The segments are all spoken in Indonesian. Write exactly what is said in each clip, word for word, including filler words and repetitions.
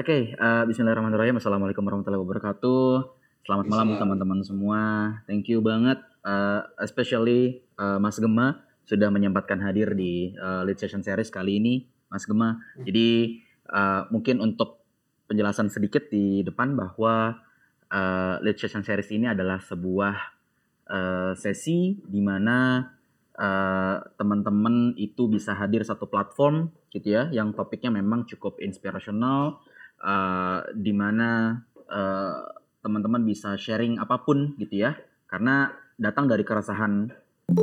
Oke, eee, bismillahirrahmanirrahim. Assalamualaikum warahmatullahi wabarakatuh. Selamat malam Waalaikumsalam. teman-teman semua. Thank you banget, eee, especially, eee, Mas Gema sudah menyempatkan hadir di, eee, Lead Session Series kali ini, Mas Gema. Jadi, eee, mungkin untuk penjelasan sedikit di depan bahwa, eee, Lead Session Series ini adalah sebuah, eee, sesi di mana, eee, teman-teman itu bisa hadir satu platform gitu ya, yang topiknya memang cukup inspirational, eee, di mana, eee, teman-teman bisa sharing apapun gitu ya. Karena datang dari keresahan,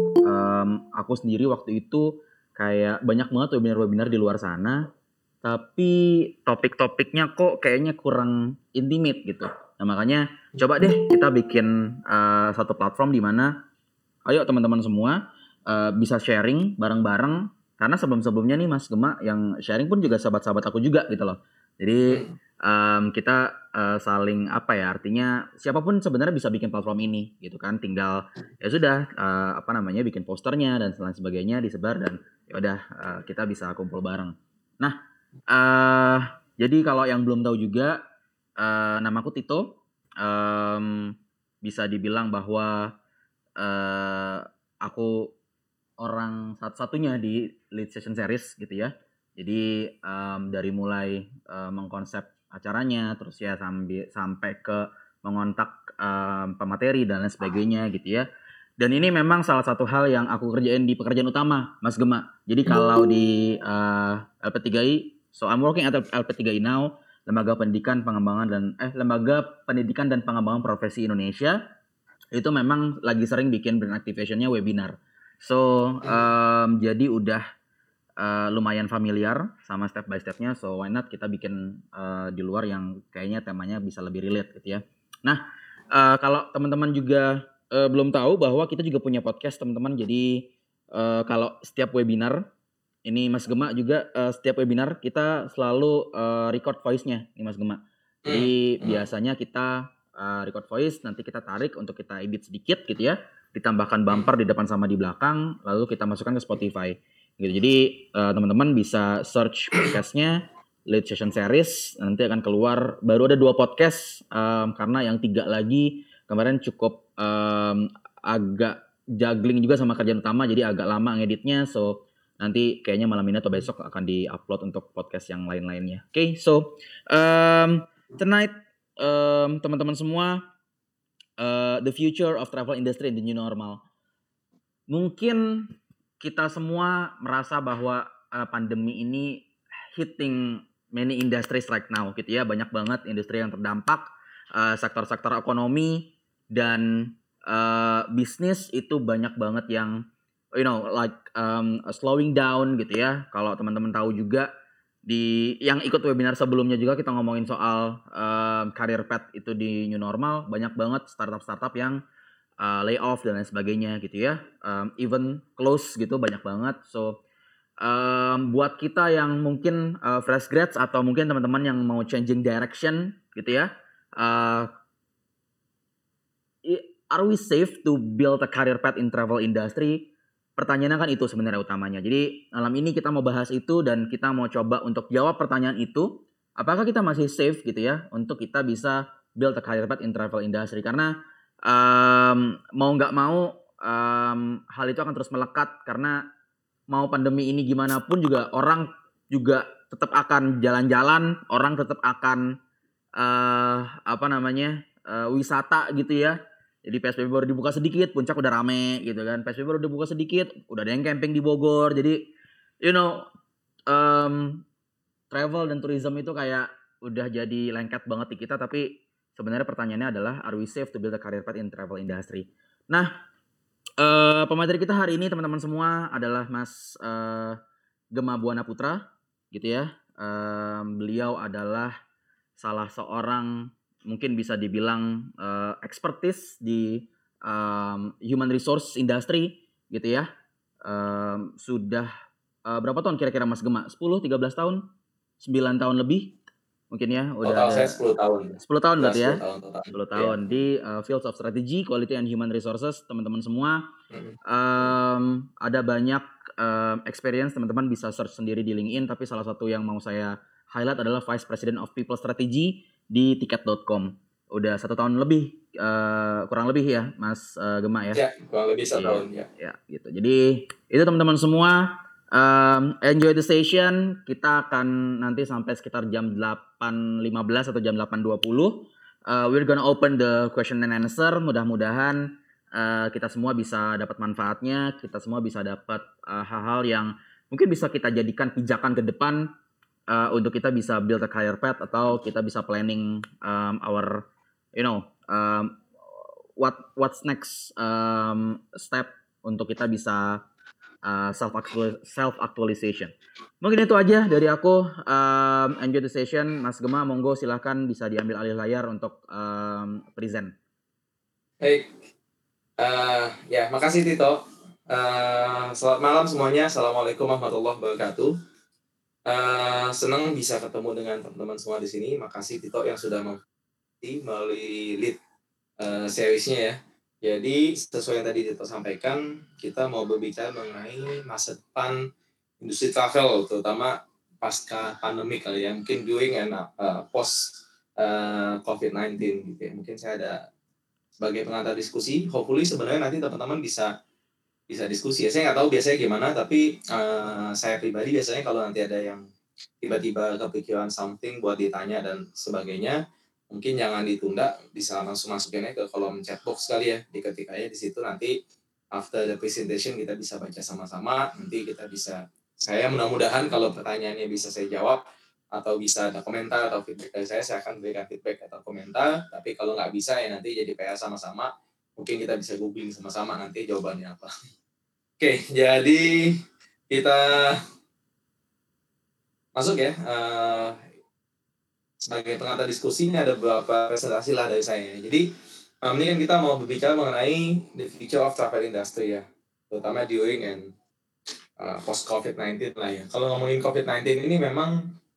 mmm, aku sendiri waktu itu kayak banyak banget webinar-webinar di luar sana, tapi topik-topiknya kok kayaknya kurang intimate gitu. Nah makanya coba deh kita bikin, eee, satu platform di mana ayo teman-teman semua, eee, bisa sharing bareng-bareng, karena sebelum-sebelumnya nih Mas Gema yang sharing pun juga sahabat-sahabat aku juga gitu loh. Jadi, Mhm. mmm, kita, eee, saling apa ya, artinya siapapun sebenarnya bisa bikin platform ini gitu kan, tinggal ya sudah, eee, apa namanya, bikin posternya dan lain sebagainya, disebar dan ya udah, eee, kita bisa kumpul bareng. Nah, eee, jadi kalau yang belum tahu juga, eee, namaku Tito, mmm, bisa dibilang bahwa Eee, aku orang satu-satunya di Lead Session Series gitu ya. Jadi, mmm, dari mulai, eee, mengkonsep acaranya, terus ya sambi sampai ke mengontak, mmm, pemateri dan lain sebagainya gitu ya. Dan ini memang salah satu hal yang aku kerjain di pekerjaan utama, Mas Gema. Jadi kalau di, eee, L P tiga I, so I'm working at L P tiga I now, Lembaga Pendidikan Pengembangan dan eh, Lembaga Pendidikan dan Pengembangan Profesi Indonesia, itu memang lagi sering bikin brand activation-nya webinar. So, Mhm. mmm, jadi udah, eee, lumayan familiar sama step by step-nya, so why not kita bikin, eee, di luar yang kayaknya temanya bisa lebih relate gitu ya. Nah, eee, kalau teman-teman juga, eee, belum tahu bahwa kita juga punya podcast teman-teman, jadi, eee, kalau setiap webinar, ini Mas Gema juga, eee, setiap webinar kita selalu, eee, record voice-nya nih Mas Gema. Mhm. Jadi Mhm. biasanya kita, eee, record voice, nanti kita tarik untuk kita edit sedikit gitu ya, ditambahkan Mhm. bumper di depan sama di belakang, lalu kita masukkan ke Spotify gitu. Jadi, eee, teman-teman bisa search podcast-nya Lead Session Series, nanti akan keluar. Baru ada dua podcast, mmm, karena yang tiga lagi kemarin cukup, mmm, agak juggling juga sama kerjaan utama, jadi agak lama ngeditnya, so nanti kayaknya malam ini atau besok akan di-upload untuk podcast yang lain-lainnya. Oke, okay, so, mmm, tonight, mmm, teman-teman semua, eee, the future of travel industry in the new normal. Mungkin kita semua merasa bahwa, eee, pandemi ini hitting many industries right now gitu ya, banyak banget industri yang terdampak, eee, sektor-sektor ekonomi dan, eee, bisnis itu banyak banget yang you know like, mmm, slowing down gitu ya. Kalau teman-teman tahu juga di yang ikut webinar sebelumnya juga kita ngomongin soal, eee, career path itu di new normal, banyak banget startup-startup yang eee, layoff dan lain sebagainya gitu ya, mmm, even close gitu banyak banget. So, mmm, buat kita yang mungkin, eee, fresh grads atau mungkin teman-teman yang mau changing direction gitu ya, eee, i are we safe to build a career path in travel industry? Pertanyaannya kan itu sebenarnya utamanya. Jadi malam ini kita mau bahas itu dan kita mau coba untuk jawab pertanyaan itu, apakah kita masih safe gitu ya untuk kita bisa build a career path in travel industry? Karena, mmm, mau nggak mau, mmm, hal itu akan terus melekat karena mau pandemi ini gimana pun juga orang juga tetap akan jalan-jalan, orang tetap akan, eee, apa namanya, eee, wisata gitu ya. Jadi P S B B baru dibuka sedikit, Puncak udah rame gitu kan. P S B B baru dibuka sedikit, udah ada yang camping di Bogor. Jadi, you know, mmm, travel dan tourism itu kayak udah jadi lengket banget di kita, tapi sebenarnya pertanyaannya adalah, are we safe to build a career path in travel industry? Nah, eee, pemateri kita hari ini teman-teman semua adalah Mas, eee, Gema Buana Putra gitu ya. Mmm, beliau adalah salah seorang mungkin bisa dibilang, eee, expertise di, mmm, human resource industry gitu ya. Mmm, sudah, eee, berapa tahun kira-kira Mas Gema? Sepuluh, tiga belas tahun? Sembilan tahun lebih mungkin ya udah Total ada saya sepuluh tahun. sepuluh tahun Udah berarti ya? sepuluh tahun total. Sepuluh Iya. tahun Mhm. di, eee, fields of strategy, quality and human resources teman-teman semua. Mhm. Mhm. Mmm, ada banyak, eee, experience teman-teman bisa search sendiri di LinkedIn, tapi salah satu yang mau saya highlight adalah Vice President of People Strategy di tiket dot com. Udah satu tahun lebih, uh, kurang lebih ya, Mas uh, Gema ya. Ya, kurang lebih satu Iya, tahun ya. Ya, gitu. Jadi itu teman-teman semua, um, enjoy the session. Kita akan nanti sampai sekitar jam delapan lima belas atau jam delapan dua puluh. Uh, we're gonna open the question and answer. Mudah-mudahan uh, kita semua bisa dapat manfaatnya. Kita semua bisa dapat uh, hal-hal yang mungkin bisa kita jadikan pijakan ke depan uh, untuk kita bisa build a career path atau kita bisa planning um, our, you know, um, what what's next um, step untuk kita bisa uh, self self actualization. Mungkin itu aja dari aku. Um, enjoy the session, Mas Gema. Monggo silahkan bisa diambil alih layar untuk um, present. Baik, uh, ya makasih Tito. Uh, selamat malam semuanya. Assalamualaikum warahmatullahi wabarakatuh. Uh, senang bisa ketemu dengan teman-teman semua di sini. Makasih Tito yang sudah memfasilitasi melalui lead uh, seriesnya ya. Jadi sesuai yang tadi Tito sampaikan, kita mau berbicara mengenai masa depan industri travel, terutama pasca pandemi kali ya, mungkin during and uh, post uh, covid sembilan belas gitu ya. Mungkin saya ada sebagai pengantar diskusi. Hopefully sebenarnya nanti teman-teman bisa bisa diskusi ya. Saya nggak tahu biasanya gimana, tapi uh, saya pribadi biasanya kalau nanti ada yang tiba-tiba kepikiran something buat ditanya dan sebagainya, mungkin jangan ditunda, bisa langsung masukinnya ke kolom chat box kali ya, diketik aja di situ, nanti after the presentation kita bisa baca sama-sama, nanti kita bisa, saya mudah-mudahan kalau pertanyaannya bisa saya jawab, atau bisa ada komentar atau feedback dari saya, saya akan berikan feedback atau komentar, tapi kalau nggak bisa ya nanti jadi P R sama-sama, mungkin kita bisa googling sama-sama nanti jawabannya apa. Oke, jadi kita masuk ya. Uh, sebagai pengantar diskusi ini ada beberapa presentasi lah dari saya. Jadi um, ini kan kita mau berbicara mengenai the future of travel industry ya, terutama during and uh, post covid sembilan belas lah ya. Kalau ngomongin covid sembilan belas ini memang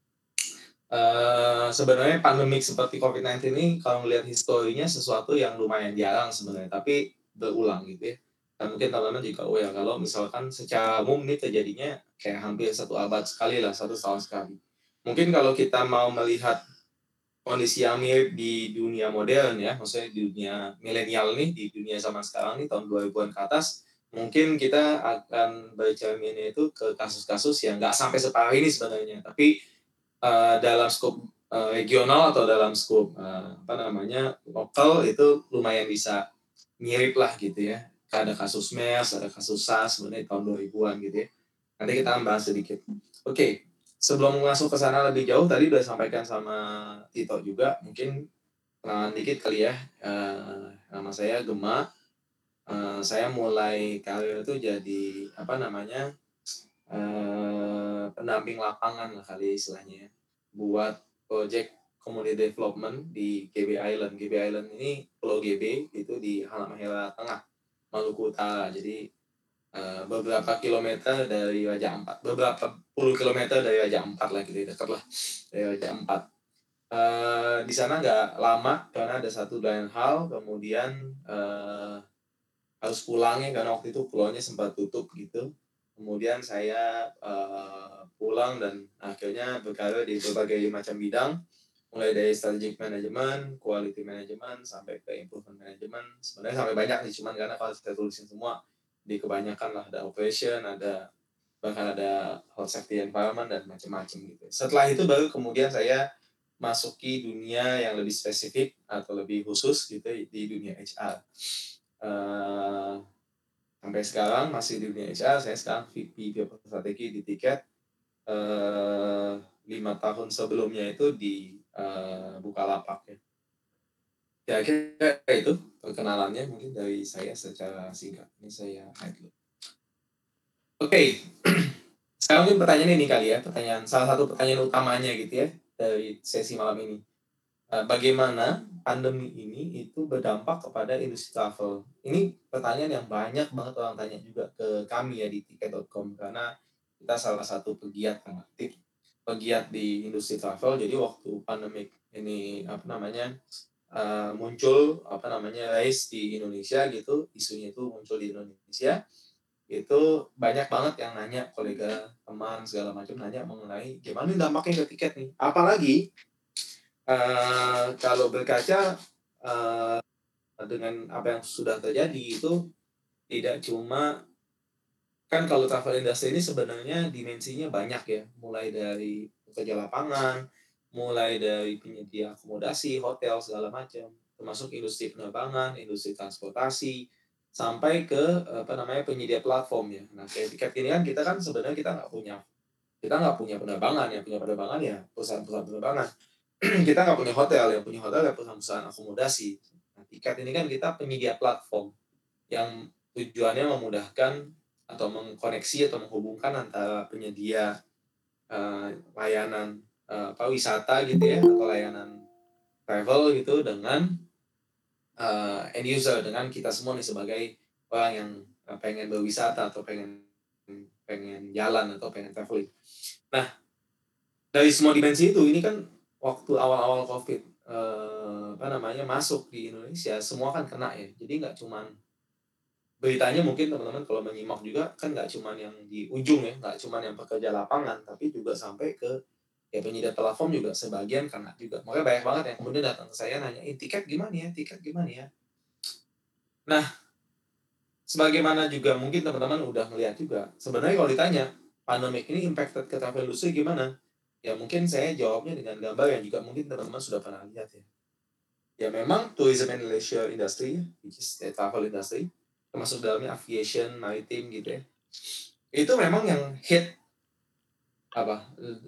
uh, sebenarnya pandemik seperti covid sembilan belas ini kalau melihat historinya sesuatu yang lumayan jarang sebenarnya, tapi berulang gitu ya. Dan mungkin teman-teman juga oh ya kalau misalkan secara umum ini terjadinya kayak hampir satu abad sekali lah, satu tahun sekali. Mungkin kalau kita mau melihat kondisi yang mirip di dunia modern ya, maksudnya di dunia milenial nih, di dunia zaman sekarang nih, tahun dua ribuan ke atas, mungkin kita akan bercerminnya itu ke kasus-kasus yang nggak sampai separah ini sebenarnya, tapi uh, dalam skop uh, regional atau dalam skop uh, apa namanya lokal itu lumayan bisa mirip lah gitu ya. Ada kasus MERS, ada kasus SARS sebenarnya tahun dua ribuan gitu ya. Nanti kita akan bahas sedikit. Oke, okay. Sebelum masuk ke sana lebih jauh, tadi udah sampaikan sama Tito juga, mungkin kenalan dikit kali ya. Uh, nama saya Gema. Uh, saya mulai karir itu jadi apa namanya uh, pendamping lapangan lah kali istilahnya, buat project community development di G B Island. G B Island ini Pulau G B itu di Halmahera Tengah, Maluku Utara. Jadi Uh, beberapa kilometer dari Raja Ampat, beberapa puluh kilometer dari Raja Ampat lah gitu, dekat lah dari Raja Ampat. Uh, di sana nggak lama karena ada satu dan hal, kemudian uh, harus pulangnya karena waktu itu pulaunya sempat tutup gitu. Kemudian saya uh, pulang dan akhirnya berkarir di berbagai macam bidang, mulai dari strategic management, quality management, sampai ke improvement management. Sebenarnya sampai banyak sih, cuman karena kalau saya tulisin semua di kebanyakan lah, ada operation, ada bahkan ada health safety environment dan macam-macam gitu. Setelah itu baru kemudian saya masuki dunia yang lebih spesifik atau lebih khusus gitu di dunia H R. Uh, sampai sekarang masih di dunia H R, saya sekarang V P People Strategi di Tiket. Uh, lima tahun sebelumnya itu di uh, Bukalapak ya. Kira-kira itu perkenalannya mungkin dari saya secara singkat. Ini saya hide dulu. Oke, okay. Sekarang mungkin pertanyaan ini kali ya, pertanyaan salah satu pertanyaan utamanya gitu ya dari sesi malam ini. Bagaimana pandemi ini itu berdampak kepada industri travel? Ini pertanyaan yang banyak banget orang tanya juga ke kami ya di tiket dot com, karena kita salah satu pegiat aktif, pegiat di industri travel. Jadi waktu pandemi ini apa namanya uh, muncul apa namanya rise di Indonesia gitu, isunya itu muncul di Indonesia, itu banyak banget yang nanya, kolega, teman, segala macam nanya mengenai gimana nih dampaknya ke tiket nih. Apalagi, eee, kalau berkaca, eee, dengan apa yang sudah terjadi itu tidak cuma kan kalau travel industry ini sebenarnya dimensinya banyak ya, mulai dari pekerja lapangan, mulai dari penyedia akomodasi, hotel, segala macam, termasuk industri penerbangan, industri transportasi, sampai ke, apa namanya, penyedia platform ya. Nah, kayak tiket ini kan kita kan sebenarnya kita nggak punya kita nggak punya penerbangan, yang punya penerbangan ya perusahaan-perusahaan penerbangan. Kita nggak punya hotel, yang punya hotel ya perusahaan-perusahaan akomodasi. Nah, tiket ini kan kita penyedia platform yang tujuannya memudahkan atau mengkoneksi atau menghubungkan antara penyedia, eee, layanan, eee, apa, wisata gitu ya, atau layanan travel gitu dengan, eee, end user, dengan kita semua nih sebagai orang yang, eee, pengen berwisata atau pengen pengen jalan atau pengen travelling. Nah, dari semua dimensi itu, ini kan waktu awal-awal Covid, eee, apa namanya, masuk di Indonesia, semua kan kena ya. Jadi nggak cuman beritanya mungkin teman-teman kalau menyimak juga, kan nggak cuman yang di ujung ya, nggak cuman yang pekerja lapangan, tapi juga sampai ke ya penyedia platform juga sebagian kena juga. Makanya banyak banget yang kemudian datang ke saya nanyain, "Tiket gimana ya tiket gimana ya?" Nah, sebagaimana juga mungkin teman-teman udah melihat juga, sebenarnya kalau ditanya, pandemic ini impacted ke travel industry gimana? Ya mungkin saya jawabnya dengan gambar yang juga mungkin teman-teman sudah pernah lihat ya. Ya memang tourism and leisure industry, which is the travel industry, termasuk dalamnya aviation, maritim gitu ya. Itu memang yang hit apa,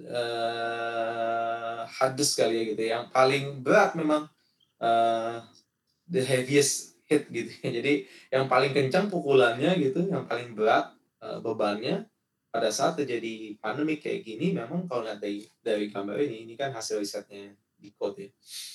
eee, hardest kali ya gitu ya, yang paling berat memang, eee, the heaviest hit gitu ya. Jadi yang paling kencang pukulannya gitu, yang paling berat, eee, bebannya pada saat terjadi pandemi kayak gini memang kalau lihat dari dari gambar ini, ini kan hasil risetnya Decode ya.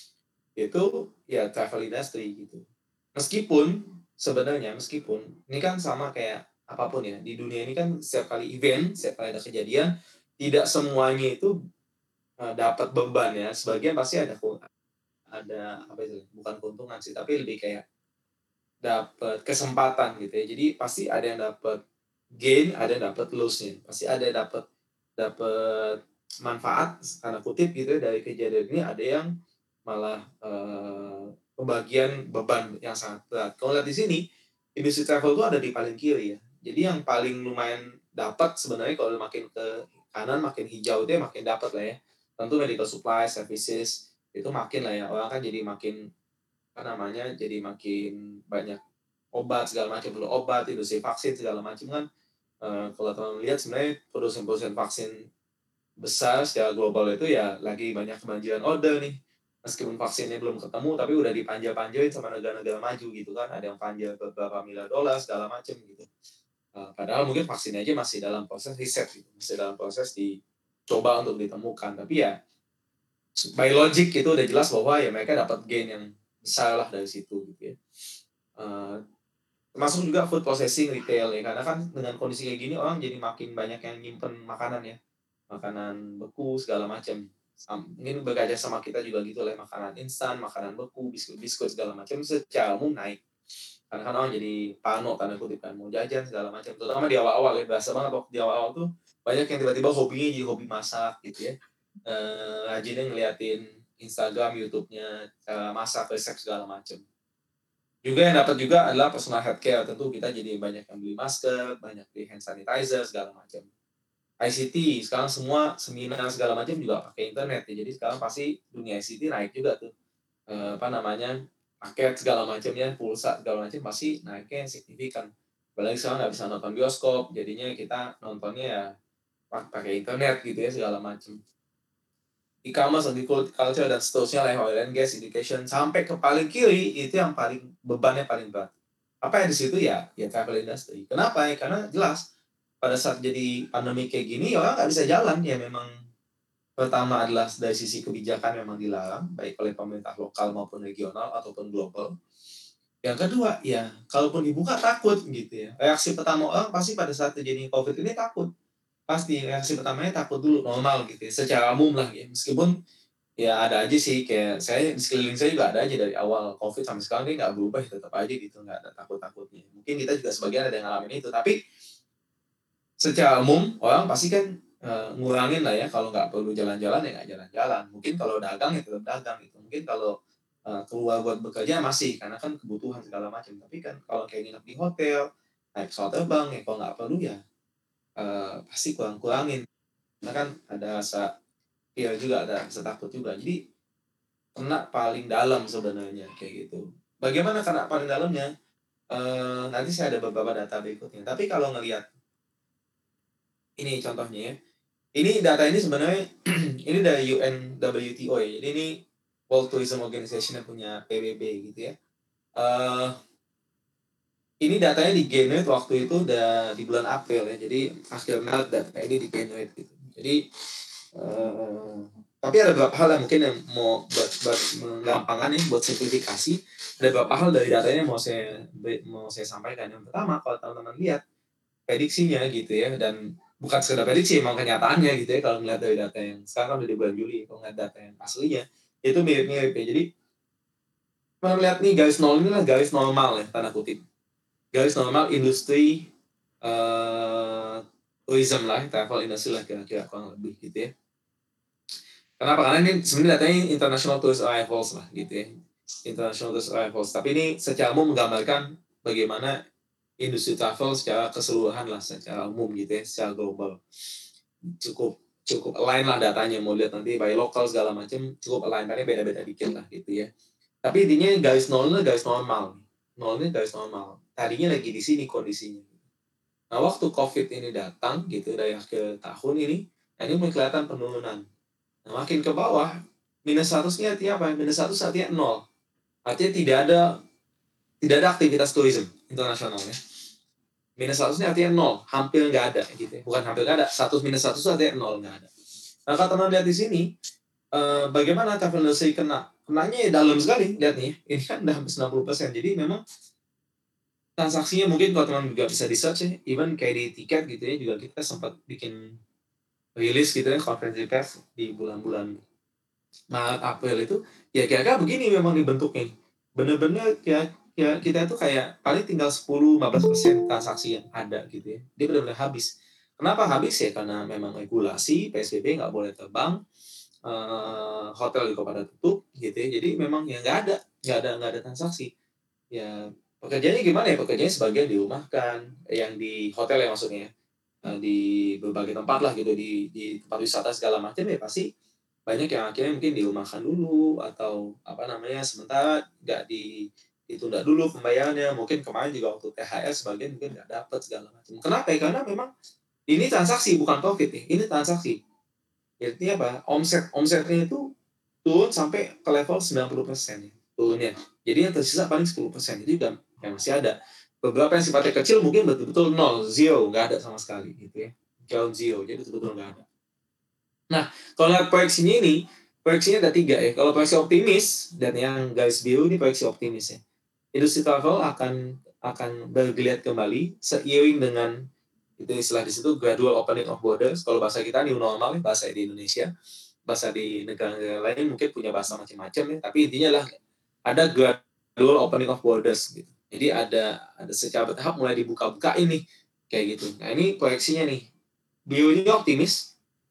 Itu ya travel industry gitu. Meskipun sebenarnya meskipun ini kan sama kayak apapun ya, di dunia ini kan setiap kali event, setiap kali ada kejadian, tidak semuanya itu, eee, dapat beban ya, sebagian pasti ada ku ada apa itu, bukan keuntungan sih, tapi lebih kayak dapat kesempatan gitu ya. Jadi pasti ada yang dapat gain, ada yang dapat loss-nya. Pasti ada yang dapat dapat manfaat tanda kutip gitu ya dari kejadian ini, ada yang malah, eee, kebagian beban yang sangat berat. Kalau lihat di sini, industri travel itu ada di paling kiri ya. Jadi yang paling lumayan dapat sebenarnya kalau makin ke kanan, makin hijau itu ya makin dapat lah ya. Tentu medical supply, services, itu makin lah ya, orang kan jadi makin, apa namanya, jadi makin banyak obat segala macam, perlu obat, industri vaksin segala macam kan, eee, kalau teman lihat sebenarnya produsen-produsen vaksin besar secara global itu ya lagi banyak kebanjiran order nih. Meskipun vaksinnya belum ketemu, tapi udah dipanjal-panjalin sama negara-negara maju gitu kan. Ada yang panjal beberapa miliar dolar segala macam gitu. Eee, padahal mungkin vaksinnya aja masih dalam proses riset gitu, masih dalam proses dicoba untuk ditemukan. Tapi ya by logic itu udah jelas bahwa ya mereka dapat gain yang besar lah dari situ gitu ya. Eee, termasuk juga food processing, retail ya, karena kan dengan kondisi kayak gini orang jadi makin banyak yang nyimpen makanan ya. Makanan beku segala macam. Sam mungkin berkaca sama kita juga gitu lah ya, makanan instan, makanan beku, biskuit-biskuit segala macam secara umum naik. Karena kan orang jadi "parno" tanda kutip kan, mau jajan segala macam. Terutama di awal-awal ya, berasa banget waktu di awal-awal tuh banyak yang tiba-tiba hobinya jadi hobi masak gitu ya. Eee, rajinnya ngeliatin Instagram, YouTube-nya, cara masak, resep segala macam. Juga yang dapat juga adalah personal healthcare, tentu kita jadi banyak yang beli masker, banyak beli hand sanitizer segala macam. I C T sekarang semua seminar segala macam juga pakai internet ya. Jadi sekarang pasti dunia I C T naik juga tuh, eee, apa namanya, paket segala macamnya, pulsa segala macam pasti naiknya signifikan. Apalagi sekarang nggak bisa nonton bioskop, jadinya kita nontonnya ya pa pakai internet gitu ya segala macam. E-commerce, agriculture, dan seterusnya lah ya, oil and gas, education, sampai ke paling kiri itu yang paling bebannya paling berat. Apa yang di situ ya, ya travel industry. Kenapa ya? Karena jelas pada saat jadi pandemi kayak gini orang nggak bisa jalan, ya memang pertama adalah dari sisi kebijakan memang dilarang, baik oleh pemerintah lokal maupun regional ataupun global. Yang kedua, ya kalaupun dibuka takut gitu ya. Reaksi pertama orang pasti pada saat terjadi Covid ini takut. Pasti reaksi pertamanya takut dulu, normal gitu ya, secara umum lah ya. Meskipun ya ada aja sih, kayak saya di sekeliling saya juga ada aja dari awal Covid sampai sekarang dia nggak berubah, tetap aja gitu, nggak ada takut-takutnya. Mungkin kita juga sebagian ada yang ngalamin itu, tapi secara umum orang pasti kan uh, ngurangin lah ya, kalau nggak perlu jalan-jalan ya nggak jalan-jalan. Mungkin kalau dagang ya tetap dagang gitu. Mungkin kalau uh, keluar buat bekerja masih karena kan kebutuhan segala macam. Tapi kan kalau kayak nginep di hotel, naik pesawat terbang ya kalau nggak perlu ya uh, pasti kurang-kurangin. Karena kan ada rasa fear juga, ada rasa takut juga. Jadi kena paling dalam sebenarnya kayak gitu. Bagaimana kena paling dalamnya? Uh, nanti saya ada beberapa data berikutnya. Tapi kalau ngelihat ini contohnya ya. Ini data ini sebenarnya ini dari U N W T O ya. Jadi ini World Tourism Organization yang punya P B B gitu ya. Uh, ini datanya di generate waktu itu udah di bulan April ya. Jadi akhir Maret data ini di generate gitu. Jadi uh, tapi ada beberapa hal yang mungkin yang mau buat buat menggampangkan nih, buat simplifikasi. Ada beberapa hal dari datanya mau saya mau saya sampaikan. Yang pertama, kalau teman-teman lihat prediksinya gitu ya, dan bukan sekedar prediksi, emang kenyataannya gitu ya, kalau melihat dari data yang sekarang udah di bulan Juli, kalau ngeliat data yang aslinya itu mirip-mirip ya. Jadi melihat nih garis nol ini lah garis normal ya, tanda kutip garis normal industri uh, tourism lah, travel industry lah kira-kira kurang lebih gitu ya. Kenapa? Karena ini sebenarnya datanya international tourist arrivals lah gitu ya, international tourist arrivals. Tapi ini secara umum menggambarkan bagaimana industri travel secara keseluruhan lah, secara umum gitu ya, secara global. Cukup cukup align lah datanya, mau lihat nanti by lokal segala macam cukup align, tapi beda-beda dikit lah gitu ya. Tapi intinya garis nolnya garis normal, nolnya garis normal. Tadinya lagi di sini kondisinya. Nah waktu COVID ini datang gitu dari akhir tahun ini, nah ini mulai kelihatan penurunan. Nah makin ke bawah, minus seratus-nya artinya apa? Minus seratus artinya nol. Artinya tidak ada tidak ada aktivitas tourism internasional ya. Minus seratus ini artinya nol, hampir nggak ada gitu ya. Bukan hampir nggak ada, seratus minus seratus artinya nol, nggak ada. Nah kalau teman lihat di sini, eh, bagaimana travel industry kena? Kenanya ya dalam sekali, lihat nih, ini kan udah hampir sembilan puluh persen. Jadi memang transaksinya mungkin kalau teman juga bisa di search ya, even kayak di tiket gitu ya, juga kita sempat bikin rilis gitu ya, konferensi pers di bulan-bulan Maret April itu, ya kira-kira begini memang dibentuknya. Bener-bener ya, ya kita itu kayak paling tinggal sepuluh sampai lima belas persen transaksi yang ada gitu ya. Dia benar-benar habis. Kenapa habis ya? Karena memang regulasi, P S B B nggak boleh terbang, eh, hotel juga pada tutup gitu ya. Jadi memang ya nggak ada, nggak ada, nggak ada transaksi. Ya pekerjaannya gimana ya? Pekerjaannya sebagian dirumahkan, yang di hotel ya maksudnya, eh, di berbagai tempat lah gitu, di di tempat wisata segala macam ya pasti banyak yang akhirnya mungkin dirumahkan dulu, atau apa namanya, sementara nggak di ditunda dulu pembayarannya. Mungkin kemarin juga waktu T H R sebagian mungkin nggak dapat segala macam. Kenapa ya? Karena memang ini transaksi bukan profit ya, ini transaksi. Artinya apa? Omset omsetnya itu turun sampai ke level sembilan puluh persen ya, turunnya. Jadi yang tersisa paling sepuluh persen. Jadi udah yang masih ada. Beberapa yang sifatnya kecil mungkin betul-betul nol, zero, nggak ada sama sekali gitu ya. Ground zero, jadi betul-betul nggak ada. Nah, kalau lihat proyeksinya ini, proyeksinya ada tiga ya. Kalau proyeksi optimis, dan yang garis biru ini proyeksi optimis ya. Industri travel akan akan bergeliat kembali seiring dengan itu istilah di situ gradual opening of borders. Kalau bahasa kita new normal, bahasa di Indonesia, bahasa di negara-negara lain mungkin punya bahasa macam-macam ya. Tapi intinya lah ada gradual opening of borders gitu. Jadi ada ada secara bertahap mulai dibuka-buka ini kayak gitu. Nah ini proyeksinya nih. Birunya optimis,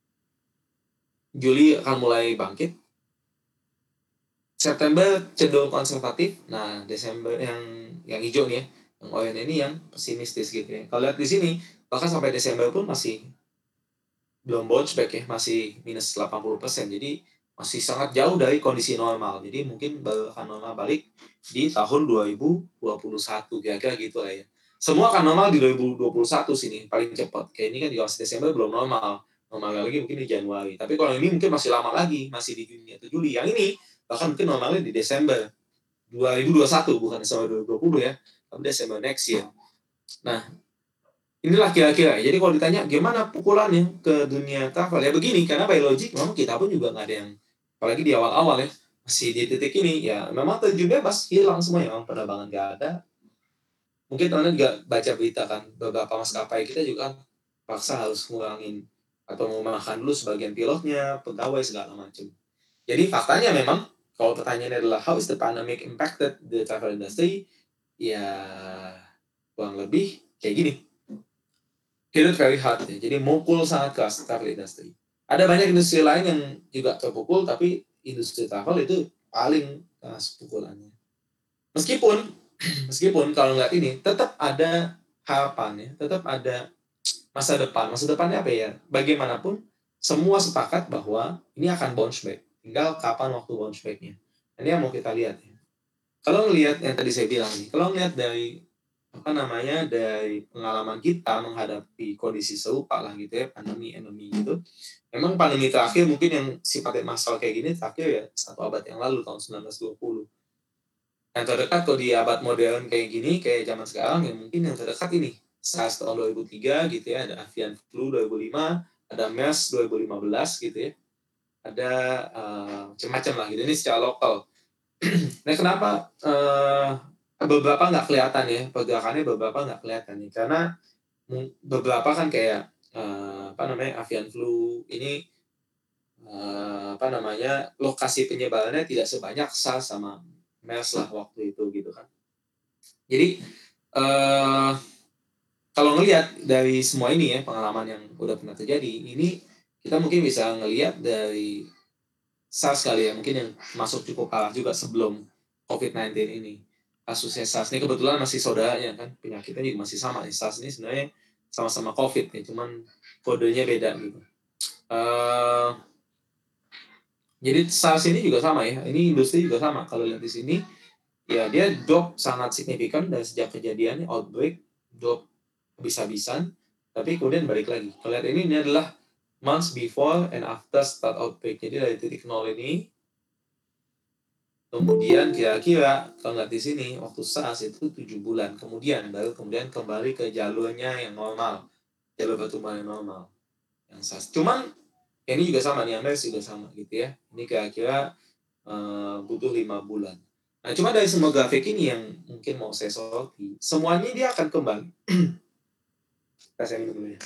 Juli akan mulai bangkit. September cenderung konservatif. Nah, Desember yang yang hijau nih ya, yang oranye ini yang pesimistis gitu ya. Kalau lihat di sini, bahkan sampai Desember pun masih belum bounce back ya, masih minus delapan puluh persen. Jadi masih sangat jauh dari kondisi normal. Jadi mungkin baru akan normal balik di tahun dua ribu dua puluh satu kira-kira gitu lah ya. Semua akan normal di dua ribu dua puluh satu sini paling cepat. Kayak ini kan di Desember belum normal. Normal lagi mungkin di Januari. Tapi kalau ini mungkin masih lama lagi, masih di Juni atau Juli. Yang ini bahkan mungkin normalnya di Desember dua ribu dua puluh satu, bukan Desember dua ribu dua puluh ya, tapi Desember next year. Nah, inilah kira-kira. Jadi kalau ditanya gimana pukulannya ke dunia travel, ya begini, karena by logic memang kita pun juga nggak ada yang, apalagi di awal-awal ya, masih di titik ini, ya memang terjun bebas, hilang semua, memang penerbangan nggak ada. Mungkin teman-teman juga baca berita kan, beberapa maskapai kita juga kan paksa harus ngurangin atau memahkan dulu sebagian pilotnya, pegawai segala macam. Jadi faktanya memang, kalau pertanyaannya adalah how is the pandemic impacted the travel industry, ya kurang lebih kayak gini. hit it very hard ya. Jadi mukul sangat keras travel industry. Ada banyak industri lain yang juga terpukul, tapi industri travel itu paling keras pukulannya. Meskipun meskipun kalau nggak ini tetap ada harapan ya, tetap ada masa depan. Masa depannya apa ya? Bagaimanapun semua sepakat bahwa ini akan bounce back. Tinggal kapan waktu bounce back-nya. Ini yang mau kita lihat ya. Kalau ngelihat yang tadi saya bilang nih, kalau ngelihat dari apa namanya dari pengalaman kita menghadapi kondisi serupa lah gitu ya, pandemi endemi gitu. Memang pandemi terakhir mungkin yang sifatnya massal kayak gini terakhir ya satu abad yang lalu tahun sembilan belas dua puluh. Yang terdekat kalau di abad modern kayak gini, kayak zaman sekarang ya mungkin yang terdekat ini SARS tahun dua ribu tiga gitu ya, ada avian flu dua ribu lima, ada MERS dua ribu lima belas gitu ya. Ada uh, macam-macam lah gitu. Ini secara lokal. Nah, kenapa uh, beberapa nggak kelihatan ya pergerakannya beberapa nggak kelihatan nih karena beberapa kan kayak uh, apa namanya avian flu ini uh, apa namanya lokasi penyebarannya tidak sebanyak SARS sama MERS lah waktu itu gitu kan. Jadi uh, kalau ngelihat dari semua ini ya pengalaman yang udah pernah terjadi ini kita mungkin bisa ngelihat dari SARS kali ya mungkin yang masuk cukup parah juga sebelum covid sembilan belas ini kasusnya SARS ini kebetulan masih saudaranya kan penyakitnya juga masih sama nih SARS ini sebenarnya sama-sama COVID ya cuman kodenya beda gitu uh, jadi SARS ini juga sama ya ini industri juga sama kalau lihat di sini ya dia drop sangat signifikan dari sejak kejadiannya outbreak drop habis-habisan tapi kemudian balik lagi kalau lihat ini ini adalah months before and after start outbreak jadi dari titik nol ini kemudian kira-kira kalau nggak di sini waktu SARS itu tujuh bulan kemudian baru kemudian kembali ke jalurnya yang normal jalur pertumbuhan yang normal yang SARS cuman ini juga sama nih Amerika juga sama gitu ya ini kira-kira uh, butuh lima bulan nah cuma dari semua grafik ini yang mungkin mau saya soroti semuanya dia akan kembali saya minum dulu ya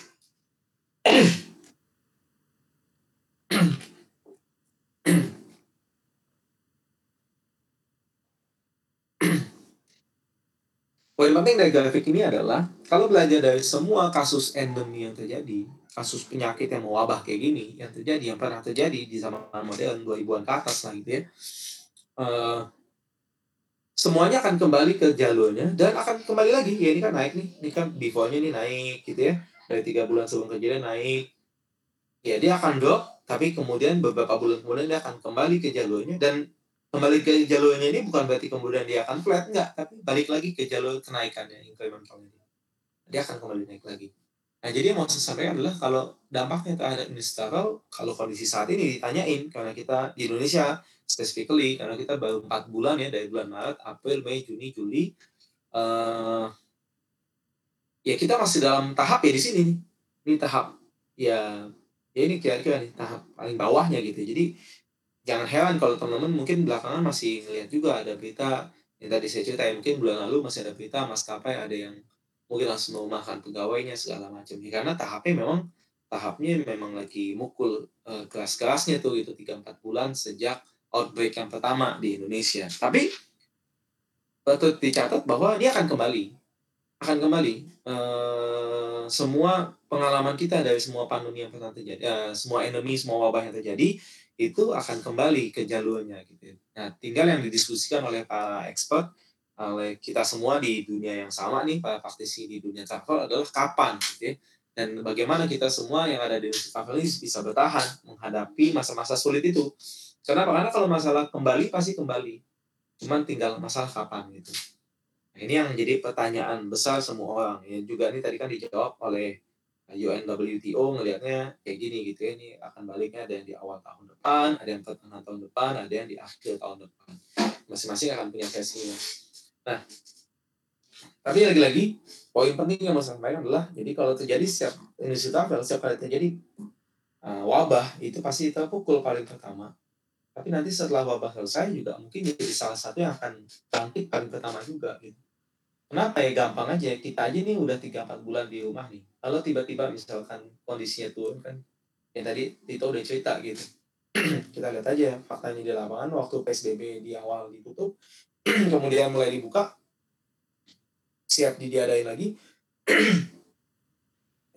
poin penting dari grafik ini adalah kalau belajar dari semua kasus endemi yang terjadi, kasus penyakit yang mewabah kayak gini yang terjadi yang pernah terjadi di zaman modern dua ribuan ke atas lah gitu ya. Uh, semuanya akan kembali ke jalurnya dan akan kembali lagi ya ini kan naik nih, ini kan before-nya ini naik gitu ya. Dari tiga bulan sebelum kejadian naik. Ya dia akan drop tapi kemudian beberapa bulan kemudian dia akan kembali ke jalurnya dan kembali ke jalurnya ini bukan berarti kemudian dia akan flat, enggak, tapi balik lagi ke jalur kenaikannya, incremental ini. Dia akan kembali naik lagi. Nah, jadi yang mau saya sampaikan adalah kalau dampaknya terhadap industri travel, kalau kondisi saat ini ditanyain, karena kita di Indonesia, specifically, karena kita baru empat bulan ya, dari bulan Maret, April, Mei, Juni, Juli, uh, ya kita masih dalam tahap ya di sini nih. Ini tahap, ya, ya ini kira-kira nih, tahap paling bawahnya gitu. Jadi, jangan heran kalau teman-teman mungkin belakangan masih ngeliat juga ada berita yang tadi saya ceritain mungkin bulan lalu masih ada berita maskapai ada yang mungkin langsung merumahkan pegawainya segala macam ya, karena tahapnya memang tahapnya memang lagi mukul uh, keras-kerasnya tuh itu tiga empat bulan sejak outbreak yang pertama di Indonesia. Tapi patut dicatat bahwa dia akan kembali akan kembali uh, semua pengalaman kita dari semua pandemi yang pernah terjadi, uh, semua endemi, semua wabah yang terjadi itu akan kembali ke jalurnya gitu. Nah, tinggal yang didiskusikan oleh para expert, oleh kita semua di dunia yang sama nih, para praktisi di dunia travel adalah kapan gitu ya. Dan bagaimana kita semua yang ada di industri travel ini bisa bertahan menghadapi masa-masa sulit itu. Kenapa? Karena kalau masalah kembali pasti kembali. Cuman tinggal masalah kapan gitu. Nah, ini yang menjadi pertanyaan besar semua orang. Ya, juga ini tadi kan dijawab oleh U N W T O ngelihatnya kayak gini gitu ya. Ini akan baliknya ada yang di awal tahun depan, ada yang pertengahan tahun depan, ada yang di akhir tahun depan. Masing-masing akan punya versinya. Nah, tapi lagi-lagi poin penting yang mau saya sampaikan adalah jadi kalau terjadi setiap industri travel, setiap kali terjadi uh, wabah itu pasti terpukul paling pertama. Tapi nanti setelah wabah selesai juga mungkin jadi salah satu yang akan bangkit paling pertama juga gitu. Kenapa ya gampang aja kita aja nih udah tiga empat bulan di rumah nih. Kalau tiba-tiba misalkan kondisinya turun kan yang tadi Tito udah cerita gitu. Kita lihat aja faktanya di lapangan waktu P S B B di awal ditutup kemudian mulai dibuka siap diadain lagi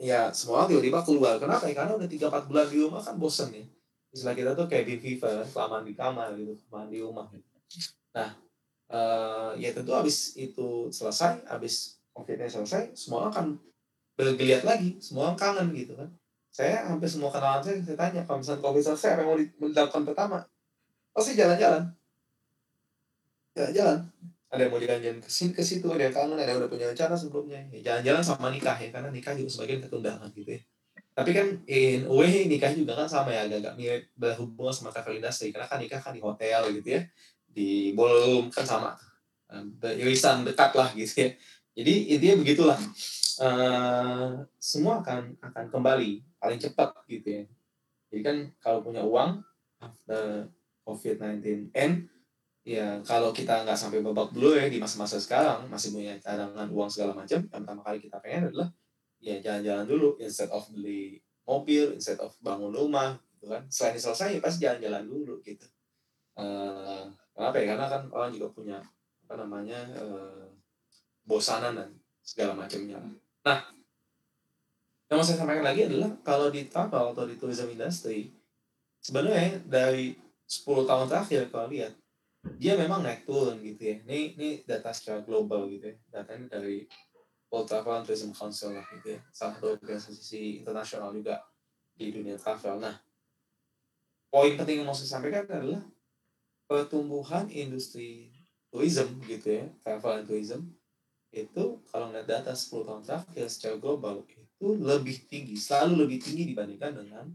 ya semua orang tiba-tiba keluar. Kenapa ya? Karena udah tiga empat bulan di rumah kan bosen ya. Istilah kita tuh cabin fever, kelamaan di kamar gitu, kelamaan di rumah. Nah, eee, ya tentu habis itu selesai, habis Covid-nya selesai, semua orang akan bergeliat lagi, semua orang kangen gitu kan. Saya hampir semua kenalan saya, saya tanya, "Kalau misalnya Covid selesai apa yang mau di mau dilakukan pertama?" Pasti jalan-jalan, jalan-jalan. Ada yang mau jalan-jalan ke sini, ke situ, ada yang kangen, ada yang udah punya rencana sebelumnya. Ya jalan-jalan sama nikah ya, karena nikah juga sebagian ketunda kan gitu ya. Tapi kan in a way nikah juga kan sama ya, agak-agak mirip berhubungan sama travel industry, karena kan nikah kan di hotel gitu ya, di ballroom kan sama, mmm, beririsan dekat lah gitu ya. Jadi intinya begitulah, eee, semua akan akan kembali paling cepat gitu ya. Jadi kan kalau punya uang after Covid sembilan belas end, ya kalau kita nggak sampai babak belur ya di masa-masa sekarang, masih punya cadangan uang segala macam, yang pertama kali kita pengen adalah ya jalan-jalan dulu instead of beli mobil, instead of bangun rumah gitu kan. Selain selesai ya pasti jalan-jalan dulu gitu. Eee, Kenapa ya? Karena kan orang juga punya apa namanya, eee, bosanan dan segala macamnya. Nah, yang mau saya sampaikan lagi adalah kalau di travel atau di tourism industry, sebenarnya dari sepuluh tahun terakhir kalau lihat, dia memang naik turun gitu ya. Ini ini data secara global gitu ya. Data ini dari World Travel and Tourism Council lah gitu ya. Salah satu organisasi internasional juga di dunia travel. Nah, poin penting yang mau saya sampaikan adalah pertumbuhan industri tourism gitu ya, travel and tourism itu kalau ngeliat data sepuluh tahun terakhir secara global itu lebih tinggi, selalu lebih tinggi dibandingkan dengan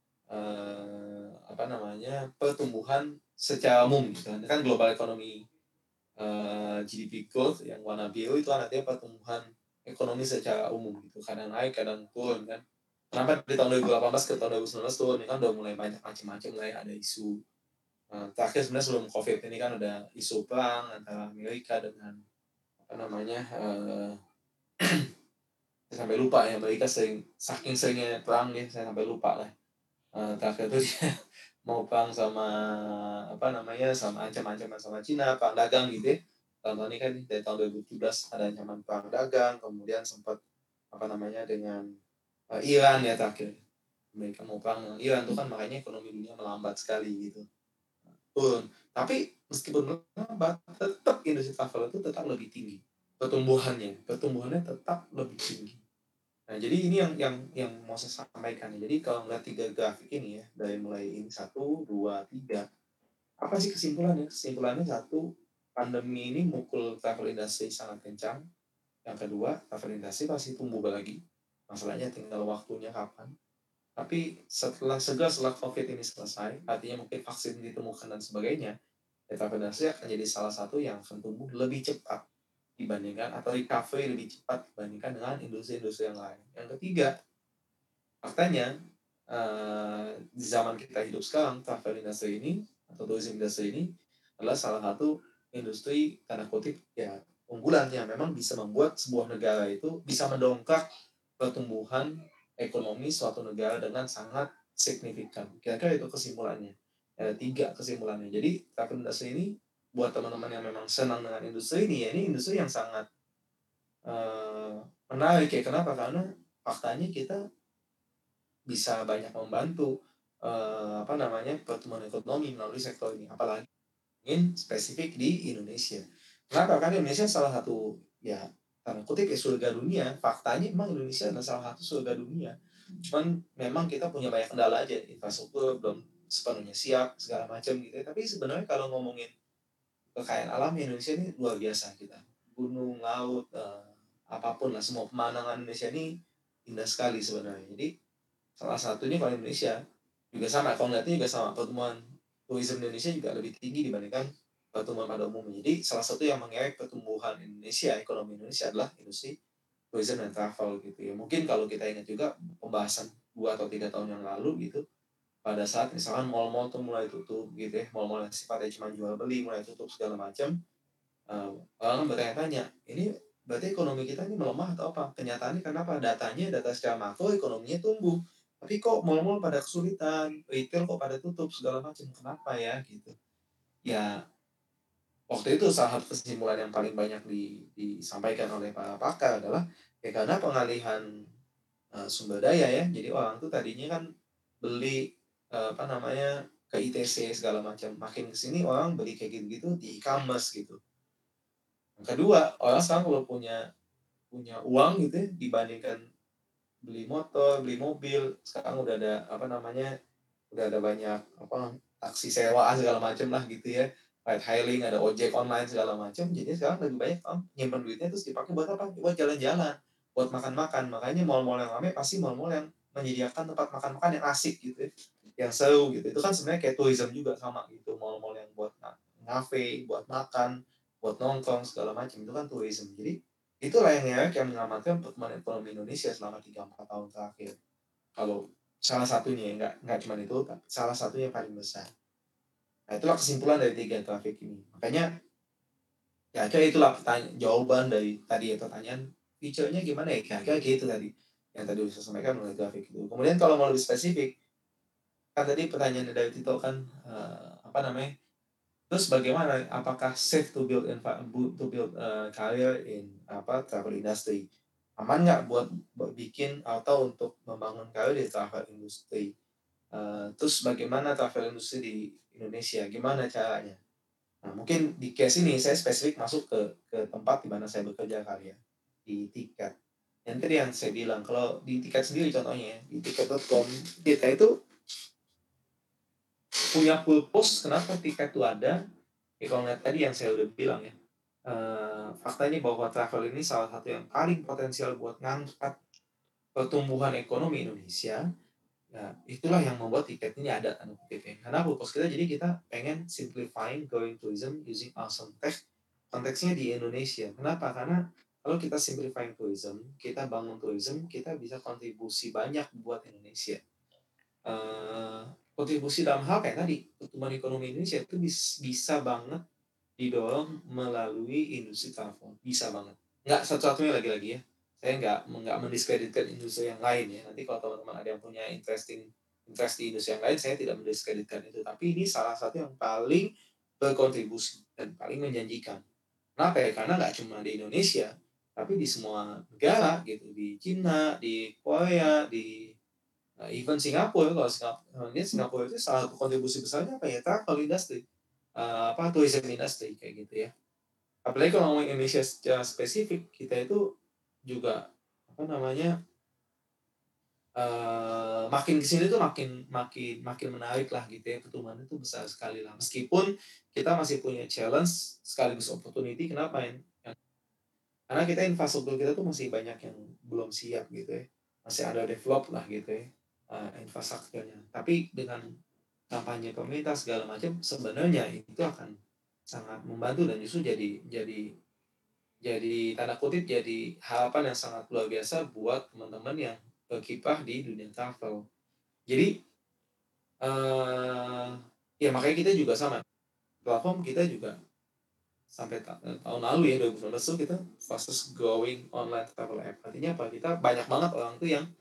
eh, apa namanya pertumbuhan secara umum gitu kan. Kan global economy eh, G D P growth yang warna biru itu artinya pertumbuhan ekonomi secara umum gitu. Kadang naik, kadang turun kan. Kenapa di tahun dua ribu delapan belas ke tahun dua ribu sembilan belas turun? Ini kan udah mulai banyak macam-macam lah ya. Ada isu eh, terakhir sebenarnya sebelum COVID ini kan ada isu perang antara Amerika dengan apa namanya eh, saya sampai lupa ya, Amerika sering saking seringnya perang ya saya sampai lupa lah. Eh, terakhir itu dia mau perang sama apa namanya sama ancam-ancaman sama Cina, perang dagang gitu ya. Tahun ini kan dari tahun dua ribu tujuh belas ada ancaman perang dagang, kemudian sempat apa namanya dengan eh, Iran ya terakhir. Mereka mau perang dengan Iran tuh kan makanya ekonomi dunia melambat sekali gitu. Turun. Tapi meskipun melambat, tetap industri travel itu tetap lebih tinggi pertumbuhannya. Pertumbuhannya tetap lebih tinggi. Nah, jadi ini yang yang yang mau saya sampaikan. Jadi kalau melihat tiga grafik ini ya, dari mulai ini satu, dua, tiga, apa sih kesimpulannya? Kesimpulannya satu, pandemi ini mukul travel industry sangat kencang. Yang kedua, travel industry pasti tumbuh lagi. Masalahnya tinggal waktunya kapan. Tapi setelah segera setelah COVID ini selesai, artinya mungkin vaksin ditemukan dan sebagainya, ya travel industry akan jadi salah satu yang akan tumbuh lebih cepat dibandingkan atau recovery lebih cepat dibandingkan dengan industri-industri yang lain. Yang ketiga, faktanya eh, di zaman kita hidup sekarang, travel industry ini atau tourism industry ini adalah salah satu industri tanda kutip ya unggulan yang memang bisa membuat sebuah negara itu bisa mendongkrak pertumbuhan ekonomi suatu negara dengan sangat signifikan. Kira-kira itu kesimpulannya. Ada tiga kesimpulannya. Jadi travel industry ini buat teman-teman yang memang senang dengan industri ini, ya ini industri yang sangat eh, menarik ya. Kenapa? Karena faktanya kita bisa banyak membantu eh, apa namanya pertumbuhan ekonomi melalui sektor ini. Apalagi ingin spesifik di Indonesia. Kenapa? Karena Indonesia salah satu ya tanda kutip ya surga dunia. Faktanya memang Indonesia adalah salah satu surga dunia. Cuman memang kita punya banyak kendala aja, infrastruktur belum sepenuhnya siap segala macam gitu ya. Tapi sebenarnya kalau ngomongin kekayaan alam Indonesia ini luar biasa kita. Gunung, laut, eh, apapun lah semua pemandangan Indonesia ini indah sekali sebenarnya. Jadi salah satunya kalau Indonesia juga sama, kalau ngeliatnya juga sama, pertumbuhan tourism Indonesia juga lebih tinggi dibandingkan pertumbuhan pada umumnya. Jadi salah satu yang mengerek pertumbuhan Indonesia, ekonomi Indonesia adalah industri tourism dan travel gitu ya. Mungkin kalau kita ingat juga pembahasan dua atau tiga tahun yang lalu gitu, pada saat misalkan mall-mall tuh mulai tutup gitu ya, mall-mall yang sifatnya cuma jual beli mulai tutup segala macam, uh, orang bertanya-tanya, ini berarti ekonomi kita ini melemah atau apa? Kenyataannya kenapa? Datanya, data secara makro ekonominya tumbuh. Tapi kok mall-mall pada kesulitan, retail kok pada tutup segala macam. Kenapa ya gitu? Ya waktu itu salah satu kesimpulan yang paling banyak di, disampaikan oleh para pakar adalah ya karena pengalihan eee, sumber daya ya. Jadi orang tuh tadinya kan beli, eee, apa namanya, ke I T C segala macam, makin ke sini orang beli kayak gitu-gitu di e-commerce gitu. Yang kedua, orang sekarang kalau punya punya uang gitu ya, dibandingkan beli motor, beli mobil, sekarang udah ada, apa namanya, udah ada banyak, apa, taksi sewa segala macam lah gitu ya, ride hailing, ada ojek online segala macam, jadi sekarang lebih banyak orang nyimpen duitnya terus dipakai buat apa? Buat jalan-jalan, buat makan-makan. Makanya mall-mall yang rame pasti mall-mall yang menyediakan tempat makan-makan yang asik gitu ya, yang seru gitu. Itu kan sebenarnya kayak tourism juga sama gitu, mall-mall yang buat nga ngafe, buat makan, buat nongkrong segala macam, itu kan tourism. Jadi, itulah yang yang yang menyelamatkan pertumbuhan ekonomi Indonesia selama tiga, empat tahun terakhir. Kalau salah satunya ya, nggak nggak cuman itu, tapi salah satunya yang paling besar. Nah, itulah kesimpulan dari tiga grafik ini. Makanya, ya kira itulah pertanya jawaban dari tadi ya pertanyaan, feature-nya gimana ya, kira-kira gitu tadi, yang tadi udah saya sampaikan melalui grafik itu. Kemudian kalau mau lebih spesifik, kan tadi pertanyaannya dari Tito kan, eee, apa namanya, terus bagaimana, apakah safe to build enva bu to build, eee, career in apa, travel industry? Aman nggak buat buat bikin atau untuk membangun karir di travel industry? Eee, terus bagaimana travel industry di Indonesia, gimana caranya? Nah, mungkin di case ini saya spesifik masuk ke ke tempat di mana saya bekerja kali ya, di Tiket. Yang tadi yang saya bilang, kalau di Tiket sendiri contohnya ya, di tiket tiket tiket com, kita itu punya purpose kenapa tiket itu ada, ya kalau ngeliat tadi yang saya udah bilang ya, eee, faktanya bahwa travel ini salah satu yang paling potensial buat ngangkat pertumbuhan ekonomi Indonesia. Nah, itulah yang membuat tiket ini ada tanda kutipnya. Karena purpose kita jadi kita pengen simplifying going tourism using awesome tech, konteksnya di Indonesia. Kenapa? Karena kalau kita simplifying tourism, kita bangun tourism, kita bisa kontribusi banyak buat Indonesia. Eee, kontribusi dalam hal kayak tadi, pertumbuhan ekonomi Indonesia itu bis bisa banget didorong melalui industri travel, bisa banget. Nggak satu-satunya lagi-lagi ya, saya nggak nggak mendiskreditkan industri yang lain ya, nanti kalau teman-teman ada yang punya interesting interest di industri yang lain, saya tidak mendiskreditkan itu, tapi ini salah satu yang paling berkontribusi dan paling menjanjikan. Kenapa ya? Karena nggak cuma di Indonesia, tapi di semua negara gitu, di Cina, di Korea, di eee, even Singapura, kalau Singap eee, Singapura itu salah satu kontribusi besarnya apa ya, travel industry, eee, apa, tourism industry kayak gitu ya. Apalagi kalau ngomongin Indonesia secara spesifik, kita itu juga, apa namanya, eee, makin ke sini tuh makin makin makin menarik lah gitu ya, pertumbuhannya itu besar sekali lah. Meskipun kita masih punya challenge sekaligus opportunity, kenapa ya? Karena kita infrastruktur kita tuh masih banyak yang belum siap gitu ya, masih underdevelop lah gitu ya, eee, infrastrukturnya. Tapi dengan kampanye pemerintah segala macam, sebenarnya itu akan sangat membantu dan justru jadi jadi jadi tanda kutip, jadi harapan yang sangat luar biasa buat teman-teman yang berkiprah di dunia travel. Jadi, eee, ya makanya kita juga sama, platform kita juga sampai ta eee, tahun lalu ya, dua ribu sembilan belas tuh kita fastest growing online travel app. Artinya apa? Kita banyak banget orang tuh yang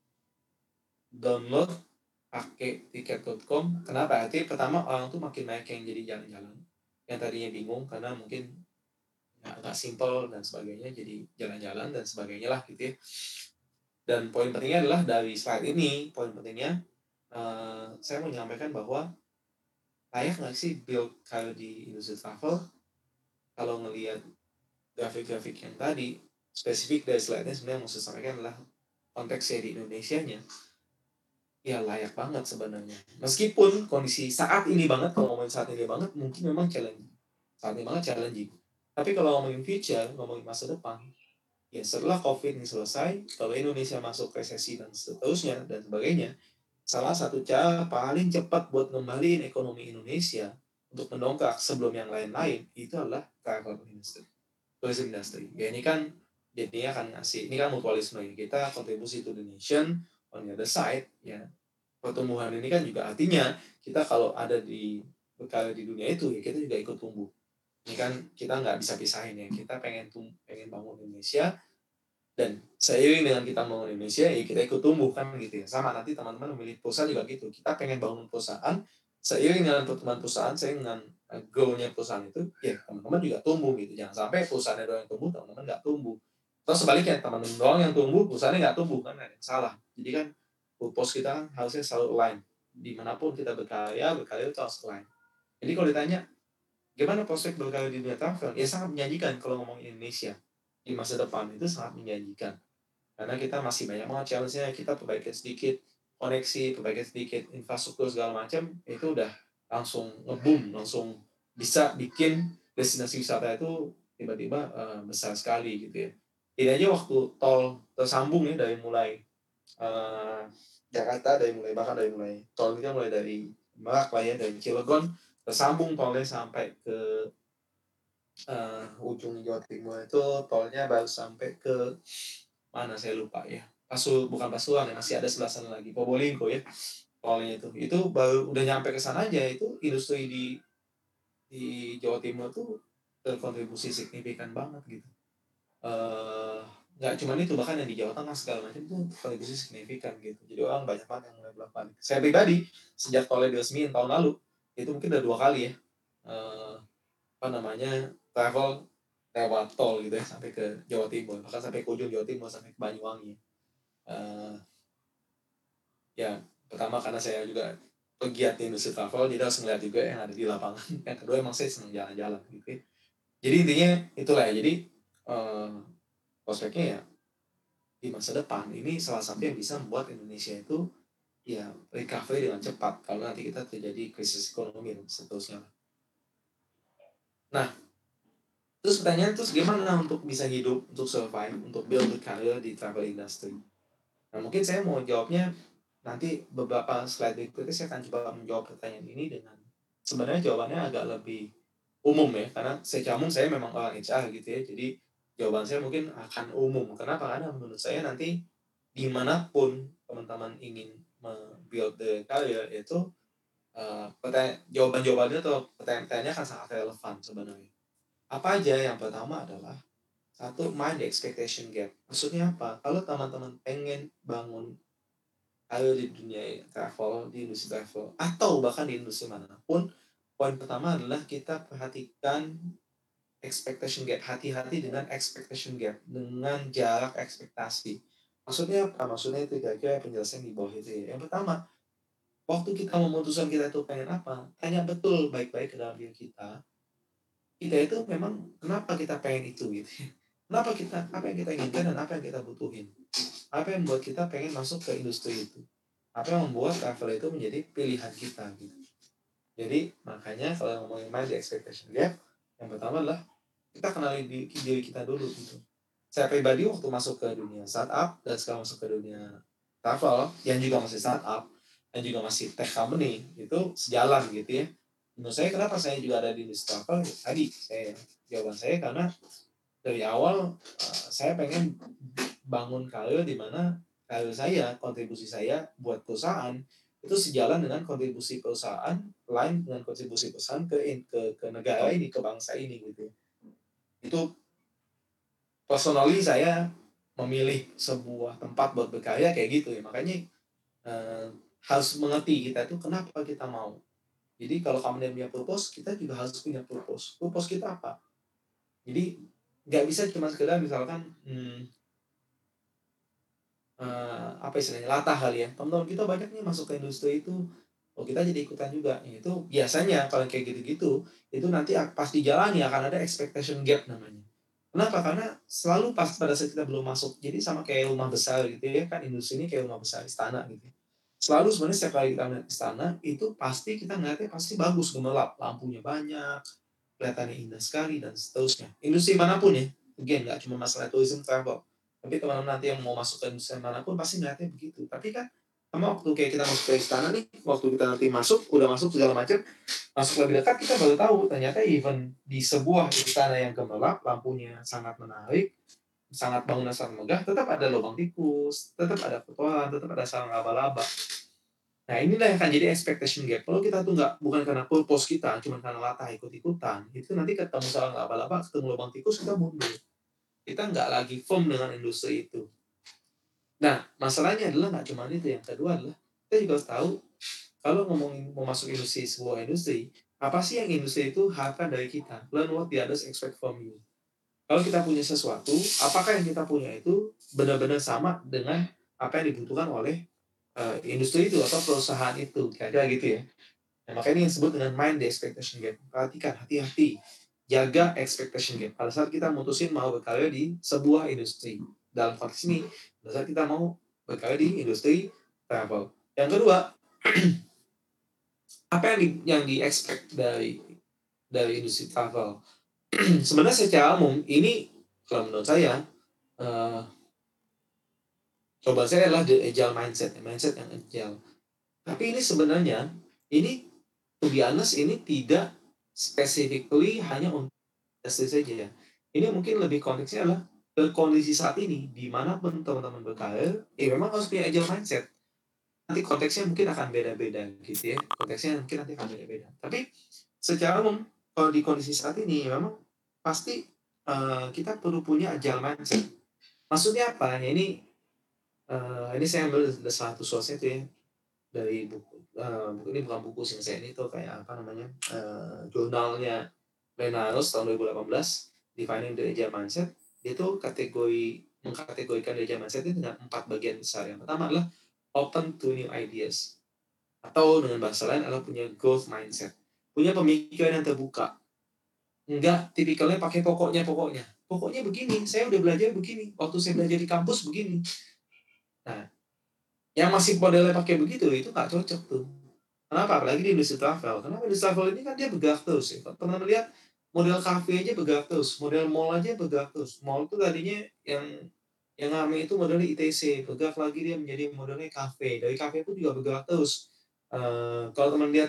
download pakai tiket dot com. Kenapa? Artinya pertama orang tuh makin banyak yang jadi jalan-jalan, yang tadinya bingung karena mungkin nggak nggak simpel dan sebagainya, jadi jalan-jalan dan sebagainya lah gitu ya. Dan poin pentingnya adalah dari slide ini, poin pentingnya, eee, saya mau menyampaikan bahwa layak nggak sih build karir di industri travel? Kalau ngelihat grafik-grafik yang tadi, spesifik dari slide-nya sebenarnya yang mau saya sampaikan adalah konteksnya di Indonesianya, ya layak banget sebenarnya. Meskipun kondisi saat ini banget, kalau ngomongin saat ini banget, mungkin memang challenging, saat ini banget challenging. Tapi kalau ngomongin future, ngomongin masa depan, ya setelah Covid ini selesai, kalau Indonesia masuk resesi dan seterusnya dan sebagainya, salah satu cara paling cepat buat ngembaliin ekonomi Indonesia untuk mendongkrak sebelum yang lain-lain, itu adalah travel industry, tourism industry. Ya ini kan jadinya akan ngasih, ini kan mutualisme ya, kita kontribusi to the nation, on the other side, ya pertumbuhan ini kan juga artinya kita kalau ada di berkarya di dunia itu, ya kita juga ikut tumbuh. Ini kan kita nggak bisa pisahin ya, kita pengen tum pengen bangun Indonesia, dan seiring dengan kita membangun Indonesia, ya kita ikut tumbuh kan gitu ya. Sama nanti teman-teman memilih perusahaan juga gitu. Kita pengen bangun perusahaan, seiring dengan pertumbuhan perusahaan, seiring dengan uh, grow-nya perusahaan itu, ya teman-teman juga tumbuh gitu. Jangan sampai perusahaannya doang yang tumbuh, teman-teman nggak tumbuh. Atau sebaliknya, teman doang yang tumbuh, perusahaannya nggak tumbuh, kan ada yang salah. Jadi kan, purpose kita kan harusnya selalu align. Di mana pun kita berkarya, berkarya itu harus align. Jadi kalau ditanya, gimana prospek berkarya di dunia travel? Ya sangat menjanjikan kalau ngomongin Indonesia. Di masa depan itu sangat menjanjikan. Karena kita masih banyak banget challenge-nya, kita perbaikin sedikit koneksi, perbaikin sedikit infrastruktur segala macam, itu udah langsung nge-boom, langsung bisa bikin destinasi wisata itu tiba-tiba uh, besar sekali gitu ya. Ini aja waktu tol tersambung ya dari mulai uh, Jakarta, dari mulai bahkan dari mulai tol itu mulai dari Merak lah ya, dari Cilegon tersambung tolnya sampai ke uh, ujung Jawa Timur itu tolnya baru sampai ke mana saya lupa ya. Pasu bukan Pasuruan ya, masih ada sebelah sana lagi Probolinggo ya. Tolnya itu. Itu baru udah nyampe ke sana aja itu industri di di Jawa Timur tuh berkontribusi signifikan banget gitu. Eh nggak cuma itu, bahkan yang di Jawa Tengah segala macam tuh kontribusi signifikan gitu. Jadi orang banyak banget yang mulai bolak-balik. Saya pribadi sejak tolnya diresmiin tahun lalu itu mungkin udah dua kali ya. Eh apa namanya travel lewat tol gitu ya sampai ke Jawa Timur, bahkan sampai ke ujung Jawa Timur sampai ke Banyuwangi. Uh, ya pertama karena saya juga pegiat di industri travel, jadi harus melihat juga yang ada di lapangan. Yang kedua emang saya senang jalan-jalan gitu ya. Jadi intinya itulah ya, jadi uh, prospeknya ya di masa depan ini salah satu yang bisa membuat Indonesia itu ya recovery dengan cepat kalau nanti kita terjadi krisis ekonomi dan seterusnya. Nah, terus pertanyaan terus gimana untuk bisa hidup, untuk survive, untuk build a career di travel industry? Nah, mungkin saya mau jawabnya nanti beberapa slide berikutnya saya akan coba menjawab pertanyaan ini dengan sebenarnya jawabannya agak lebih umum ya, karena secara umum saya memang orang H R gitu ya, jadi jawaban saya mungkin akan umum. Kenapa? Karena menurut saya nanti dimanapun teman-teman ingin build the career itu uh, pertanyaan, jawaban-jawabannya atau pertanyaan-pertanyaannya akan sangat relevan sebenarnya. Apa aja? Yang pertama adalah satu, mind the expectation gap. Maksudnya apa? Kalau teman-teman pengen bangun karir di dunia travel, di industri travel, atau bahkan di industri manapun, poin pertama adalah kita perhatikan expectation gap. Hati-hati dengan expectation gap, dengan jarak ekspektasi. Maksudnya apa? Maksudnya itu kira-kira penjelasan di bawah itu ya. Yang pertama, waktu kita memutuskan kita itu pengen apa, tanya betul baik-baik ke dalam diri kita. Kita itu memang kenapa kita pengen itu gitu ya. Kenapa kita, apa yang kita inginkan dan apa yang kita butuhin. Apa yang membuat kita pengen masuk ke industri itu. Apa yang membuat travel itu menjadi pilihan kita gitu. Jadi makanya kalau ngomongin mind the expectation gap, yang pertama adalah kita kenali diri, diri kita dulu gitu. Saya pribadi waktu masuk ke dunia startup dan sekarang masuk ke dunia travel yang juga masih startup dan juga masih tech company itu sejalan gitu ya. Menurut saya kenapa saya juga ada di industri travel tadi saya jawaban saya karena dari awal uh, saya pengen bangun karir di mana karir saya, kontribusi saya buat perusahaan itu sejalan dengan kontribusi perusahaan lain dengan kontribusi perusahaan ke ke ke negara ini, ke bangsa ini gitu. Itu personally saya memilih sebuah tempat buat berkarya kayak gitu ya. Makanya uh, harus mengerti kita itu kenapa kita mau. Jadi kalau kamu punya purpose, kita juga harus punya purpose. Purpose kita apa? Jadi nggak bisa cuma sekedar misalkan hmm, uh, apa istilahnya latah kali ya, teman-teman kita banyak nih masuk ke industri itu, oh kita jadi ikutan juga. Itu biasanya kalau kayak gitu-gitu itu nanti pas dijalani akan ada expectation gap namanya. Kenapa? Karena selalu pas pada saat kita belum masuk, jadi sama kayak rumah besar gitu ya kan, industri ini kayak rumah besar istana gitu. Selalu sebenarnya setiap kali kita melihat istana itu pasti kita ngeliatnya pasti bagus, gemerlap, lampunya banyak, kelihatannya indah sekali dan seterusnya. Industri manapun ya, again nggak cuma masalah tourism travel, tapi teman-teman nanti yang mau masuk ke industri manapun pasti ngeliatnya begitu. Tapi kan sama waktu kayak kita masuk ke istana nih, waktu kita nanti masuk, udah masuk segala macam, masuk lebih dekat kita baru tahu ternyata even di sebuah istana yang gemerlap, lampunya sangat menarik, sangat bangunan sangat megah, tetap ada lubang tikus, tetap ada kotoran, tetap ada sarang laba-laba. Nah inilah yang akan jadi expectation gap. Kalau kita tuh nggak, bukan karena purpose kita, cuma karena latah ikut-ikutan, itu nanti ketemu sarang laba-laba, ketemu lubang tikus, kita mundur. Kita nggak lagi firm dengan industri itu. Nah masalahnya adalah nggak cuma itu. Yang kedua adalah kita juga harus tahu kalau ngomongin mau masuk industri, sebuah industri, apa sih yang industri itu harapkan dari kita? Learn what the others expect from you. Kalau kita punya sesuatu, apakah yang kita punya itu benar-benar sama dengan apa yang dibutuhkan oleh, eee, industri itu atau perusahaan itu, kira-kira gitu ya. Nah, makanya ini yang disebut dengan mind the expectation gap. Perhatikan, hati-hati, jaga expectation gap. Pada saat kita mutusin mau berkarya di sebuah industri. Dalam konteks ini, pada saat kita mau berkarya di industri travel. Yang kedua, apa yang di yang di-expect dari dari industri travel? Sebenarnya secara umum ini kalau menurut saya, eee, jawaban saya adalah the agile mindset, mindset yang agile. Tapi ini sebenarnya, ini to be honest ini tidak specifically hanya untuk industri saja. Ini mungkin lebih konteksnya adalah ke kondisi saat ini, di mana pun teman-teman berkarir, ya memang harus punya agile mindset. Nanti konteksnya mungkin akan beda-beda gitu ya, konteksnya mungkin nanti akan beda-beda. Tapi secara umum, kalau di kondisi saat ini memang pasti, eee, kita perlu punya agile mindset. Maksudnya apa? Ya ini, eee, ini saya ambil dari satu source-nya itu ya, dari buku, eee, buku ini bukan buku sih, saya ini tuh kayak apa namanya, eee, jurnalnya Lenaros tahun dua ribu delapan belas, Defining the Agile Mindset. Dia tuh kategori mengkategorikan the agile mindset itu dengan empat bagian besar. Yang pertama adalah open to new ideas, atau dengan bahasa lain adalah punya growth mindset, punya pemikiran yang terbuka. Enggak tipikalnya pakai pokoknya pokoknya. Pokoknya begini, saya udah belajar begini, waktu saya belajar di kampus begini. Nah, yang masih modelnya pakai begitu, itu nggak cocok tuh. Kenapa? Apalagi di industri travel. Kenapa industri travel ini kan dia bergerak terus ya. Kalau pernah melihat model kafe aja bergerak terus, model mall aja bergerak terus. Mall itu tadinya yang yang ramai itu modelnya I T C, bergerak lagi dia menjadi modelnya kafe. Dari kafe pun juga bergerak terus. Eee, kalau teman lihat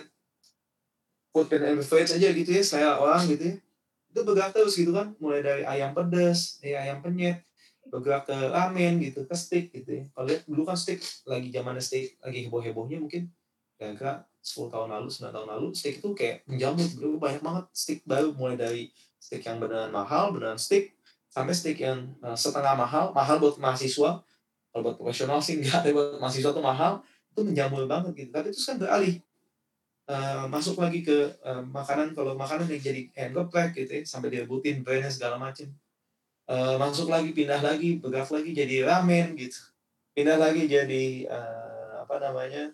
food and beverage aja gitu ya, selera orang gitu ya, itu bergerak terus gitu kan. Mulai dari ayam pedas, dari ayam penyet, bergerak ke ramen gitu, ke steak gitu ya. Kalau lihat dulu kan steak lagi zamannya steak lagi heboh-hebohnya mungkin kira-kira sepuluh tahun lalu, sembilan tahun lalu, steak itu kayak menjamur, bro, banyak banget steak baru, mulai dari steak yang beneran mahal, beneran steak, sampai steak yang, eee, setengah mahal, mahal buat mahasiswa, kalau buat profesional sih enggak, tapi buat mahasiswa tuh mahal, itu menjamur banget gitu. Tapi terus kan beralih, eee, masuk lagi ke, eee, makanan, kalau makanan yang jadi kayak geplek gitu ya, sampai direbutin brand-nya segala macem. Eee, masuk lagi, pindah lagi, bergerak lagi jadi ramen gitu, pindah lagi jadi, eee, apa namanya,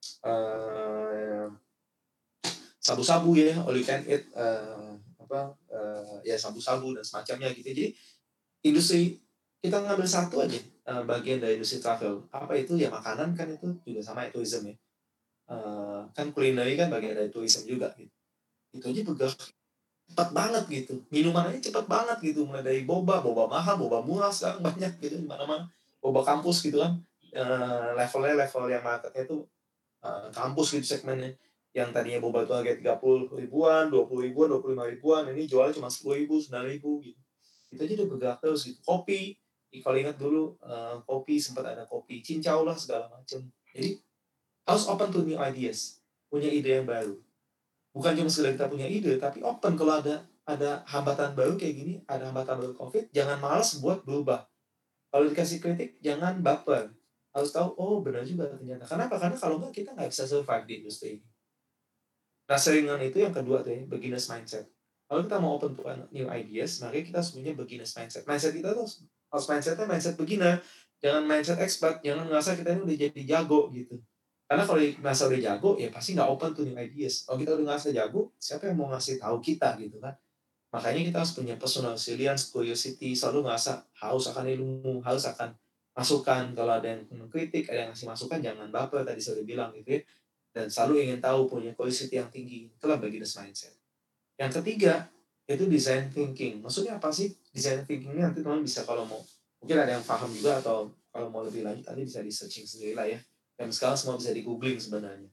eee sabu-sabu ya, all you can eat, eee, apa, eee, ya sabu-sabu dan semacamnya gitu. Jadi industri kita ngambil satu aja, eee, bagian dari industri travel, apa itu, ya makanan kan itu juga sama ya, tourism ya, eee, kan culinary kan bagian dari tourism juga gitu. Itu aja bergerak cepat banget gitu, minuman aja cepet banget gitu, mulai dari boba, boba mahal, boba murah sekarang banyak gitu di mana-mana, boba kampus gitu kan, eee, levelnya level yang marketnya itu Eee, kampus gitu segmennya, yang tadinya boba itu harganya tiga puluh ribuan, dua puluh ribuan, dua puluh lima ribuan, ini jualnya cuma sepuluh ribu, sembilan ribu gitu. Itu aja udah bergerak terus gitu. Kopi, i kalau ingat dulu, eee, kopi sempat ada kopi cincau lah segala macam. Jadi harus open to new ideas, punya ide yang baru. Bukan cuma sekedar kita punya ide, tapi open kalau ada ada hambatan baru kayak gini, ada hambatan baru Covid, jangan malas buat berubah. Kalau dikasih kritik jangan baper, harus tahu, "Oh benar juga ternyata." Kenapa? Karena kalau enggak kita nggak bisa survive di industri ini. Nah, seringan itu yang kedua tuh ya, beginners mindset. Kalau kita mau open to new ideas, maka kita harus punya beginners mindset. Mindset kita tuh harus harus mindset-nya mindset beginner, jangan mindset expert, jangan ngerasa kita ini udah jadi jago gitu. Karena kalau ngerasa udah jago, ya pasti nggak open to new ideas. Kalau kita udah ngerasa jago, siapa yang mau ngasih tahu kita gitu kan? Makanya kita harus punya personal resilience, curiosity, selalu ngerasa haus akan ilmu, haus akan masukan. Kalau ada yang mengkritik, ada yang ngasih masukan, jangan baper tadi saya udah bilang gitu ya. Dan selalu ingin tahu, punya curiosity yang tinggi. Itulah beginner's mindset. Yang ketiga, itu design thinking. Maksudnya apa sih design thinking ini? Nanti teman bisa kalau mau, mungkin ada yang paham juga atau kalau mau lebih lanjut nanti bisa di-searching sendiri lah ya. Dan sekarang semua bisa di-googling sebenarnya.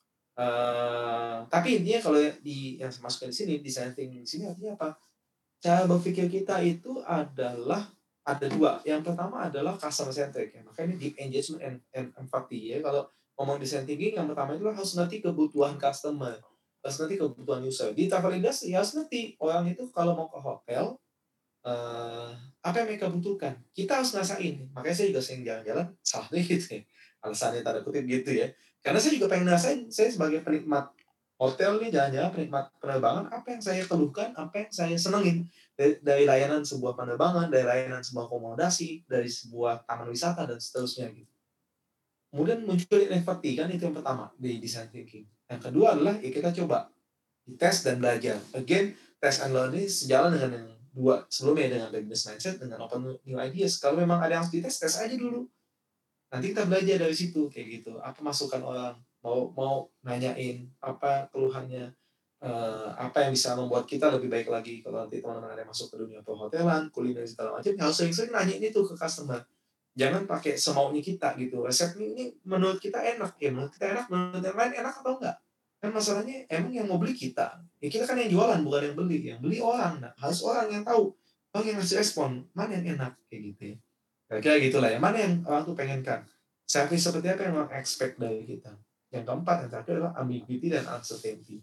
Eee, tapi intinya kalau di yang saya masukkan di sini, design thinking di sini artinya apa? Cara berpikir kita itu adalah ada dua. Yang pertama adalah customer centric ya, makanya ini deep engagement and and empathy ya. Kalau ngomong design thinking yang pertama itu harus ngerti kebutuhan customer, harus ngerti kebutuhan user. Di travel industry harus ngerti orang itu kalau mau ke hotel, eee, apa yang mereka butuhkan. Kita harus ngerasain, makanya saya juga sering jalan-jalan, salah satunya gitu ya, alasannya tanda kutip gitu ya. Karena saya juga pengen ngerasain, saya sebagai penikmat hotel nih, jalan-jalan, penikmat penerbangan, apa yang saya keluhkan, apa yang saya senengin. Dari dari layanan sebuah penerbangan, dari layanan sebuah akomodasi, dari sebuah taman wisata dan seterusnya gitu. Kemudian muncul inevity, kan itu yang pertama di design thinking. Yang kedua adalah ya kita coba tes dan belajar. Again, test and learn ini sejalan dengan yang dua sebelumnya, dengan business mindset, dengan open new ideas. Kalau memang ada yang harus dites, tes aja dulu. Nanti kita belajar dari situ kayak gitu. Apa masukan orang, mau mau nanyain apa keluhannya, eh, apa yang bisa membuat kita lebih baik lagi. Kalau nanti teman-teman ada yang masuk ke dunia perhotelan, kuliner segala macam, ya harus sering-sering nanyain itu ke customer. Jangan pakai semaunya kita gitu. Resep ini menurut kita enak, ya menurut kita enak, menurut yang lain enak atau enggak? Kan masalahnya emang yang mau beli kita. Ya kita kan yang jualan, bukan yang beli. Yang beli orang. Nah, harus orang yang tahu. Orang yang ngasih respon, mana yang enak kayak gitu ya. Kira-kira gitulah ya. Mana yang orang tuh pengenkan. Service seperti apa yang orang expect dari kita. Yang keempat, yang terakhir adalah ambiguity dan uncertainty.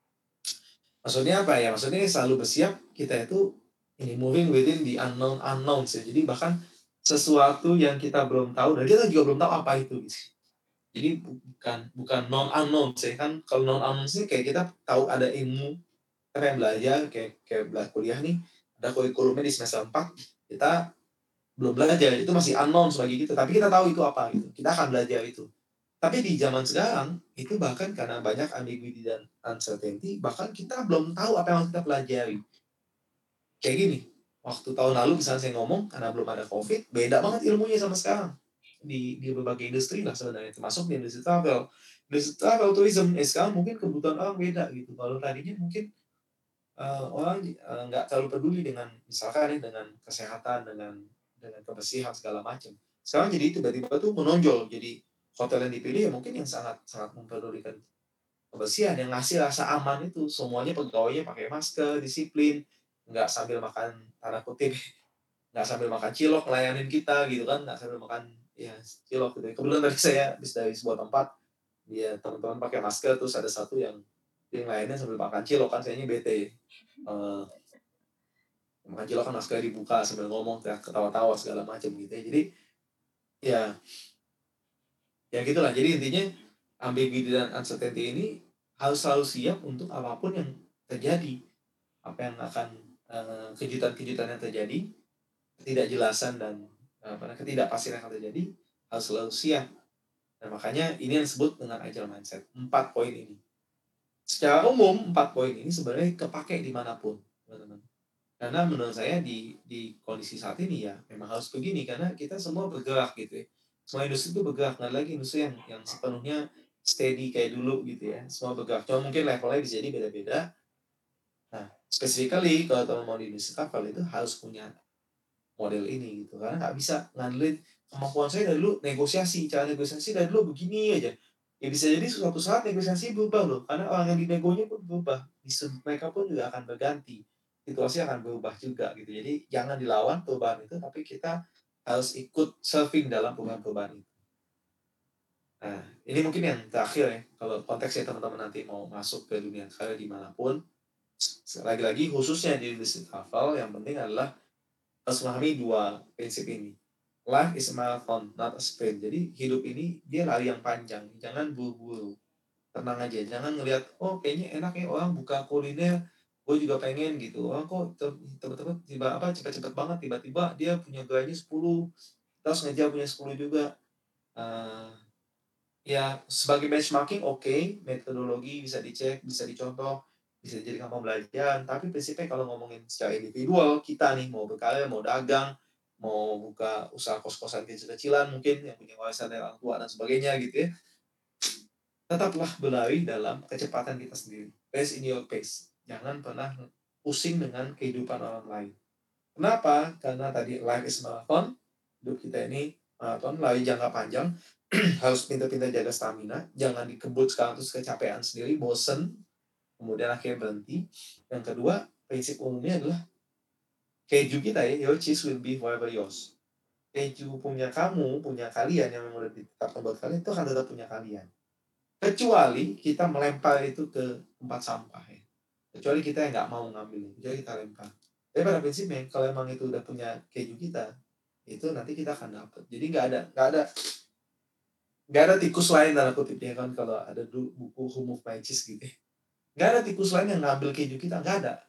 Maksudnya apa ya? Maksudnya selalu bersiap kita itu ini moving within the unknown unknowns ya. Jadi bahkan sesuatu yang kita belum tahu dan kita juga belum tahu apa itu gitu. Jadi bukan bukan non unknown sih kan. Kalau non unknown sih kayak kita tahu ada ilmu, kita pengen belajar kayak kayak belajar kuliah nih, ada kurikulumnya di semester empat, kita belum belajar, itu masih unknown bagi kita, tapi kita tahu itu apa gitu. Kita akan belajar itu. Tapi di zaman sekarang, itu bahkan karena banyak ambiguity dan uncertainty, bahkan kita belum tahu apa yang harus kita pelajari. Kayak gini, waktu tahun lalu misalnya saya ngomong, karena belum ada COVID, beda banget ilmunya sama sekarang. Di, di berbagai industri lah sebenarnya, termasuk di industri travel. Industri travel tourism, eh sekarang mungkin kebutuhan orang beda gitu. Kalau tadinya mungkin uh, orang uh, nggak terlalu peduli dengan, misalkan ya, dengan kesehatan, dengan dengan kebersihan segala macam. Sekarang jadi tiba-tiba tuh menonjol, jadi hotel yang dipilih ya mungkin yang sangat sangat mempedulikan kebersihan, yang ngasih rasa aman itu semuanya pegawainya pakai masker, disiplin, nggak sambil makan tanda kutip, nggak sambil makan cilok ngelayanin kita gitu kan, nggak sambil makan ya cilok gitu. Kebetulan tadi saya habis dari sebuah tempat, dia teman-teman pakai masker, terus ada satu yang dia ngelayanin sambil makan cilok, kan sayanya bete. Uh, makan cilok kan masker dibuka sambil ngomong, ketawa-tawa segala macam gitu ya. Jadi ya ya gitulah. Jadi intinya ambiguity dan uncertainty ini harus selalu siap untuk apapun yang terjadi, apa yang akan uh, kejutan-kejutan yang terjadi, ketidakjelasan dan apa ketidakpastian yang akan terjadi, harus selalu siap. Dan makanya ini yang disebut dengan agile mindset. Empat poin ini. Secara umum empat poin ini sebenarnya kepake dimanapun, teman-teman. Karena menurut saya di di kondisi saat ini ya memang harus begini, karena kita semua bergerak gitu ya. Semua industri itu bergerak, nggak lagi industri yang yang sepenuhnya steady kayak dulu gitu ya. Semua bergerak, cuma mungkin levelnya bisa jadi beda-beda. Nah, specifically kalau teman mau di industri travel itu harus punya model ini gitu, karena nggak bisa ngandelin kemampuan saya dari dulu negosiasi, cara negosiasi dari dulu begini aja. Ya bisa jadi suatu saat negosiasi berubah loh, karena orang yang dinegonya pun berubah, di sudut mereka pun juga akan berganti, situasi akan berubah juga gitu. Jadi jangan dilawan perubahan itu, tapi kita harus ikut surfing dalam perubahan-perubahan itu. Nah, ini mungkin yang terakhir ya, kalau konteksnya teman-teman nanti mau masuk ke dunia karir dimanapun, lagi-lagi khususnya di industri travel, yang penting adalah harus memahami dua prinsip ini. Life is a marathon, not a sprint. Jadi hidup ini dia lari yang panjang. Jangan buru-buru. Tenang aja. Jangan ngelihat, oh kayaknya enak ya orang buka kuliner, gue juga pengen gitu. Orang kok tiba-tiba tiba apa cepat-cepat banget, tiba-tiba dia punya gaji sepuluh, terus ngejar punya sepuluh juga. Uh, ya sebagai benchmarking oke, okay, metodologi bisa dicek, bisa dicontoh, bisa jadi pembelajaran. Tapi prinsipnya kalau ngomongin secara individual, kita nih mau berkarya, mau dagang, mau buka usaha kos-kosan kecil-kecilan mungkin yang punya warisan dari orang tua dan sebagainya gitu ya, tetaplah berlari dalam kecepatan kita sendiri. Pace in your pace. Jangan pernah pusing dengan kehidupan orang lain. Kenapa? Karena tadi life is marathon, hidup kita ini marathon, lari jangka panjang, harus pintar-pintar jaga stamina, jangan dikebut sekarang terus kecapean sendiri, bosen, kemudian akhirnya berhenti. Yang kedua, prinsip umumnya adalah keju kita ya, your cheese will be forever yours. Keju punya kamu, punya kalian yang memang udah ditetapkan buat kalian, itu akan tetap punya kalian. Kecuali kita melempar itu ke tempat sampah ya. Kecuali kita yang nggak mau ngambil, kecuali kita lempar. Tapi pada prinsipnya, kalau emang itu udah punya keju kita, itu nanti kita akan dapat. Jadi nggak ada, nggak ada nggak ada tikus lain dalam kutipnya kan, kalau ada buku Who Moved My Cheese gitu. Nggak ada tikus lain yang ngambil keju kita, nggak ada.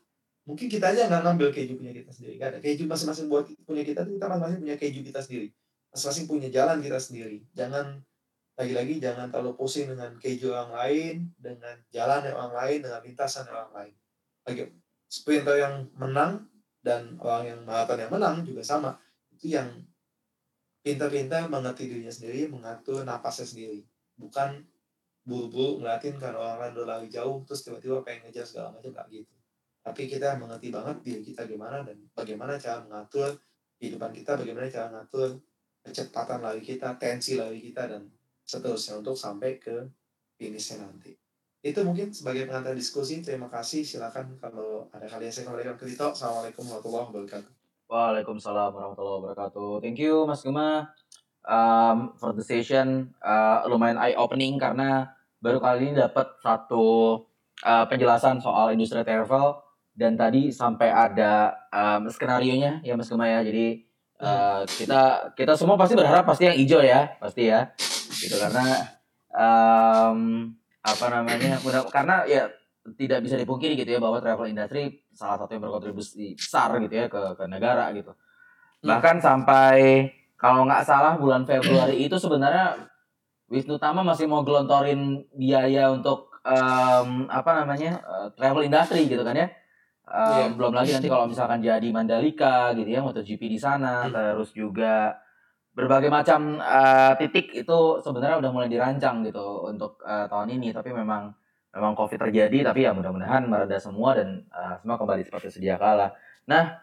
mungkin kita aja nggak ngambil keju punya kita sendiri, nggak ada. Keju masing-masing buat punya kita tuh, kita masing-masing punya keju kita sendiri. Masing-masing punya jalan kita sendiri. Jangan lagi-lagi jangan terlalu pusing dengan keju orang lain, dengan jalan yang orang lain, dengan lintasan yang orang lain. Lagi sprinter yang menang dan orang yang maraton yang menang juga sama. Itu yang pintar-pintar mengerti dirinya sendiri, mengatur napasnya sendiri. Bukan buru-buru ngeliatin kan orang lain udah lari jauh, terus tiba-tiba pengen ngejar segala macam, nggak gitu. Tapi kita mengerti banget diri kita gimana dan bagaimana cara mengatur kehidupan kita, bagaimana cara mengatur kecepatan lari kita, tensi lari kita, dan seterusnya untuk sampai ke finishnya nanti. Itu mungkin sebagai pengantar diskusi. Terima kasih. Silakan kalau ada kalian saya kembalikan ke Dito. Assalamualaikum warahmatullahi wabarakatuh. Waalaikumsalam warahmatullahi wabarakatuh. Thank you Mas Gema um, for the session. Uh, lumayan eye opening karena baru kali ini dapat satu uh, penjelasan soal industri travel dan tadi sampai ada um, skenario nya ya Mas Gema ya. Jadi uh, kita kita semua pasti berharap pasti yang hijau ya, pasti ya. Gitu karena um, apa namanya? Mudah, karena ya tidak bisa dipungkiri gitu ya bahwa travel industry salah satu yang berkontribusi besar gitu ya ke ke negara gitu. Bahkan sampai kalau nggak salah bulan Februari itu sebenarnya Wisnu Tama masih mau gelontorin biaya untuk um, apa namanya uh, travel industry gitu kan ya. Um, Iya. Belum lagi nanti kalau misalkan jadi Mandalika gitu ya, MotoGP di sana, Hmm. terus juga berbagai macam uh, titik itu sebenarnya udah mulai dirancang gitu untuk uh, tahun ini, tapi memang memang COVID terjadi, tapi ya mudah-mudahan mereda semua dan uh, semua kembali seperti sedia kala. Nah,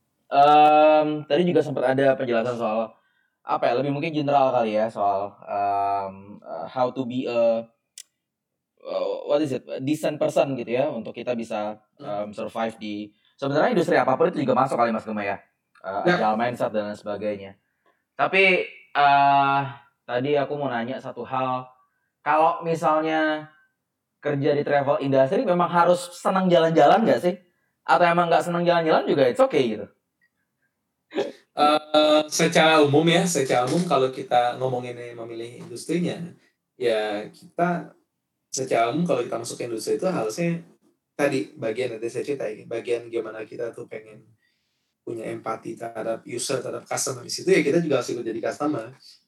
um, tadi juga sempat ada penjelasan soal apa ya, lebih mungkin general kali ya soal um, uh, how to be a uh, what is it a decent person gitu ya untuk kita bisa um, survive di sebenarnya industri apapun itu juga masuk kali Mas Gema ya, uh, Ya. agile mindset dan lain sebagainya. Tapi uh, tadi aku mau nanya satu hal, kalau misalnya kerja di travel industry memang harus senang jalan-jalan nggak sih? Atau emang nggak senang jalan-jalan juga it's okay gitu? Uh, secara umum ya, secara umum kalau kita ngomongin memilih industrinya, ya kita secara umum kalau kita masuk ke industri itu harusnya tadi bagian yang tadi saya cerita ya, bagian gimana kita tuh pengen punya empati terhadap user, terhadap customer di situ ya kita juga harus ikut jadi customer.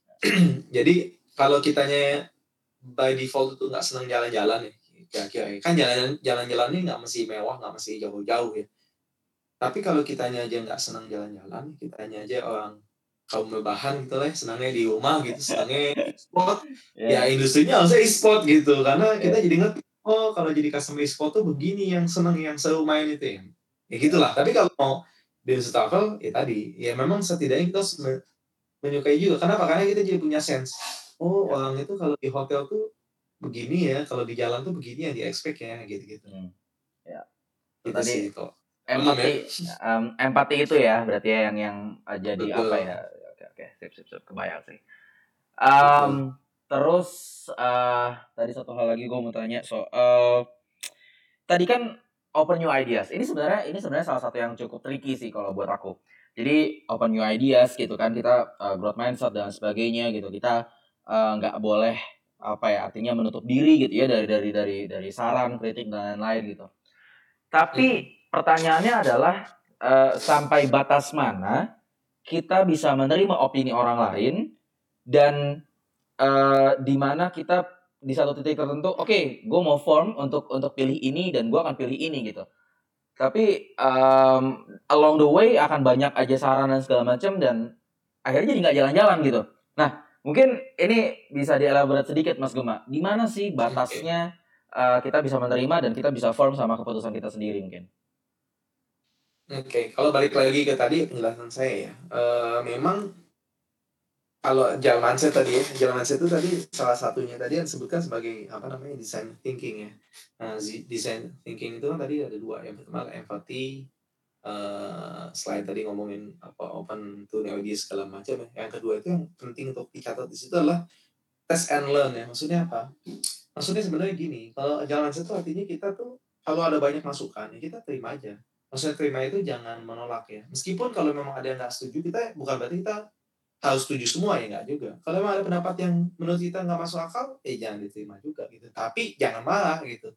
Jadi kalau kitanya by default itu nggak senang jalan-jalan ya, kira-kira kan jalan jalan-jalan ini nggak mesti mewah, nggak mesti jauh-jauh ya. Tapi kalau kitanya aja nggak senang jalan-jalan, kitanya aja orang kaum rebahan gitu lah, senangnya di rumah gitu, senangnya e-sport, ya Ya, industrinya harusnya e-sport gitu, karena kita ya, jadi ngerti, oh kalau jadi customer e-sport tuh begini yang senang, yang seru main itu ya. Ya ya, gitulah. Tapi kalau mau di industri travel, ya tadi, ya memang setidaknya kita harus me- menyukai juga. Kenapa? Karena kita jadi punya sense. Oh ya. orang itu kalau di hotel tuh begini ya, kalau di jalan tuh begini yang di expect ya, gitu-gitu. Hmm, ya. Itu Gitu tadi sih kok. Umum ya. empati, um, empati itu ya berarti ya yang yang uh, jadi apa Betul, ya? Oke, oke, sip, sip, sip, kebayang sih. Um, betul. Terus uh, tadi satu hal lagi gue mau tanya soal tadi kan open new ideas. Ini sebenarnya ini sebenarnya salah satu yang cukup tricky sih kalau buat aku. Jadi open new ideas gitu kan kita uh, growth mindset dan sebagainya gitu. Kita uh, nggak boleh apa ya artinya menutup diri gitu ya dari dari dari dari saran, kritik dan lain-lain gitu. Tapi Mhm. pertanyaannya adalah uh, sampai batas mana kita bisa menerima opini orang lain dan Eee, di mana kita di satu titik tertentu, oke, gue mau form untuk untuk pilih ini dan gue akan pilih ini gitu. Tapi, mmm, along the way akan banyak aja saran dan segala macam dan akhirnya jadi nggak jalan-jalan gitu. Nah, mungkin ini bisa di-elaborate sedikit Mas Gema, di mana sih Oke. batasnya, eee, kita bisa menerima dan kita bisa firm sama keputusan kita sendiri mungkin? Oke, kalau balik lagi ke tadi penjelasan saya ya, eee, memang kalau jalan mindset tadi ya, jalan mindset itu tadi salah satunya tadi yang disebutkan sebagai apa namanya, design thinking ya. Nah, zi design thinking itu kan tadi ada dua, yang pertama empathy, eee, selain tadi ngomongin apa, open to new ideas segala macam ya, yang kedua itu yang penting untuk dicatat di situ adalah test and learn ya. Maksudnya apa? Maksudnya sebenarnya gini, kalau jalan mindset itu artinya kita tuh kalau ada banyak masukan, ya kita terima aja. Maksudnya terima itu jangan menolak ya. Meskipun kalau memang ada yang nggak setuju, kita bukan berarti kita harus setuju semua, ya nggak juga. Kalau memang ada pendapat yang menurut kita nggak masuk akal, eh jangan diterima juga gitu. Tapi jangan marah gitu.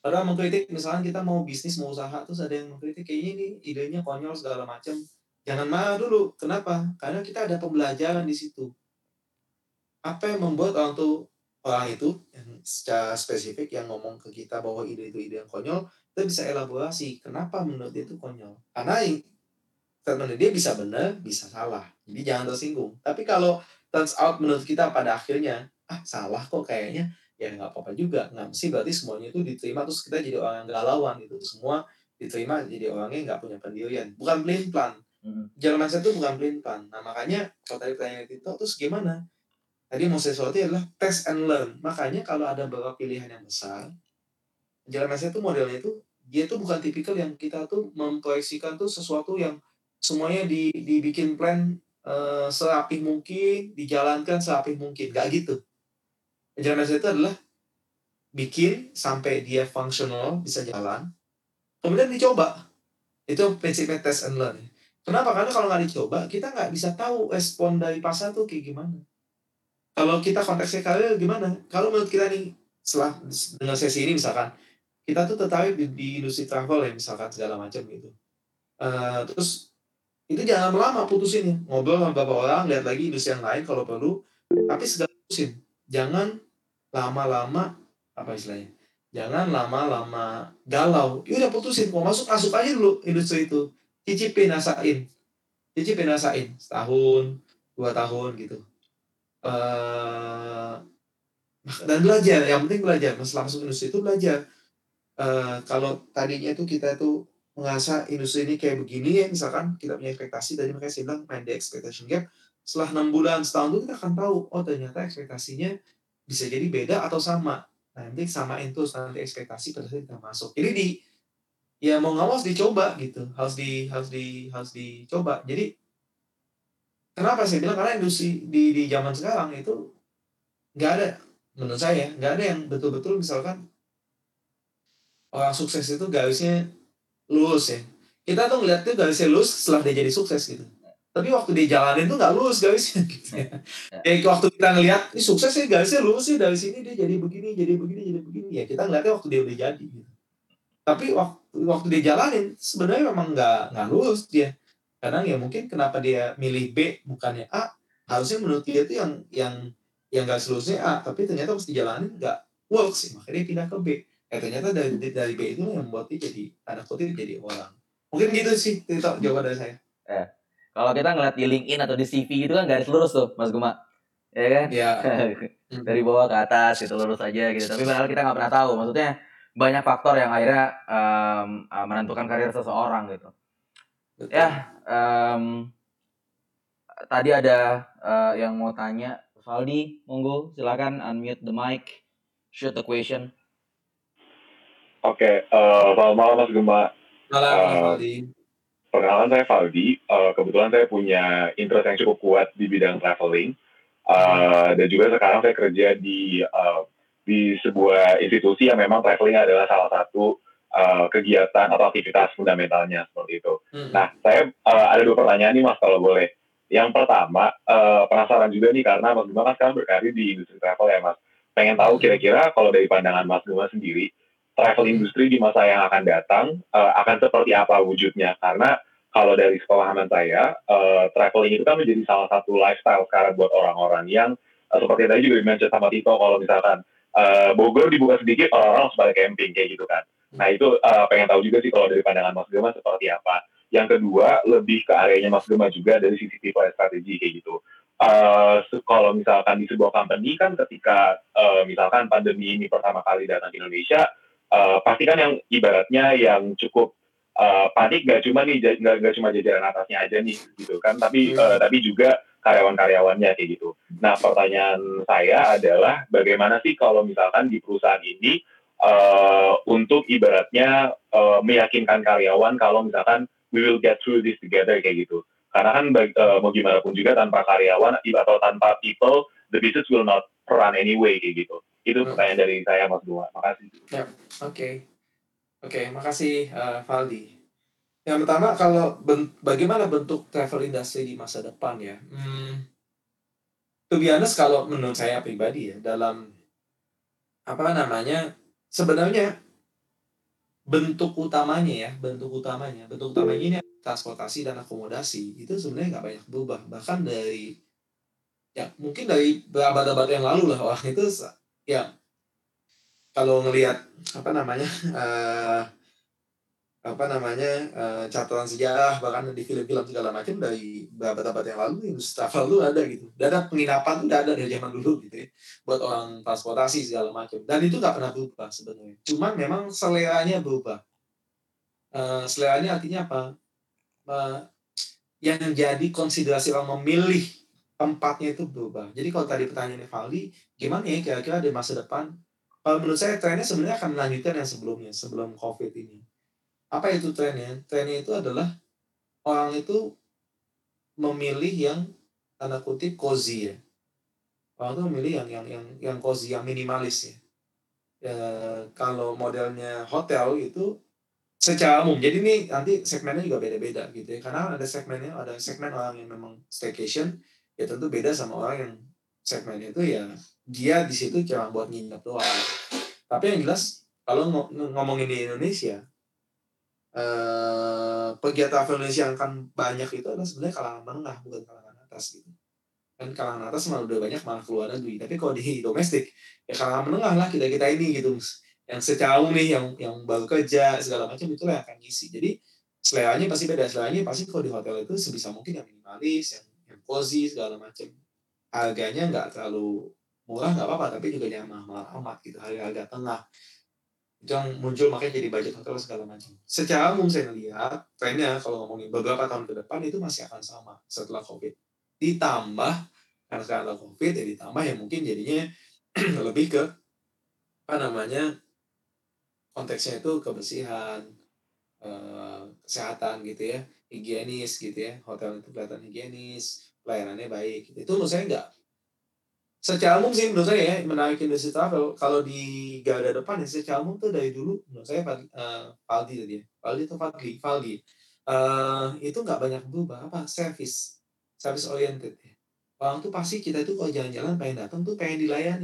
Padahal mengkritik misalkan kita mau bisnis, mau usaha, terus ada yang mengkritik, "Kayaknya ini idenya konyol," segala macam. Jangan marah dulu, kenapa? Karena kita ada pembelajaran di situ. Apa yang membuat orang tuh orang itu yang secara spesifik yang ngomong ke kita bahwa ide itu ide yang konyol, kita bisa elaborasi kenapa menurut dia itu konyol. Karena i statement dia bisa benar, bisa salah. Jadi jangan tersinggung. Tapi kalau turns out menurut kita pada akhirnya, "Ah, salah kok kayaknya," ya nggak apa-apa juga. Nggak mesti berarti semuanya itu diterima terus kita jadi orang yang galauan gitu. Semua diterima jadi orangnya nggak punya pendirian. Bukan pelin-pelan. Mhm. Jalan mindset itu bukan pelin-pelan. Nah, makanya kalau tadi pertanyaan itu, terus gimana? Tadi mau saya soroti adalah test and learn. Makanya kalau ada beberapa pilihan yang besar, jalan mindset itu modelnya itu, dia tuh bukan tipikal yang kita tuh memproyeksikan tuh sesuatu yang semuanya di dibikin plan, eee, serapih mungkin, dijalankan serapih mungkin, nggak gitu. Jalan mindset itu adalah bikin sampai dia functional, bisa jalan, kemudian dicoba. Itu prinsipnya test and learn. Kenapa? Karena kalau nggak dicoba, kita nggak bisa tahu respon dari pasar tuh kayak gimana. Kalau kita konteksnya karir gimana? Kalau menurut kita nih, setelah dengan sesi ini misalkan, kita tuh tertarik di di industri travel ya misalkan segala macam gitu. Eee, terus itu jangan lama-lama putusinnya, ngobrol sama beberapa orang, lihat lagi industri yang lain kalau perlu, tapi segera putusin. Jangan lama-lama, apa istilahnya, jangan lama-lama galau, ya udah putusin, mau masuk, masuk aja dulu industri itu. Cicipin, rasain, cicipin, rasain, setahun, dua tahun gitu. Eee Dan belajar, yang penting belajar, setelah masuk industri itu belajar. Eee, kalau tadinya itu kita tuh ngerasa industri ini kayak begini ya, misalkan kita punya ekspektasi tadi makanya saya bilang main di expectation gap, setelah enam bulan, setahun itu kita akan tahu, oh ternyata ekspektasinya bisa jadi beda atau sama. Nah, nanti samain terus nanti ekspektasi pada saat kita masuk. Jadi di ya mau nggak mau harus dicoba gitu, harus di harus di harus dicoba. Jadi kenapa saya bilang karena industri di di zaman sekarang itu nggak ada, menurut saya, nggak ada yang betul-betul misalkan orang sukses itu garisnya lurus ya. Kita tuh ngeliat tuh garisnya lurus setelah dia jadi sukses gitu. Tapi waktu dia jalanin tuh nggak lurus garisnya gitu Ya, ya. ya. Kayak waktu kita ngeliat, "Ini sukses ya garisnya lurus sih dari sini dia jadi begini jadi begini jadi begini." Ya kita ngeliatnya waktu dia udah jadi gitu. Tapi waktu waktu dia jalanin sebenarnya memang nggak nggak lurus dia. Kadang ya mungkin kenapa dia milih B bukannya A, harusnya menurut dia tuh yang yang yang garis lurusnya A, tapi ternyata pas dijalanin nggak works, ya makanya dia pindah ke B. Eh ternyata dari dari B itu yang membuat dia jadi tanda kutip jadi orang. Mungkin gitu sih itu jawaban dari saya. Ya. Kalau kita ngeliat di LinkedIn atau di C V itu kan garis lurus tuh, Mas Guma, ya kan? Ya, Dari mhm, bawah ke atas gitu, lurus aja gitu. Tapi padahal kita nggak pernah tahu, maksudnya banyak faktor yang akhirnya, mmm, eee, menentukan karir seseorang gitu. betul. Ya, mmm, tadi ada, eee, yang mau tanya, Valdi, monggo silakan unmute the mic, shoot the question. Oke, eee, selamat malam Mas Gema. Malam Mas Eee, Waldi. perkenalkan saya Valdi, eee, kebetulan saya punya interest yang cukup kuat di bidang traveling, Mhm, eee, dan juga sekarang saya kerja di, eee, di sebuah institusi yang memang traveling adalah salah satu, eee, kegiatan atau aktivitas fundamentalnya, seperti itu. mhm, Nah, saya, eee, ada dua pertanyaan nih Mas, kalau boleh. Yang pertama, eee, penasaran juga nih karena Mas Gema kan sekarang berkarir di industri travel ya Mas. Pengen tahu mhm, kira-kira kalau dari pandangan Mas Gema sendiri, travel mhm, industri di masa yang akan datang, eee, akan seperti apa wujudnya? Karena kalau dari sepemahaman saya, eee, traveling itu kan menjadi salah satu lifestyle sekarang buat orang-orang yang, eee, seperti tadi juga di-mention sama Tito kalau misalkan, eee, Bogor dibuka sedikit orang-orang langsung pada camping kayak gitu kan. mhm, Nah itu, eee, pengen tahu juga sih kalau dari pandangan Mas Gema seperti apa. Yang kedua, lebih ke areanya Mas Gema juga dari sisi people and strategy kayak gitu. Eee, se kalau misalkan di sebuah company kan ketika, eee, misalkan pandemi ini pertama kali datang ke Indonesia, eee, pasti kan yang ibaratnya yang cukup, eee, panik nggak cuma nih ja nggak nggak cuma jajaran atasnya aja nih gitu kan, tapi, eee, mhm. tapi juga karyawan-karyawannya kayak gitu. Nah pertanyaan saya adalah bagaimana sih kalau misalkan di perusahaan ini, eee, untuk ibaratnya, eee, meyakinkan karyawan kalau misalkan we will get through this together kayak gitu. Karena kan bag eee, mau gimana pun juga tanpa karyawan atau tanpa people, the business will not run anyway kayak gitu. Itu Mhm, pertanyaan dari saya Mas Bima, makasih. yap, oke. Oke, makasih, eee, Valdi. Yang pertama kalau ben bagaimana bentuk travel industry di masa depan ya, mmm, to be honest kalau menurut saya pribadi ya, dalam apa namanya, sebenarnya bentuk utamanya ya, bentuk utamanya, bentuk utamanya ini transportasi dan akomodasi itu sebenarnya nggak banyak berubah. Bahkan dari ya mungkin dari berabad-abad yang lalu lah orang itu sa- ya kalau ngelihat apa namanya eh, apa namanya eh, catatan sejarah bahkan di film-film segala macam dari berabad-abad yang lalu industri travel tuh ada gitu. Dan ada penginapan tuh udah ada dari zaman dulu gitu ya buat orang transportasi segala macam. Dan itu nggak pernah berubah sebenarnya. Cuman memang seleranya berubah. Eh, seleranya artinya apa? Eh, yang jadi konsiderasi orang memilih tempatnya itu berubah. Jadi kalau tadi pertanyaannya Valdi, gimana ya kira-kira di masa depan? Kalau menurut saya trennya sebenarnya akan melanjutkan yang sebelumnya, sebelum COVID ini. Apa itu trennya? Trennya itu adalah orang itu memilih yang tanda kutip cozy ya. Orang itu memilih yang yang yang yang cozy, yang minimalis ya. Ya, kalau modelnya hotel itu secara umum. Jadi ini nanti segmennya juga beda-beda gitu ya. Karena ada segmennya, ada segmen orang yang memang staycation, ya tentu beda sama orang yang segmennya itu ya dia di situ cuma buat nginep doang. Tapi yang jelas kalau ngo- ngomongin di Indonesia, eh pegiat travel Indonesia yang akan banyak itu adalah sebenarnya kalangan menengah bukan kalangan atas gitu. Kan kalangan atas malah udah banyak malah keluar negeri. Tapi kalau di domestik ya kalangan menengah lah kita kita ini gitu, yang secara umum nih yang yang baru kerja segala macam itu yang akan ngisi. Jadi seleranya pasti beda. Seleranya pasti kalau di hotel itu sebisa mungkin yang minimalis, yang yang cozy segala macam. Harganya nggak terlalu murah nggak apa-apa, tapi juga jangan mahal-mahal amat gitu. Harga-harga tengah itu yang muncul makanya jadi budget hotel segala macam. Secara umum saya melihat trennya kalau ngomongin beberapa tahun ke depan itu masih akan sama setelah COVID. Ditambah karena sekarang ada COVID ya ditambah yang mungkin jadinya lebih ke apa namanya konteksnya itu kebersihan, eh, kesehatan gitu ya, higienis gitu ya, hotel itu kelihatan higienis, pelayanannya baik. Gitu. Itu menurut saya enggak. Secara umum sih menurut saya ya, menarik industri travel. Kalau di garda depan ya secara umum tuh dari dulu menurut saya Pak eh, Valdi tadi ya. Valdi atau Fadli? Valdi. Eh, itu nggak banyak berubah. Apa? Service. Service oriented ya. Orang tuh pasti kita tuh kalau jalan-jalan pengen datang tuh pengen dilayani.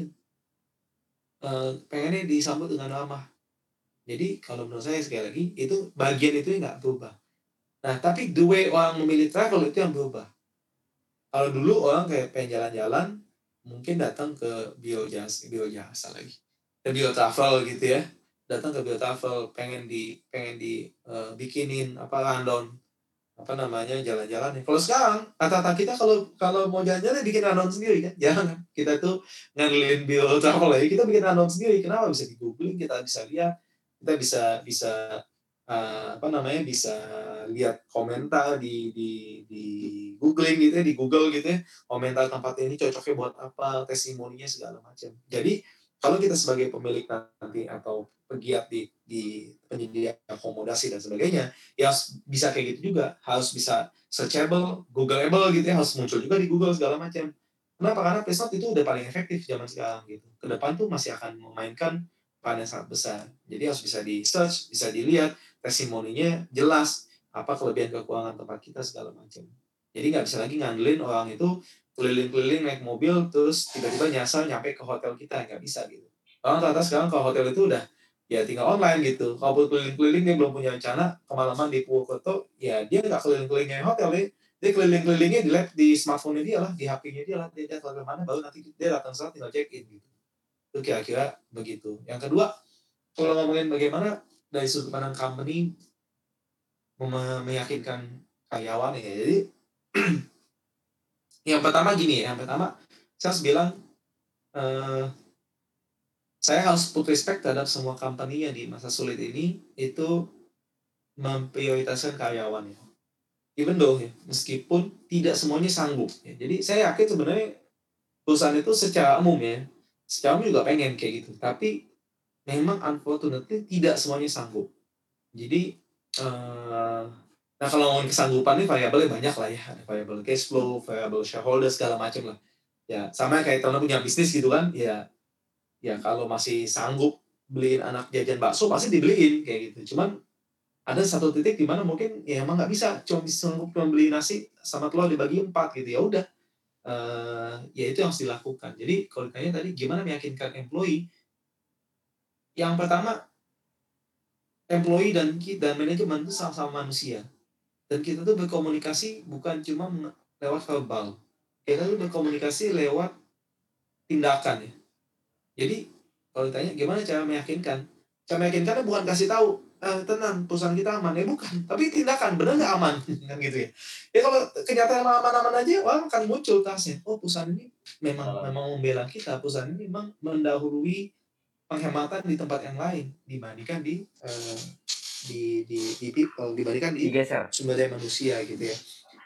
Eh, pengennya disambut dengan ramah. Jadi kalau menurut saya sekali lagi itu bagian itu yang nggak berubah. Nah tapi the way orang memilih travel itu yang berubah. Kalau dulu orang kayak pengen jalan-jalan, mungkin datang ke biojasa, biojasa lagi, ke bio travel gitu ya. Datang ke bio travel, pengen di pengen di eh, bikinin apa rundown apa namanya jalan-jalan ya. Kalau sekarang kata-kata kita kalau kalau mau jalan-jalan bikin rundown sendiri kan, jangan kita tuh ngandelin bio travel ya, kita bikin rundown sendiri. Kenapa bisa di googling, kita bisa lihat, kita bisa bisa eh, apa namanya bisa lihat komentar di di di googling gitu ya, di Google gitu ya, komentar tempat ini cocoknya buat apa, testimoninya segala macam. Jadi kalau kita sebagai pemilik nanti atau pegiat di di penyedia akomodasi dan sebagainya, ya harus bisa kayak gitu juga, harus bisa searchable, googleable gitu ya, harus muncul juga di Google segala macam. Kenapa? Karena Prismart itu udah paling efektif zaman sekarang gitu. Ke depan tuh masih akan memainkan peran yang sangat besar. Jadi harus bisa di search, bisa dilihat, testimoninya jelas, apa kelebihan kekurangan tempat kita segala macam. Jadi nggak bisa lagi ngandelin orang itu keliling-keliling naik mobil terus tiba-tiba nyasar nyampe ke hotel kita, nggak bisa gitu. Orang rata sekarang ke hotel itu udah ya tinggal online gitu. Kalau keliling-keliling dia belum punya rencana kemalaman di Purwokerto, ya dia nggak keliling-kelilingnya hotel ya. Dia keliling-kelilingnya di lab, di smartphone-nya dia lah, di H P-nya dia lah. Dia datang ke mana baru nanti dia datang sana tinggal check in gitu. Itu kira-kira begitu. Yang kedua, kalau ngomongin bagaimana dari sudut pandang company meyakinkan karyawan ya. Jadi yang pertama gini ya, yang pertama saya harus bilang eh, saya harus put respect terhadap semua company yang di masa sulit ini itu memprioritaskan karyawan ya. Even though ya, meskipun tidak semuanya sanggup ya. Jadi saya yakin sebenarnya perusahaan itu secara umum ya, secara umum juga pengen kayak gitu. Tapi memang unfortunately tidak semuanya sanggup. Jadi eh nah kalau ngomongin kesanggupan ini variabelnya banyak lah ya. Ada variabel cash flow, variabel shareholder segala macam lah. Ya sama kayak teman punya bisnis gitu kan. Ya ya kalau masih sanggup beliin anak jajan bakso pasti dibeliin kayak gitu. Cuman ada satu titik di mana mungkin ya emang nggak bisa cuma bisa sanggup cuma beli nasi sama telur dibagi empat gitu ya udah. Eh ya itu yang harus dilakukan. Jadi kalau ditanya tadi gimana meyakinkan employee? Yang pertama employee dan kita dan manajemen itu sama-sama manusia. Dan kita tuh berkomunikasi bukan cuma lewat verbal. Kita tuh berkomunikasi lewat tindakan ya. Jadi kalau ditanya gimana cara meyakinkan? Cara meyakinkannya bukan kasih tahu, eh, tenang perusahaan kita aman, ya bukan. Tapi tindakan benar nggak aman kan gitu ya. Ya kalau kenyataan aman-aman aja, wah akan muncul tasnya. Oh perusahaan ini memang memang membela kita, perusahaan ini memang mendahului penghematan di tempat yang lain dibandingkan di uh, di di di people dibandingkan di Digeser. sumber daya manusia gitu ya.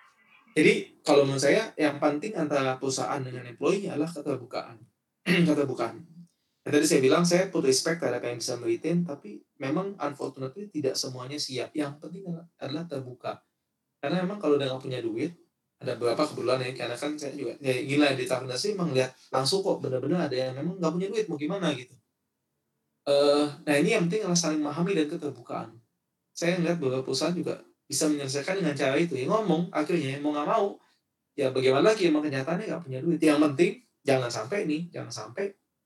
Jadi kalau menurut saya yang penting antara perusahaan dengan employee adalah keterbukaan. keterbukaan. Dan tadi saya bilang saya put respect terhadap yang bisa meritain, tapi memang unfortunately tidak semuanya siap. Yang penting adalah terbuka. Karena memang kalau udah nggak punya duit, ada beberapa kebetulan ya, karena kan saya juga ya gila di tahun sih emang lihat langsung kok benar-benar ada yang memang nggak punya duit mau gimana gitu. Uh, nah ini yang penting adalah saling memahami dan keterbukaan. Saya ngeliat beberapa perusahaan juga bisa menyelesaikan dengan cara itu ya ngomong akhirnya mau nggak mau ya bagaimana lagi emang kenyataannya nggak punya duit. Yang penting jangan sampai nih jangan sampai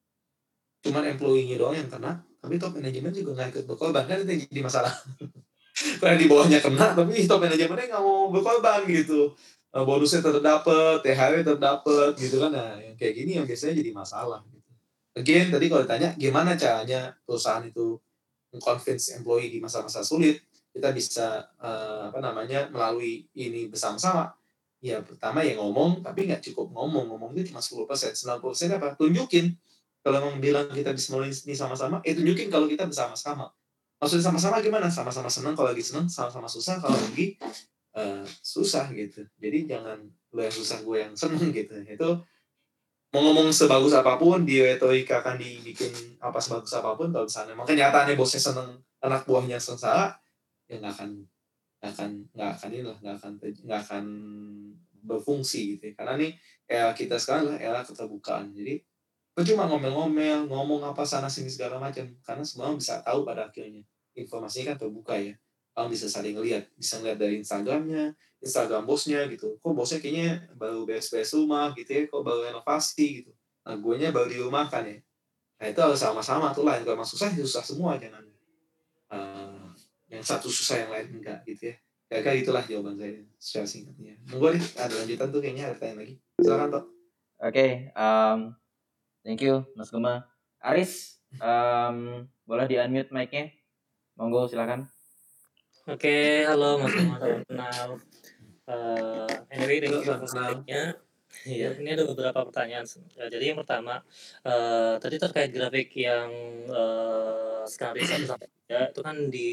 cuman employee-nya doang yang kena tapi top manajemen juga nggak ikut berkorban kan itu jadi masalah. Karena di bawahnya kena tapi top manajemennya nggak mau berkorban gitu. Uh, bonusnya tetap dapet, T H R tetap dapet gitu kan. Nah yang kayak gini yang biasanya jadi masalah gitu. Again tadi kalau ditanya gimana caranya perusahaan itu meng-convince employee di masa-masa sulit, kita bisa uh, apa namanya melalui ini bersama-sama. Ya pertama ya ngomong, tapi nggak cukup ngomong, ngomong itu cuma sepuluh persen, sembilan puluh persen apa? Tunjukin. Kalau memang bilang kita bisa melalui ini sama-sama, eh tunjukin kalau kita bersama-sama. Maksudnya sama-sama gimana? Sama-sama senang kalau lagi senang, sama-sama susah kalau lagi uh, susah gitu. Jadi jangan lo yang susah, gue yang senang gitu. Itu mau ngomong sebagus apapun, di retorika akan dibikin apa sebagus apapun, kalau misalnya emang kenyataannya bosnya seneng, anak buahnya sengsara, ya nggak akan nggak akan nggak akan ini lah, nggak akan nggak akan berfungsi gitu ya. Karena nih era kita sekarang lah era keterbukaan. Jadi cuma ngomel-ngomel, ngomong apa sana sini segala macam, karena semua orang bisa tahu pada akhirnya. Informasinya kan terbuka ya. Orang bisa saling lihat, bisa ngeliat dari Instagramnya, Instagram bosnya gitu. Kok bosnya kayaknya baru beres-beres rumah gitu ya, kok baru renovasi gitu. Nah, guenya baru di rumah kan ya. Nah, itu harus sama-sama tuh lah. Kalau emang susah, ya susah semua jangan. Uh, yang satu susah yang lain enggak gitu ya. Kayaknya itulah jawaban saya secara singkatnya. Monggo nih, ada lanjutan tuh kayaknya ada tanya lagi. Silakan, Pak. Oke, okay, um, thank you Mas Gema. Aris, um, boleh di-unmute mic-nya? Monggo silakan. Oke, okay, halo Mas Gema, salam kenal. Uh, anyway, thank you for sharing-nya. Iya, ini ada beberapa pertanyaan. Jadi yang pertama, uh, tadi terkait grafik yang uh, skenario satu sampai tiga itu kan di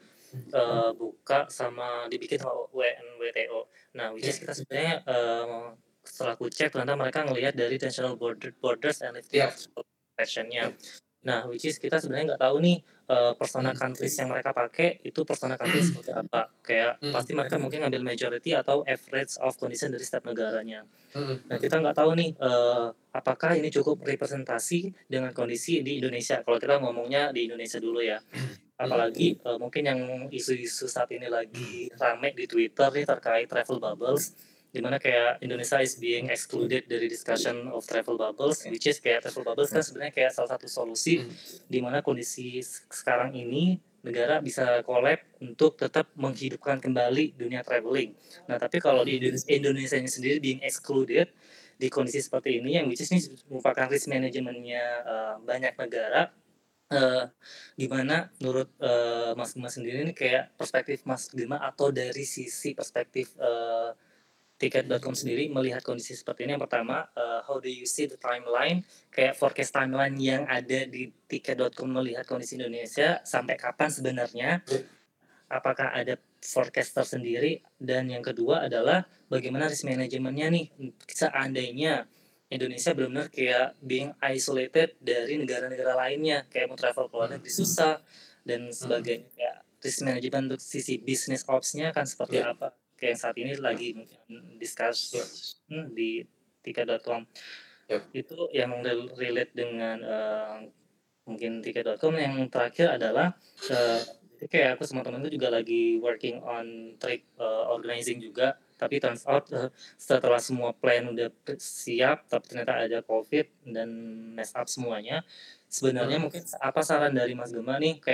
uh, buka sama dibikin sama U N W T O. Nah, which is kita sebenarnya uh, setelah aku cek ternyata mereka ngelihat dari National Border, Borders and Lifting yeah. of Fashion-nya. Nah, which is kita sebenarnya nggak tahu nih uh, persona countries yang mereka pakai itu persona countries seperti apa. Kayak pasti mereka mungkin ngambil majority atau average of condition dari setiap negaranya. Nah, kita nggak tahu nih uh, apakah ini cukup representasi dengan kondisi di Indonesia. Kalau kita ngomongnya di Indonesia dulu ya. Apalagi uh, mungkin yang isu-isu saat ini lagi rame di Twitter nih terkait travel bubbles, dimana kayak Indonesia is being excluded dari discussion of travel bubbles, which is kayak travel bubbles kan sebenarnya kayak salah satu solusi dimana kondisi sekarang ini negara bisa collab untuk tetap menghidupkan kembali dunia traveling. Nah, tapi kalau di Indonesia ini sendiri being excluded di kondisi seperti ini, yang which is ini merupakan risk manajemennya uh, banyak negara. Uh, gimana menurut uh, Mas Gema sendiri ini kayak perspektif Mas Gema atau dari sisi perspektif uh, tiket dot com sendiri melihat kondisi seperti ini. Yang pertama, uh, how do you see the timeline, kayak forecast timeline yang ada di tiket dot com melihat kondisi Indonesia sampai kapan sebenarnya, apakah ada forecast tersendiri, dan yang kedua adalah bagaimana risk manajemennya nih seandainya Indonesia benar-benar kayak being isolated dari negara-negara lainnya, kayak mau travel ke luar negeri susah dan sebagainya. Kayak risk management untuk sisi business ops-nya kan seperti yeah. apa? Kayak saat ini lagi discuss yeah. di tiket dot com. Yep. Itu yang relate dengan uh, mungkin tiket dot com. Yang terakhir adalah uh, kayak aku sama temen itu juga lagi working on trip uh, organizing juga. Tapi turns out uh, setelah semua plan udah siap, tapi ternyata ada COVID dan mess up semuanya. Sebenarnya hmm. mungkin apa saran dari Mas Gema nih, kayak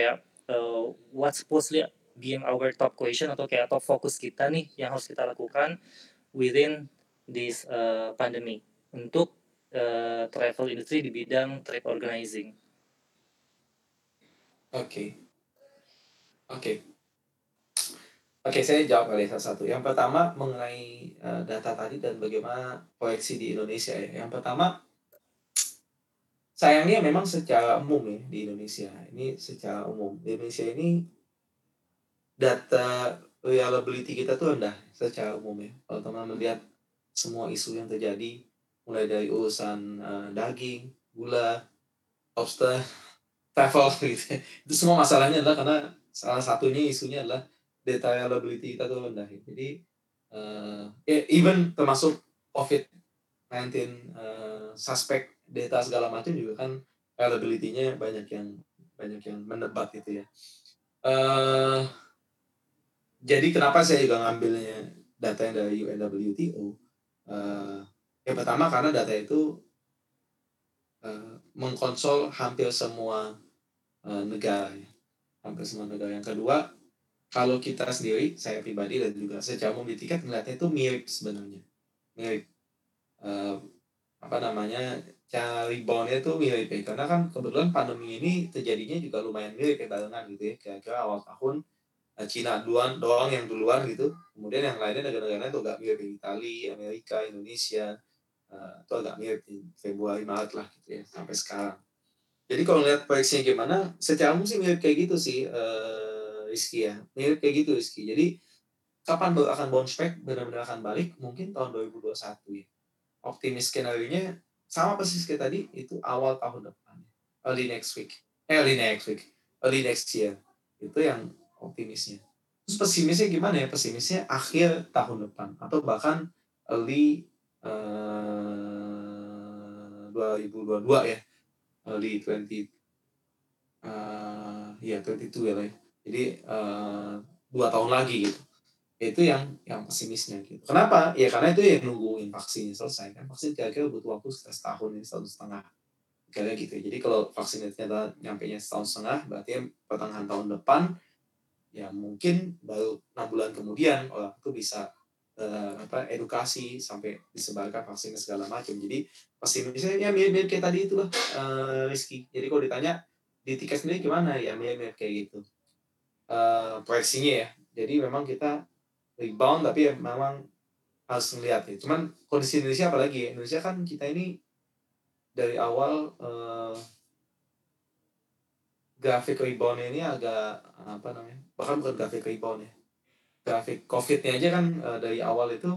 uh, what supposedly being our top question atau kayak top fokus kita nih yang harus kita lakukan within this uh, pandemic untuk uh, travel industry di bidang trip organizing. Oke, okay. oke. Okay. Oke, saya jawab kali satu-satu. Yang pertama mengenai uh, data tadi dan bagaimana proyeksi di Indonesia ya. Yang pertama, sayangnya memang secara umum ya di Indonesia. Ini secara umum. Di Indonesia ini data reliability kita tuh rendah secara umum ya. Kalau teman-teman melihat semua isu yang terjadi, mulai dari urusan uh, daging, gula, lobster, travel gitu. Itu semua masalahnya adalah karena salah satunya isunya adalah data reliability kita tuh rendah. Jadi uh, even termasuk covid sembilan belas uh, suspek data segala macam juga kan reliability-nya banyak yang banyak yang mendebat gitu ya. Uh, jadi kenapa saya juga ngambilnya data yang dari U N W T O? Uh, yang pertama karena data itu uh, mengkonsol hampir semua uh, negara ya. Hampir semua negara. Yang kedua, kalau kita sendiri, saya pribadi dan juga secara umum di tiket melihatnya itu mirip sebenarnya. Mirip. Uh, apa namanya, cara rebound-nya itu mirip ya. Karena kan kebetulan pandemi ini terjadinya juga lumayan mirip ya, barengan gitu ya. Kira-kira awal tahun, Cina duluan doang yang duluan gitu. Kemudian yang lainnya negara-negara itu agak mirip. Italia, Amerika, Indonesia, uh, itu agak mirip di Februari, Maret lah gitu ya, sampai sekarang. Jadi kalau lihat proyeksinya gimana, secara umum sih mirip kayak gitu sih, uh, Rizky ya. Mirip kayak gitu Rizky. Jadi kapan baru akan bounce back, benar-benar akan balik, mungkin tahun dua ribu dua puluh satu ya. Optimis skenario-nya sama persis kayak tadi, itu awal tahun depan. Early next week. Eh, early next week. Early next year. Itu yang optimisnya. Terus pesimisnya gimana ya? Pesimisnya akhir tahun depan. Atau bahkan early uh, dua ribu dua puluh dua ya. Early twenty uh, ya twenty two ya lah ya. Jadi uh, dua tahun lagi gitu. Itu yang yang pesimisnya gitu. Kenapa? Ya karena itu yang nungguin vaksinnya selesai kan. Vaksin kira-kira butuh waktu sekitar setahun ini, setahun setengah. Kayak gitu. Jadi kalau vaksinnya ternyata nyampe-nya setahun setengah, berarti pertengahan tahun depan, ya mungkin baru enam bulan kemudian orang itu bisa uh, apa edukasi sampai disebarkan vaksinnya segala macam. Jadi pesimisnya ya mirip-mirip kayak tadi itulah uh, Rizky. Jadi kalau ditanya di tiket sendiri gimana ya mirip-mirip kayak gitu. Uh, proyeksinya ya. Jadi memang kita rebound tapi ya memang harus melihat ya. Cuman kondisi Indonesia apalagi ya. Indonesia kan kita ini dari awal uh, grafik rebound ini agak apa namanya? Bahkan bukan grafik rebound ya. Grafik COVID-nya aja kan uh, dari awal itu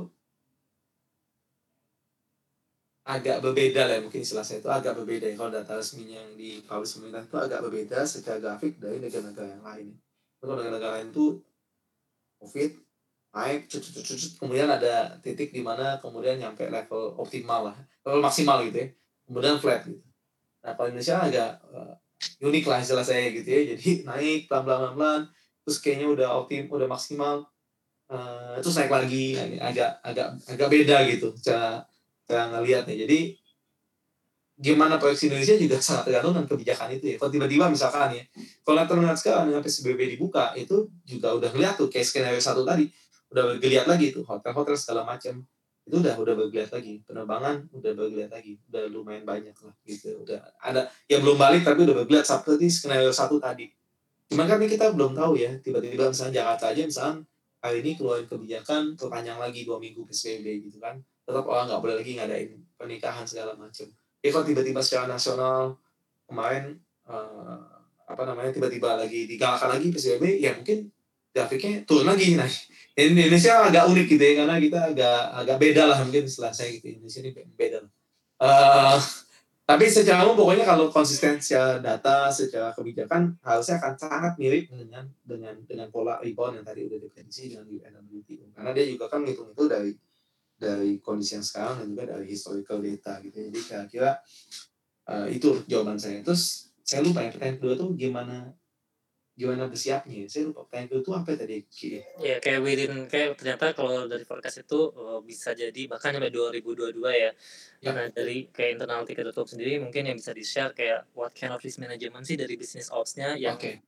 agak berbeda lah ya, mungkin istilah saya itu agak berbeda ya. Kalau data resminya yang dipublish pemerintah itu agak berbeda secara grafik dari negara-negara yang lain. Kalau negara-negara lain itu COVID naik, cucut, cucut, kemudian ada titik di mana kemudian nyampe level optimal lah, level maksimal gitu ya, kemudian flat gitu. Nah kalau Indonesia agak uh, unik lah istilah saya gitu ya, jadi naik pelan-pelan pelan, terus kayaknya udah optim, udah maksimal, uh, terus naik lagi, agak agak agak beda gitu cara cara ngelihatnya. Jadi gimana proyeksi Indonesia juga sangat tergantung dengan kebijakan itu ya. Kalau tiba-tiba misalkan ya, kalau teman-teman sekarang yang P S B B dibuka, itu juga udah ngeliat tuh kayak skenario satu tadi, udah bergeliat lagi tuh hotel-hotel segala macam, itu udah udah bergeliat lagi, penerbangan udah bergeliat lagi, udah lumayan banyak lah gitu, udah ada ya belum balik tapi udah bergeliat seperti skenario satu tadi. Cuman kan kita belum tahu ya, tiba-tiba misalnya Jakarta aja misalnya hari ini keluarin kebijakan perpanjang lagi dua minggu P S B B gitu kan, tetap orang nggak boleh lagi ngadain pernikahan segala macam. Ya kalau tiba-tiba secara nasional kemarin uh, apa namanya tiba-tiba lagi digalakkan lagi P S B B, ya mungkin grafiknya turun lagi. Nah, Indonesia agak unik gitu ya, karena kita agak agak beda lah mungkin setelah saya gitu. Indonesia ini beda. Uh, tapi secara umum pokoknya kalau konsistensi data secara kebijakan harusnya akan sangat mirip dengan dengan dengan pola rebound yang tadi udah diprediksi dengan U N W T O. Karena dia juga kan ngitung itu dari dari kondisi yang sekarang dan juga dari historical data gitu. Jadi kira-kira uh, itu jawaban saya. Terus saya lupa ya pertanyaan kedua tuh gimana gimana bersiapnya. Saya lupa pertanyaan kedua tuh apa tadi? Ya kayak within kayak ternyata kalau dari forecast itu uh, bisa jadi bahkan sampai dua ribu dua puluh dua ya. Ya. Nah dari kayak internal tiket dot com sendiri mungkin yang bisa di-share kayak what kind of risk management sih dari business ops-nya yang okay.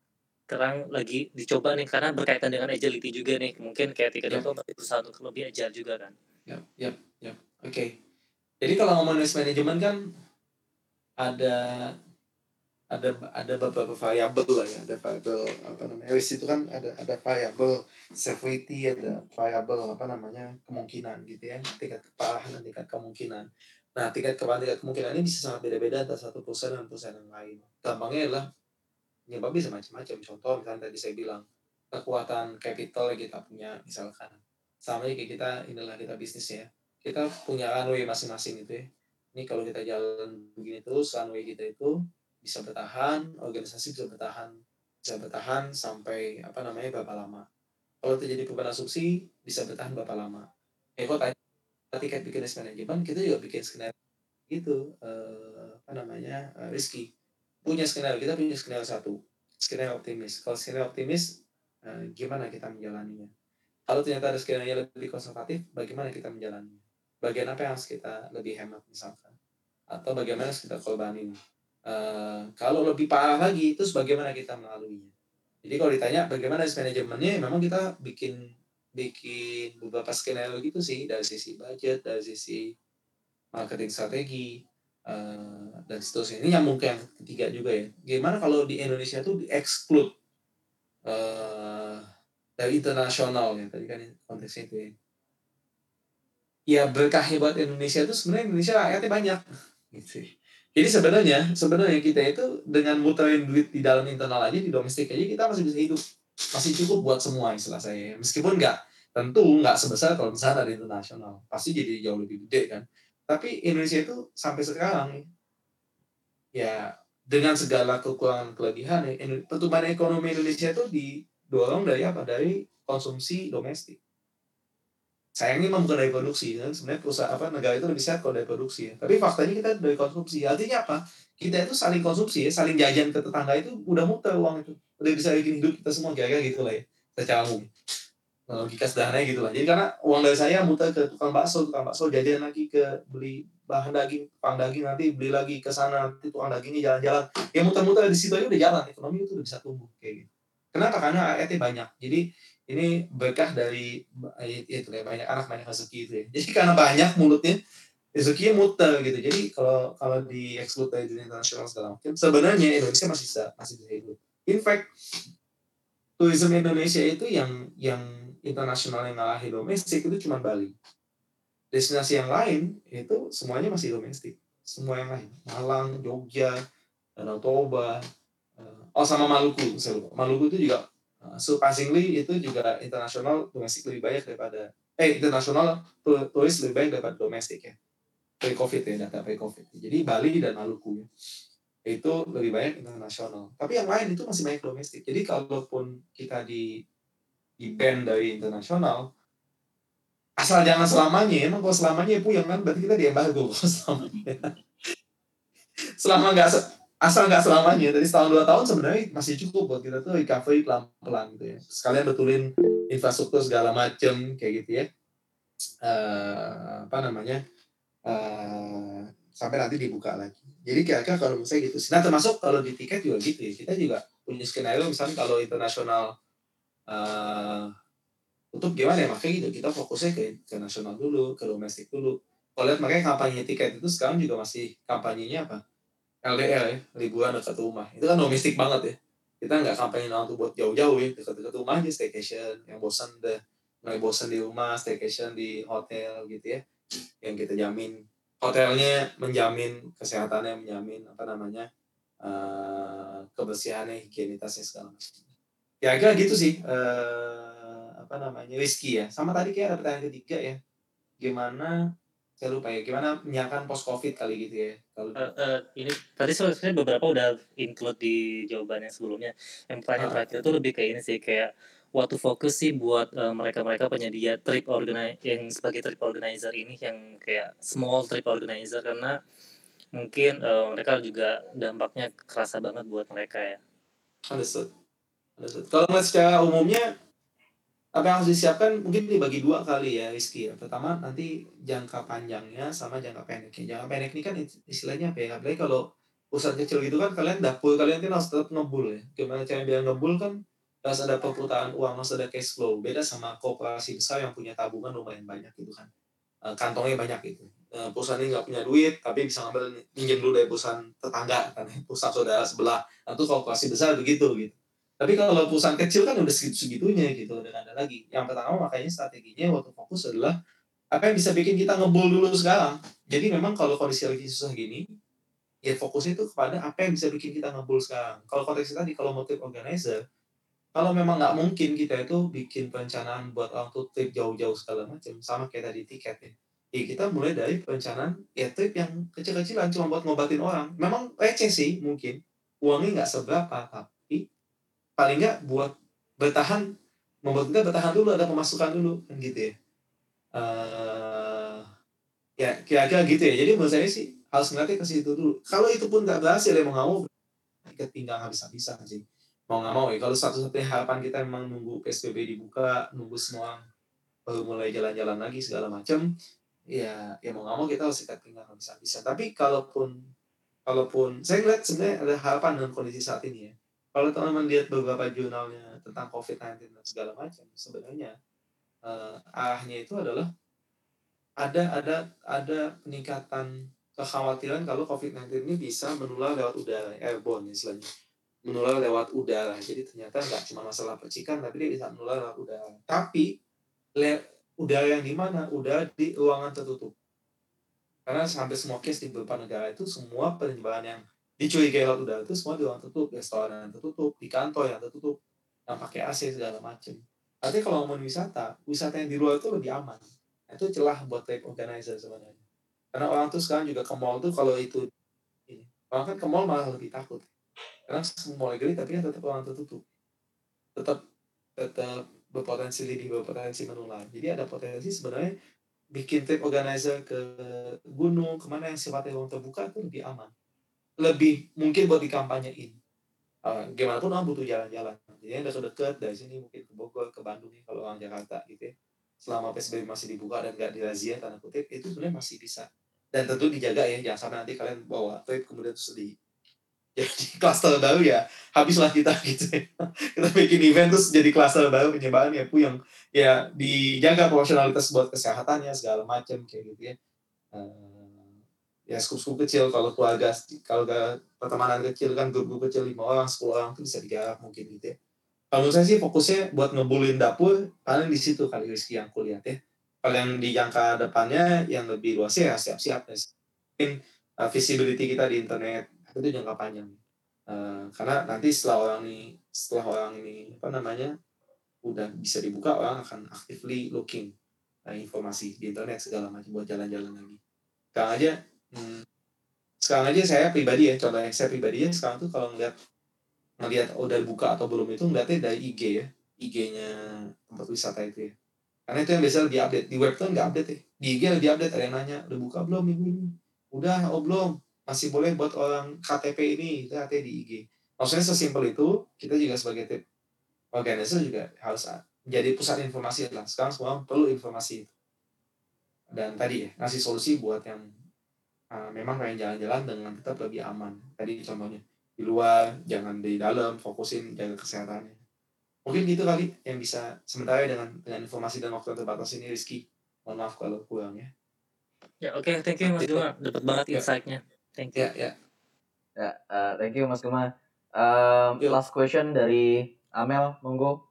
sekarang lagi dicoba nih karena berkaitan dengan agility juga nih, mungkin kayak tiket Yap. dot com masih berusaha untuk lebih agile juga kan? Yap, yap, yap. Oke. Jadi kalau ngomongin risk management kan ada ada ada beberapa variabel lah ya, ada variabel apa namanya risk itu kan ada ada variabel severity, ada variabel apa namanya kemungkinan gitu ya, tingkat keparahan dan tingkat kemungkinan. Nah, tingkat keparahan tingkat kemungkinan ini bisa sangat beda-beda antara satu perusahaan dan perusahaan yang lain. Gampangnya adalah penyebab bisa macam-macam. Contoh misalnya tadi saya bilang kekuatan capital yang kita punya misalkan sama aja kayak kita inilah kita bisnis ya. Kita punya runway masing-masing gitu ya. Ini kalau kita jalan begini terus runway kita itu bisa bertahan, organisasi bisa bertahan, bisa bertahan sampai apa namanya berapa lama. Kalau terjadi perubahan asumsi bisa bertahan berapa lama. Eh kok tadi ketika bikin risk management kita juga bikin skenario gitu eh, apa namanya eh, risky. Punya skenario kita punya skenario satu, skenario optimis. Kalau skenario optimis eh, gimana kita menjalaninya? Kalau ternyata ada skenario lebih konservatif, bagaimana kita menjalaninya? Bagian apa yang harus kita lebih hemat misalkan? Atau bagaimana harus kita korbanin? Uh, kalau lebih parah lagi, terus bagaimana kita melaluinya? Jadi kalau ditanya bagaimana risk manajemennya, memang kita bikin bikin beberapa skenario gitu sih dari sisi budget, dari sisi marketing strategi, uh, dan seterusnya. Ini nyambung ke yang ketiga juga ya. Gimana kalau di Indonesia tuh di-exclude uh, dari internasional ya, tadi kan konteksnya itu ya. Ya berkahnya buat Indonesia itu sebenarnya Indonesia rakyatnya banyak gitu. Jadi sebenarnya sebenarnya kita itu dengan muterin duit di dalam internal aja di domestik aja kita masih bisa hidup, masih cukup buat semua istilah saya. Meskipun nggak tentu nggak sebesar kalau misalnya dari internasional, pasti jadi jauh lebih gede kan. Tapi Indonesia itu sampai sekarang ya dengan segala kekurangan kelebihan ya, pertumbuhan ekonomi Indonesia itu didorong dari apa? Dari konsumsi domestik. Sayangnya memang bukan dari produksi kan, sebenarnya perusahaan apa negara itu lebih sehat kalau dari produksi ya. Tapi faktanya kita dari konsumsi. Artinya apa? Kita itu saling konsumsi ya, saling jajan ke tetangga itu udah muter uang itu. Udah bisa bikin hidup kita semua kira-kira gitu lah ya. Secara umum. Logika sederhananya gitu lah. Jadi karena uang dari saya muter ke tukang bakso, tukang bakso jajan lagi ke beli bahan daging, tukang daging nanti beli lagi ke sana, nanti tukang dagingnya jalan-jalan. Ya muter-muter di situ aja udah jalan, ekonomi itu udah bisa tumbuh kayak gitu. Kenapa? Karena rakyatnya banyak. Jadi ini berkah dari itu ya banyak anak banyak rezeki itu ya. Jadi karena banyak mulutnya rezekinya muter gitu. Jadi kalau kalau di exclude dari dunia internasional segala macam, sebenarnya Indonesia masih bisa masih bisa hidup. In fact, tourism Indonesia itu yang yang internasional yang ngalahin domestik itu cuma Bali. Destinasi yang lain itu semuanya masih domestik. Semua yang lain, Malang, Jogja, Danau Toba, oh sama Maluku, Maluku itu juga Uh, surprisingly itu juga internasional domestik lebih banyak daripada eh internasional turis lebih banyak daripada domestik ya pre-covid ya data pre-covid. Jadi Bali dan Maluku ya, itu lebih banyak internasional. Tapi yang lain itu masih banyak domestik. Jadi kalaupun kita di di ban dari internasional, asal jangan selamanya. Emang kalau selamanya ya puyeng kan berarti kita di embargo kalau selamanya. Selama nggak asal nggak selamanya dari setahun dua tahun sebenarnya masih cukup buat kita tuh recovery pelan-pelan gitu ya, sekalian betulin infrastruktur segala macem kayak gitu ya, uh, apa namanya uh, sampai nanti dibuka lagi. Jadi kira-kira kalau misalnya gitu, nah termasuk kalau di tiket juga gitu ya, kita juga punya skenario misalnya kalau internasional uh, tutup gimana ya, makanya gitu kita fokusnya ke internasional dulu, ke domestik dulu. Kalau lihat makanya kampanye tiket itu sekarang juga masih kampanyenya apa? L D R ya, liburan dekat rumah. Itu kan domestik banget ya. Kita nggak kampanye orang tuh buat jauh-jauh ya, dekat-dekat rumah aja staycation. Yang bosan deh, mulai bosan di rumah, staycation di hotel gitu ya. Yang kita jamin, hotelnya menjamin, kesehatannya menjamin, apa namanya, uh, kebersihannya, higienitasnya segala macam. Ya agak gitu sih, uh, apa namanya, risky ya. Sama tadi kayak ada pertanyaan ketiga ya, gimana saya lupa ya, gimana menyiapkan post covid kali gitu ya kalau uh, uh, ini tadi sebenarnya beberapa udah include di jawabannya sebelumnya. Yang pertanyaan uh. terakhir itu lebih kayak ini sih, kayak what to focus sih buat uh, mereka-mereka penyedia trip organizer yang sebagai trip organizer ini, yang kayak small trip organizer, karena mungkin uh, mereka juga dampaknya kerasa banget buat mereka ya. Understood. Understood. Kalau secara umumnya apa yang harus disiapkan mungkin dibagi dua kali ya Rizky ya. Pertama nanti jangka panjangnya sama jangka pendeknya. Jangka pendek ini kan istilahnya apa ya? Apalagi kalau perusahaan kecil gitu kan kalian dapur kalian kan harus tetap ngebul ya. Gimana caranya biar ngebul kan harus ada perputaran uang, harus ada cash flow. Beda sama korporasi besar yang punya tabungan lumayan banyak gitu kan. Eh, kantongnya banyak gitu. Eh, perusahaan ini nggak punya duit tapi bisa ngambil pinjam dulu dari perusahaan tetangga kan, perusahaan saudara sebelah. Nah, itu korporasi besar begitu gitu. Tapi kalau perusahaan kecil kan udah segitu-segitunya gitu dan ada lagi. Yang pertama makanya strateginya waktu fokus adalah apa yang bisa bikin kita ngebul dulu sekarang. Jadi memang kalau kondisi lagi susah gini, ya fokusnya itu kepada apa yang bisa bikin kita ngebul sekarang. Kalau konteksnya tadi, kalau motif organizer, kalau memang nggak mungkin kita itu bikin perencanaan buat orang tuh trip jauh-jauh segala macam, sama kayak tadi tiket ya. Ya kita mulai dari perencanaan ya trip yang kecil-kecilan cuma buat ngobatin orang. Memang receh sih mungkin, uangnya nggak seberapa, tapi paling nggak buat bertahan, membuat kita bertahan dulu, ada pemasukan dulu kan gitu ya. Eh ya kira-kira gitu ya. Jadi menurut saya sih harus ngeliatnya ke situ dulu. Kalau itu pun nggak berhasil ya mau nggak mau tiket tinggal habis-habisan sih. Mau nggak mau ya. Kalau satu-satunya harapan kita memang nunggu P S B B dibuka, nunggu semua baru mulai jalan-jalan lagi segala macam, ya ya mau nggak mau kita harus tiket tinggal habis-habisan. Tapi kalaupun kalaupun saya ngeliat sebenarnya ada harapan dengan kondisi saat ini ya. Kalau teman-teman lihat beberapa jurnalnya tentang covid sembilan belas dan segala macam, sebenarnya eh, arahnya itu adalah ada ada ada peningkatan kekhawatiran kalau covid sembilan belas ini bisa menular lewat udara, airborne istilahnya. Menular lewat udara. Jadi ternyata nggak cuma masalah percikan, tapi dia bisa menular lewat udara. Tapi le- udara yang di mana? Udara di ruangan tertutup. Karena sampai semua case di beberapa negara itu semua penyebaran yang dicurigai lewat udara itu semua di ruang tertutup, restoran yang tertutup, di kantor yang tertutup, yang pakai A C segala macam. Artinya kalau ngomongin wisata, wisata yang di luar itu lebih aman. Itu celah buat trip organizer sebenarnya. Karena orang tuh sekarang juga ke mall tuh kalau itu ini. Orang kan ke mall malah lebih takut. Karena semua negeri tapi kan tetap orang tertutup. Tetap tetap berpotensi lebih berpotensi menular. Jadi ada potensi sebenarnya bikin trip organizer ke gunung kemana yang sifatnya ruang terbuka itu lebih aman. Lebih mungkin buat dikampanyein. Uh, gimana pun orang butuh jalan-jalan. Jadi yang dekat-dekat dari sini mungkin ke Bogor, ke Bandung nih kalau orang Jakarta gitu ya. Selama P S B B masih dibuka dan nggak dirazia tanda kutip, itu sebenarnya masih bisa. Dan tentu dijaga ya, jangan sampai nanti kalian bawa trip kemudian terus di jadi klaster baru ya habislah kita gitu ya. Kita bikin event terus jadi klaster baru penyebaran ya pu yang ya dijaga profesionalitas buat kesehatannya segala macam kayak gitu ya. Eh, ya skup-skup kecil kalau keluarga kalau gak pertemanan kecil kan grup-grup kecil lima orang sepuluh orang itu bisa digarap mungkin gitu ya. Kalau menurut saya sih fokusnya buat ngebulin dapur paling di situ kali Rizky yang aku lihat ya. Kalau yang di jangka depannya yang lebih luas ya siap-siap ya. Mungkin uh, visibility kita di internet itu jangka panjang. Uh, karena nanti setelah orang ini setelah orang ini apa namanya udah bisa dibuka, orang akan actively looking uh, informasi di internet segala macam buat jalan-jalan lagi. Sekarang aja hmm, sekarang aja saya pribadi ya, contohnya saya pribadi ya sekarang tuh kalau ngeliat ngelihat udah buka atau belum itu ngeliatnya dari I G ya, I G-nya tempat wisata itu ya. Karena itu yang biasa lebih update. Di web tuh nggak update ya. Di I G lebih update, ada yang nanya, udah buka belum minggu ini? Udah, oh belum. Masih boleh buat orang K T P ini, itu artinya di I G. Maksudnya sesimpel itu, kita juga sebagai tip organizer juga harus menjadi pusat informasi lah. Sekarang semua orang perlu informasi itu. Dan tadi ya, ngasih solusi buat yang uh, memang pengen jalan-jalan dengan tetap lebih aman. Tadi contohnya, di luar, jangan di dalam, fokusin jaga kesehatannya. Mungkin gitu kali yang bisa sementara dengan dengan informasi dan waktu yang terbatas ini Rizky. Mohon maaf kalau kurang ya. Ya oke, okay, thank you Mas Gema, dapat banget Ya. insight-nya. Thank you. Ya, ya. Ya, uh, thank you Mas Gema. Um, Yuk. last question dari Amel, monggo.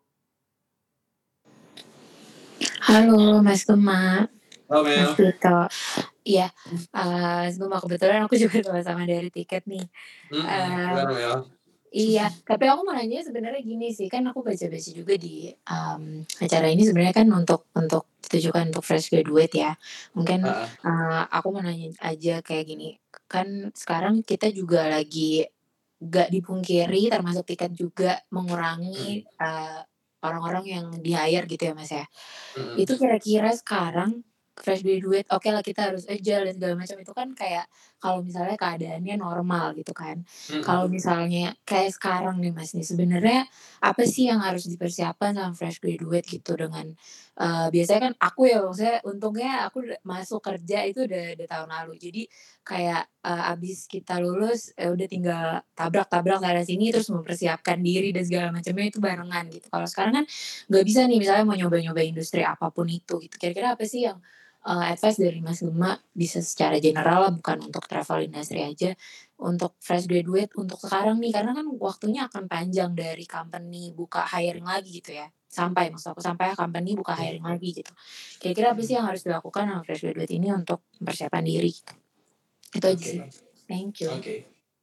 Halo Mas Gema. Halo Mel. Mas Tito. Iya, uh, Mas Gema kebetulan aku juga sama-sama dari tiket nih. Mm-mm. Uh, Gimana Mel? Iya, tapi aku mau nanya sebenarnya gini sih, kan aku baca-baca juga di um, acara ini sebenarnya kan untuk untuk ditujukan untuk fresh graduate ya. Mungkin Uh-uh. uh, aku mau nanya aja kayak gini, kan sekarang kita juga lagi gak dipungkiri termasuk tiket juga mengurangi Mm-mm. uh, orang-orang yang di hire gitu ya Mas ya. Mm-mm. Itu kira-kira sekarang fresh graduate, oke okay lah kita harus agile dan segala macam itu kan kayak kalau misalnya keadaannya normal gitu kan. Mhm. Kalau misalnya kayak sekarang nih Mas nih, sebenarnya apa sih yang harus dipersiapkan sama fresh graduate gitu dengan, eee, biasanya kan aku ya maksudnya untungnya aku udah masuk kerja itu udah udah tahun lalu. Jadi kayak, eee, habis kita lulus, ya udah tinggal tabrak-tabrak sana sini terus mempersiapkan diri dan segala macamnya itu barengan gitu. Kalau sekarang kan nggak bisa nih misalnya mau nyoba-nyoba industri apapun itu gitu. Kira-kira apa sih yang, eee, advice dari Mas Gema bisa secara general lah bukan untuk travel industry aja, untuk fresh graduate untuk sekarang nih karena kan waktunya akan panjang dari company buka hiring lagi gitu ya, sampai maksud aku sampai company buka Iya. hiring lagi gitu. Kira-kira apa Mhm. sih yang harus dilakukan sama fresh graduate ini untuk mempersiapkan diri gitu? Itu aja Oke. sih. Thank you. Oke.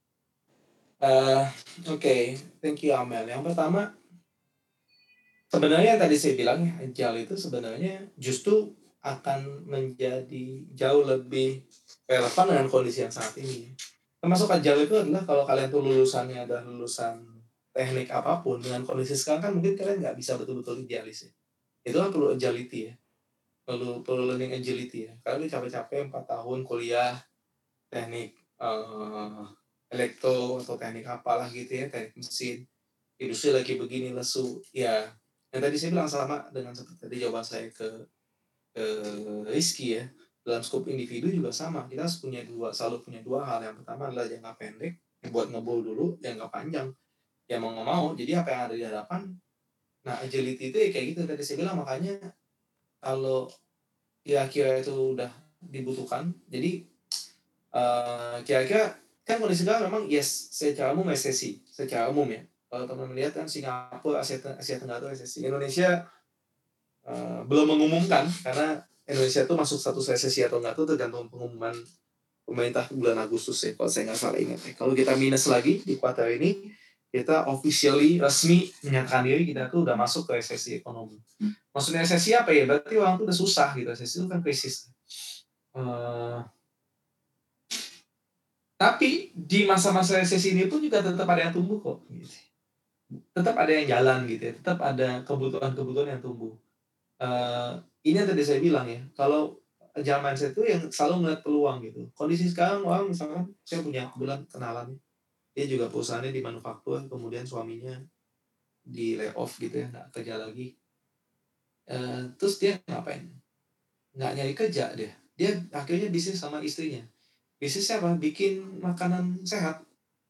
Eee, oke, thank you Amel. Yang pertama sebenarnya yang tadi saya bilang ya, agile itu sebenarnya justru akan menjadi jauh lebih relevan dengan kondisi yang saat ini. Termasuk agile itu adalah kalau kalian tuh lulusannya adalah lulusan teknik apapun, dengan kondisi sekarang kan mungkin kalian nggak bisa betul-betul idealis ya. Itu kan perlu agility ya, perlu perlu learning agility ya. Kalian capek-capek empat tahun kuliah teknik, eee, elektro atau teknik apalah gitu ya, teknik mesin, industri lagi begini lesu, ya yang tadi saya bilang sama dengan seperti tadi jawaban saya ke ke Rizky ya, dalam skop individu juga sama, kita harus punya dua selalu punya dua hal, yang pertama adalah jangka pendek, buat ngebul dulu, jangka panjang, ya mau nggak mau, jadi apa yang ada di hadapan, nah agility itu ya kayak gitu tadi saya bilang, makanya kalau kira-kira itu udah dibutuhkan, jadi eee, kira-kira kan kondisi sekarang memang yes, secara umum resesi, secara umum ya. Kalau teman-teman lihat kan Singapura, Asia Te Asia Tenggara itu resesi. Indonesia, eee, belum mengumumkan karena Indonesia itu masuk status resesi atau enggak itu tergantung pengumuman pemerintah bulan Agustus ya, kalau saya nggak salah ingat ya. Kalau kita minus lagi di kuartal ini, kita officially resmi menyatakan diri kita tuh udah masuk ke resesi ekonomi. Maksudnya resesi apa ya? Berarti orang tuh udah susah gitu, resesi itu kan krisis. Eee Tapi di masa-masa resesi ini pun juga tetap ada yang tumbuh kok, gitu. Tetap ada yang jalan gitu ya, tetap ada kebutuhan-kebutuhan yang tumbuh. Eee, ini yang tadi saya bilang ya, kalau agile mindset itu yang selalu melihat peluang gitu. Kondisi sekarang orang misalkan saya punya kebetulan kenalan, dia juga perusahaannya di manufaktur, kemudian suaminya di-layoff gitu ya, nggak kerja lagi. Eee, terus dia ngapain? Nggak nyari kerja dia, dia akhirnya bisnis sama istrinya. Bisnisnya apa? Bikin makanan sehat.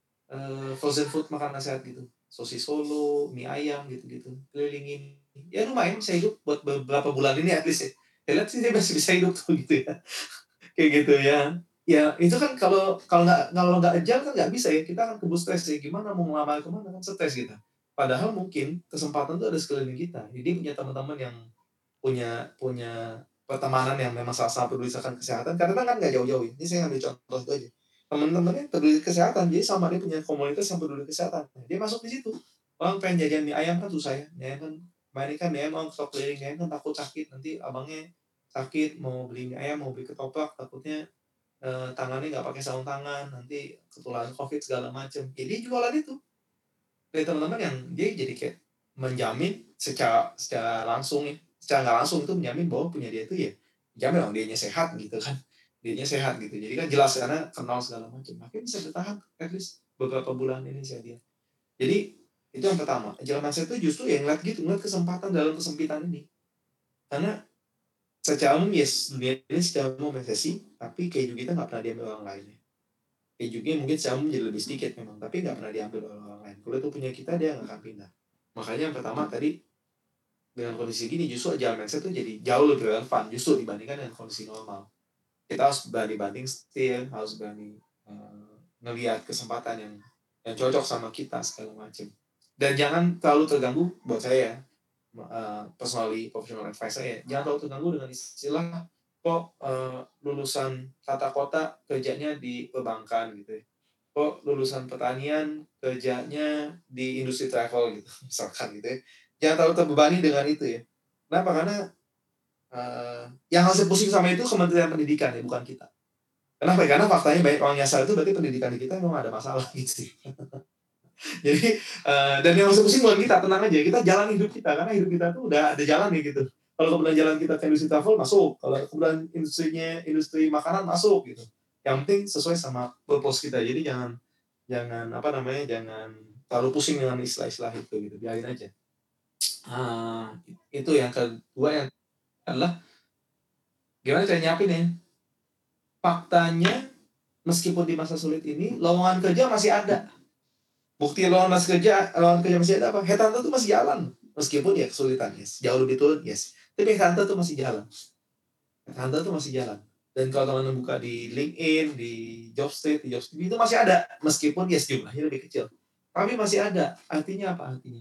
Eee, frozen food makanan sehat gitu, sosis Solo, mie ayam gitu-gitu, kelilingin. Ya lumayan bisa hidup buat beberapa bulan ini at least ya. Saya lihat sih dia masih bisa hidup tuh gitu ya, kayak gitu ya. Ya itu kan kalau kalau nggak kalau nggak agile kan nggak bisa ya, kita akan keburu stres ya, gimana mau ngelamar ke mana kan stres kita. Padahal mungkin kesempatan tuh ada sekeliling kita. Jadi punya teman-teman yang punya punya pertemanan yang memang sama-sama peduli akan kesehatan, karena kan nggak jauh-jauh ya. Ini saya ambil contoh itu aja. Temen-temennya peduli kesehatan, jadi sama dia punya komunitas yang peduli kesehatan. Nah, dia masuk di situ. Orang pengen jajan mie ayam kan susah ya. Mie ayam kan kemarin kan mie ayam orang stok keliling, mie ayam kan takut sakit, nanti abangnya sakit mau beli mie ayam, mau beli ketoprak, takutnya eh, tangannya nggak pakai sarung tangan, nanti ketularan covid segala macem. Jadi jualan itu dari teman-teman yang dia jadi kayak menjamin secara secara langsung ya, secara nggak langsung itu menjamin bahwa punya dia itu ya jamin dong dianya sehat gitu kan, dianya sehat gitu, jadi kan jelas karena kenal segala macam, makanya bisa bertahan at least beberapa bulan ini saya lihat. Jadi itu yang pertama, agile mindset itu justru yang ngeliat gitu, ngeliat kesempatan dalam kesempitan ini, karena secara umum yes dunia ini secara umum resesi, tapi kehidupan kita nggak pernah diambil orang lain ya. Kejunya mungkin secara umum jadi lebih sedikit memang, tapi nggak pernah diambil oleh orang lain. Kalau itu punya kita, dia nggak akan pindah. Makanya yang pertama tadi, dengan kondisi gini justru agile mindset itu jadi jauh lebih relevan justru dibandingkan dengan kondisi normal. Kita harus berani banding setir, harus berani uh, ngelihat kesempatan yang yang cocok sama kita segala macam. Dan jangan terlalu terganggu buat saya, uh, personally professional advice saya, jangan terlalu terganggu dengan istilah kok uh, lulusan tata kota kerjanya di perbankan gitu ya. Kok lulusan pertanian kerjanya di industri travel gitu, misalkan gitu ya. Jangan terlalu terbebani dengan itu ya. Kenapa? Karena uh, yang harus pusing sama itu Kementerian Pendidikan ya, bukan kita. Kenapa? Karena faktanya banyak orang nyasar itu berarti pendidikan di kita memang ada masalah gitu. Jadi uh, dan yang harus pusing bukan kita, tenang aja, kita jalan hidup kita karena hidup kita tuh udah ada jalan ya gitu. Kalau kemudian jalan kita ke industri travel masuk, kalau kemudian industrinya industri makanan masuk gitu. Yang penting sesuai sama purpose kita. Jadi jangan jangan apa namanya, jangan terlalu pusing dengan istilah-istilah itu gitu, biarin aja. Ah, itu yang kedua yang adalah gimana cara nyiapinnya. Faktanya meskipun di masa sulit ini lowongan kerja masih ada. Bukti lowongan masih kerja, lowongan kerja masih ada apa? Headhunter tuh masih jalan. Meskipun ya kesulitan, yes. Jauh lebih turun, yes. Tapi headhunter tuh masih jalan. Headhunter tuh masih jalan. Dan kalau teman-teman buka di LinkedIn, di Jobstreet, di Jobstreet itu masih ada. Meskipun yes jumlahnya lebih kecil. Tapi masih ada. Artinya apa artinya?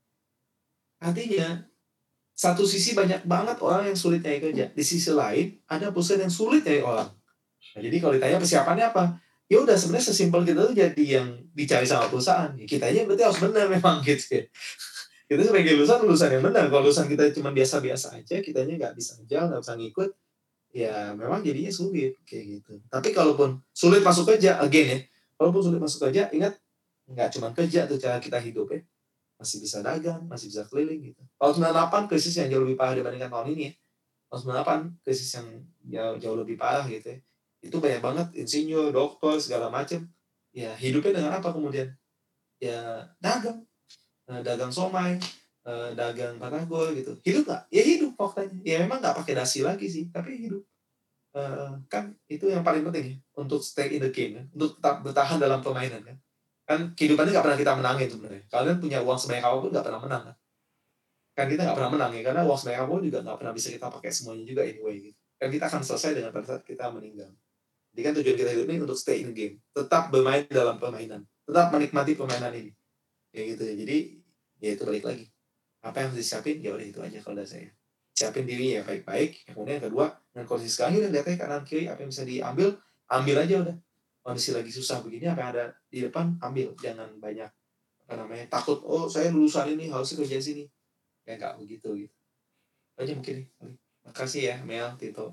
Artinya satu sisi banyak banget orang yang sulit nyari kerja. Di sisi lain ada perusahaan yang sulit nyari orang. Nah, jadi kalau ditanya persiapannya apa? Ya udah sebenarnya sesimpel kita tuh jadi yang dicari sama perusahaan. Ya, kita aja berarti harus benar memang gitu ya. Kita sebagai lulusan lulusan yang benar. Kalau lulusan kita cuma biasa-biasa aja, kitanya nggak bisa jalan, nggak bisa ngikut, ya memang jadinya sulit kayak gitu. Tapi kalaupun sulit masuk kerja, again ya, walaupun sulit masuk kerja, ingat nggak cuma kerja tuh cara kita hidup ya. Masih bisa dagang, masih bisa keliling gitu. Tahun sembilan puluh delapan krisis yang jauh lebih parah dibandingkan tahun ini ya. Tahun sembilan puluh delapan krisis yang jauh, jauh lebih parah gitu ya. Itu banyak banget insinyur, dokter, segala macam. Ya hidupnya dengan apa kemudian? Ya dagang, eh, dagang somai, eh, dagang batagor gitu. Hidup nggak? Ya hidup faktanya. Ya memang nggak pakai dasi lagi sih, tapi hidup. Eh, kan itu yang paling penting ya, untuk stay in the game kan, untuk tetap bertahan dalam permainan kan. Kan kehidupannya nggak pernah kita menangin sebenarnya. Kalian punya uang sebanyak apapun nggak pernah menang kan. Kan kita nggak pernah menang ya, karena uang sebanyak apapun juga nggak pernah bisa kita pakai semuanya juga anyway gitu. Kan kita akan selesai dengan pada saat kita meninggal. Jadi kan tujuan kita hidup ini untuk stay in the game, tetap bermain dalam permainan, tetap menikmati permainan ini, kayak gitu ya. Jadi ya itu balik lagi, apa yang harus disiapin ya udah itu aja kalau dari saya. Siapin diri ya baik-baik. Kemudian yang kedua, dengan kondisi sekarang udah lihat aja kanan kiri apa yang bisa diambil, ambil aja udah. Kondisi lagi susah begini, apa yang ada di depan ambil, jangan banyak apa namanya takut. Oh saya lulusan ini harusnya kerja sini, ya nggak begitu gitu. Itu aja mungkin. Makasih ya Mel, Tito.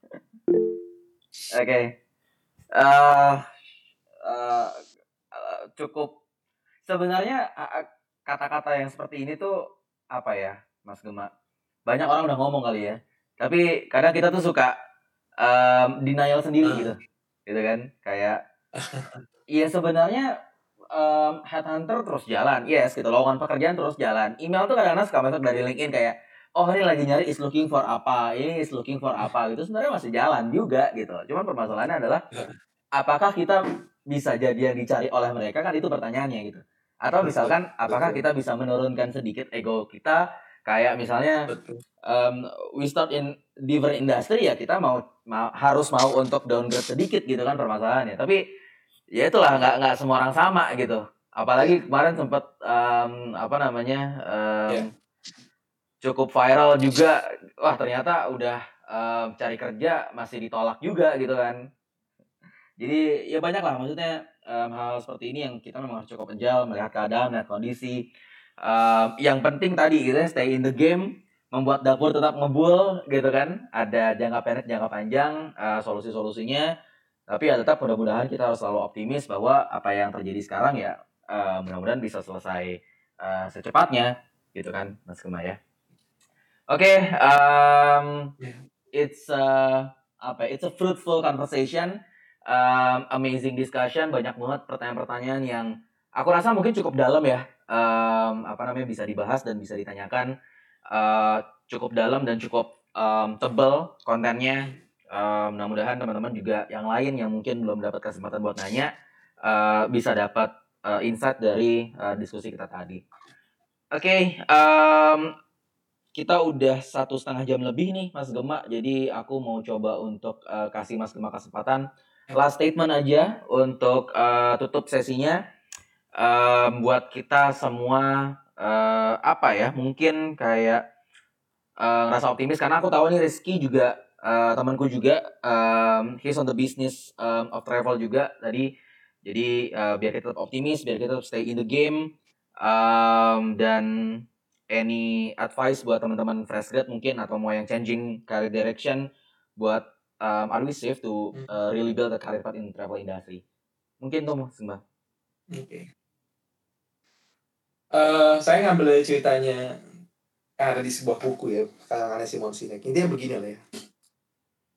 Oke. Eh, eh, eh, cukup sebenarnya a- a- kata-kata yang seperti ini tuh apa ya, Mas Gema? Banyak orang udah ngomong kali ya. Tapi kadang kita tuh suka em, denial sendiri Ah. gitu. Gitu kan? Kayak iya sebenarnya em, headhunter terus jalan. Yes, gitu. Lowongan pekerjaan terus jalan. Email tuh kadang-kadang suka masuk dari LinkedIn kayak oh ini lagi nyari is looking for apa, ini is looking for apa gitu. Sebenarnya masih jalan juga gitu. Cuman permasalahannya adalah apakah kita bisa jadi yang dicari oleh mereka, kan itu pertanyaannya gitu. Atau misalkan apakah Betul. kita bisa menurunkan sedikit ego kita, kayak misalnya Betul. um, we start in different industry ya kita mau, mau harus mau untuk downgrade sedikit gitu kan permasalahannya. Tapi ya itulah nggak nggak semua orang sama gitu. Apalagi Ya. kemarin sempat um, apa namanya um, Ya. cukup viral juga. Wah ternyata udah um, cari kerja masih ditolak juga gitu kan. Jadi ya banyak lah maksudnya um, hal seperti ini yang kita memang harus cukup kejal melihat keadaan, melihat kondisi. Um, yang penting tadi gitu ya, stay in the game, membuat dapur tetap ngebul gitu kan. Ada jangka pendek, jangka panjang, uh, solusi-solusinya. Tapi ya tetap mudah-mudahan kita harus selalu optimis bahwa apa yang terjadi sekarang ya uh, mudah-mudahan bisa selesai uh, secepatnya gitu kan, Mas Kema ya. Oke, okay, um, Ya. it's a, apa? It's a fruitful conversation. Um, amazing discussion, banyak banget pertanyaan-pertanyaan yang aku rasa mungkin cukup dalam ya, um, apa namanya bisa dibahas dan bisa ditanyakan, uh, cukup dalam dan cukup um, tebal kontennya. Um, mudah-mudahan teman-teman juga yang lain yang mungkin belum dapat kesempatan buat nanya uh, bisa dapat uh, insight dari uh, diskusi kita tadi. Oke, okay, um, kita udah satu setengah jam lebih nih Mas Gema, jadi aku mau coba untuk uh, kasih Mas Gema kesempatan last statement aja untuk uh, tutup sesinya, um, buat kita semua uh, apa ya mungkin kayak uh, rasa optimis karena aku tahu nih Rizky juga uh, temanku juga, um, he's on the business um, of travel juga tadi, jadi uh, biar kita tetap optimis, biar kita tetap stay in the game, um, dan any advice buat teman-teman fresh grad mungkin atau mau yang changing career direction buat um, are we safe to uh, really build a career path in travel industry? Mungkin tuh Mas Mbak. Oke. Okay. Uh, saya ngambil dari ceritanya yang ada di sebuah buku ya, karangannya Simon Sinek. Intinya begini lah ya.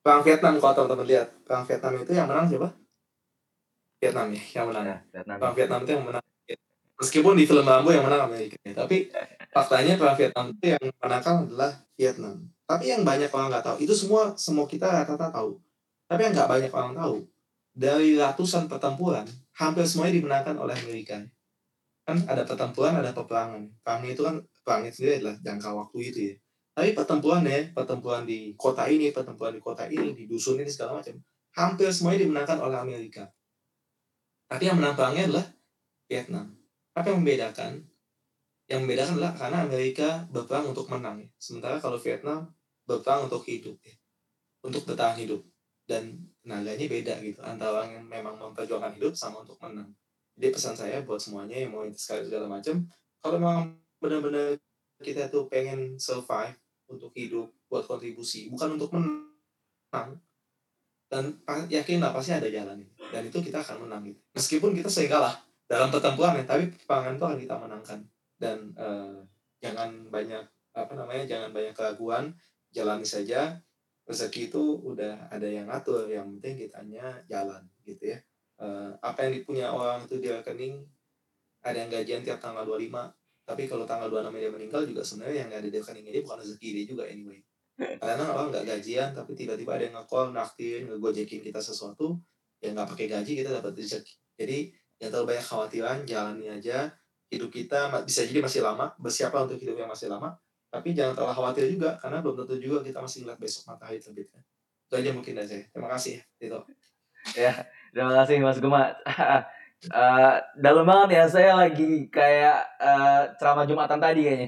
Perang Vietnam kalau teman-teman lihat, perang Vietnam itu yang menang siapa? Vietnam ya, yang menang. Ya, Vietnam. Perang Vietnam itu yang menang. Meskipun di film Rambo yang menang Amerika, tapi faktanya perang Vietnam itu yang menangkan adalah Vietnam. Tapi yang banyak orang nggak tahu, itu semua semua kita rata-rata tahu. Tapi yang nggak banyak orang tahu, dari ratusan pertempuran, hampir semuanya dimenangkan oleh Amerika. Kan ada pertempuran, ada peperangan. Perangnya itu kan, perangnya sendiri adalah jangka waktu itu ya. Tapi pertempurannya, pertempuran di kota ini, pertempuran di kota ini, di dusun ini segala macam, hampir semuanya dimenangkan oleh Amerika. Tapi yang menang perangnya adalah Vietnam. Apa yang membedakan? Yang membedakan adalah karena Amerika berperang untuk menang ya. Sementara kalau Vietnam berperang untuk hidup ya. Untuk bertahan hidup. Dan tenaganya beda gitu. Antara orang yang memang memperjuangkan hidup sama untuk menang. Jadi pesan saya buat semuanya yang mau sekali segala macam, kalau memang benar-benar kita tuh pengen survive untuk hidup, buat kontribusi, bukan untuk menang. Dan yakinlah pasti ada jalan. Dan itu kita akan menang gitu. Meskipun kita sering kalah dalam pertempuran ya, tapi peperangan itu akan kita menangkan. Dan uh, jangan banyak apa namanya jangan banyak keraguan, jalani saja. Rezeki itu udah ada yang ngatur, yang penting kitanya jalan gitu ya. Uh, apa yang dipunya orang itu di rekening, ada yang gajian tiap tanggal dua puluh lima, tapi kalau tanggal dua puluh enam dia meninggal juga sebenarnya yang ada di rekeningnya dia bukan rezeki dia juga anyway. Karena orang nggak gajian tapi tiba-tiba ada yang nge-call, naktir, ngegojekin kita sesuatu yang nggak pakai gaji kita dapat rezeki. Jadi yang terlalu banyak khawatiran, jalani aja. Hidup kita bisa jadi masih lama, bersiaplah untuk hidup yang masih lama, tapi jangan terlalu khawatir juga karena belum tentu juga kita masih ngeliat besok matahari terbit. Itu aja mungkin aja. Terima kasih Tito. Ya, terima kasih Mas Gema. uh, dalam banget ya, saya lagi kayak uh, ceramah Jumatan tadi kayaknya.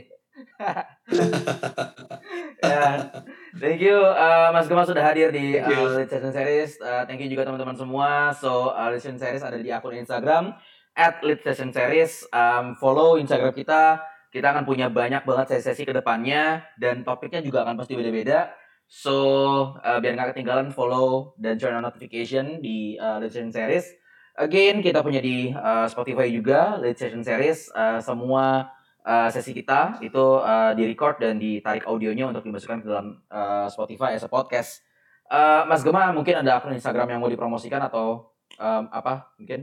Ya, thank you uh, Mas Gema sudah hadir di uh, Lead Session Series. Uh, thank you juga teman-teman semua. So uh, Lead Session Series ada di akun Instagram at Lead Session Series. Um, follow Instagram kita. Kita akan punya banyak banget sesi-sesi ke depannya dan topiknya juga akan pasti beda-beda. So uh, biar nggak ketinggalan, follow dan turn on notification di uh, Lead Session Series. Again, kita punya di uh, Spotify juga Lead Session Series. Uh, semua Uh, sesi kita itu uh, di-record dan ditarik audionya untuk dimasukkan ke dalam uh, Spotify as a podcast. Uh, Mas Gema, mungkin ada akun Instagram yang mau dipromosikan atau um, apa mungkin?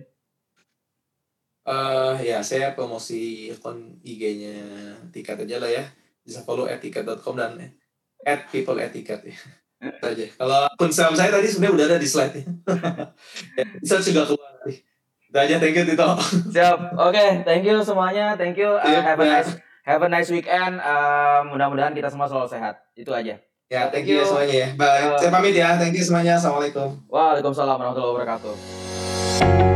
Uh, ya, saya promosi akun I G-nya Tiket aja lah ya. Bisa follow at tiket dot com dan at people at tiket ya. Itu aja. Kalau akun Instagram saya tadi sebenarnya udah ada di slide ya. Bisa juga keluar tadi. Itu aja, thank you Tito. Siap. Oke, okay, thank you semuanya. Thank you. Uh, have a nice have a nice weekend. Uh, mudah-mudahan kita semua selalu sehat. Itu aja. Ya, thank, thank you semuanya ya. Bye. Uh, saya pamit ya. Thank you semuanya. Assalamualaikum. Waalaikumsalam warahmatullahi wabarakatuh.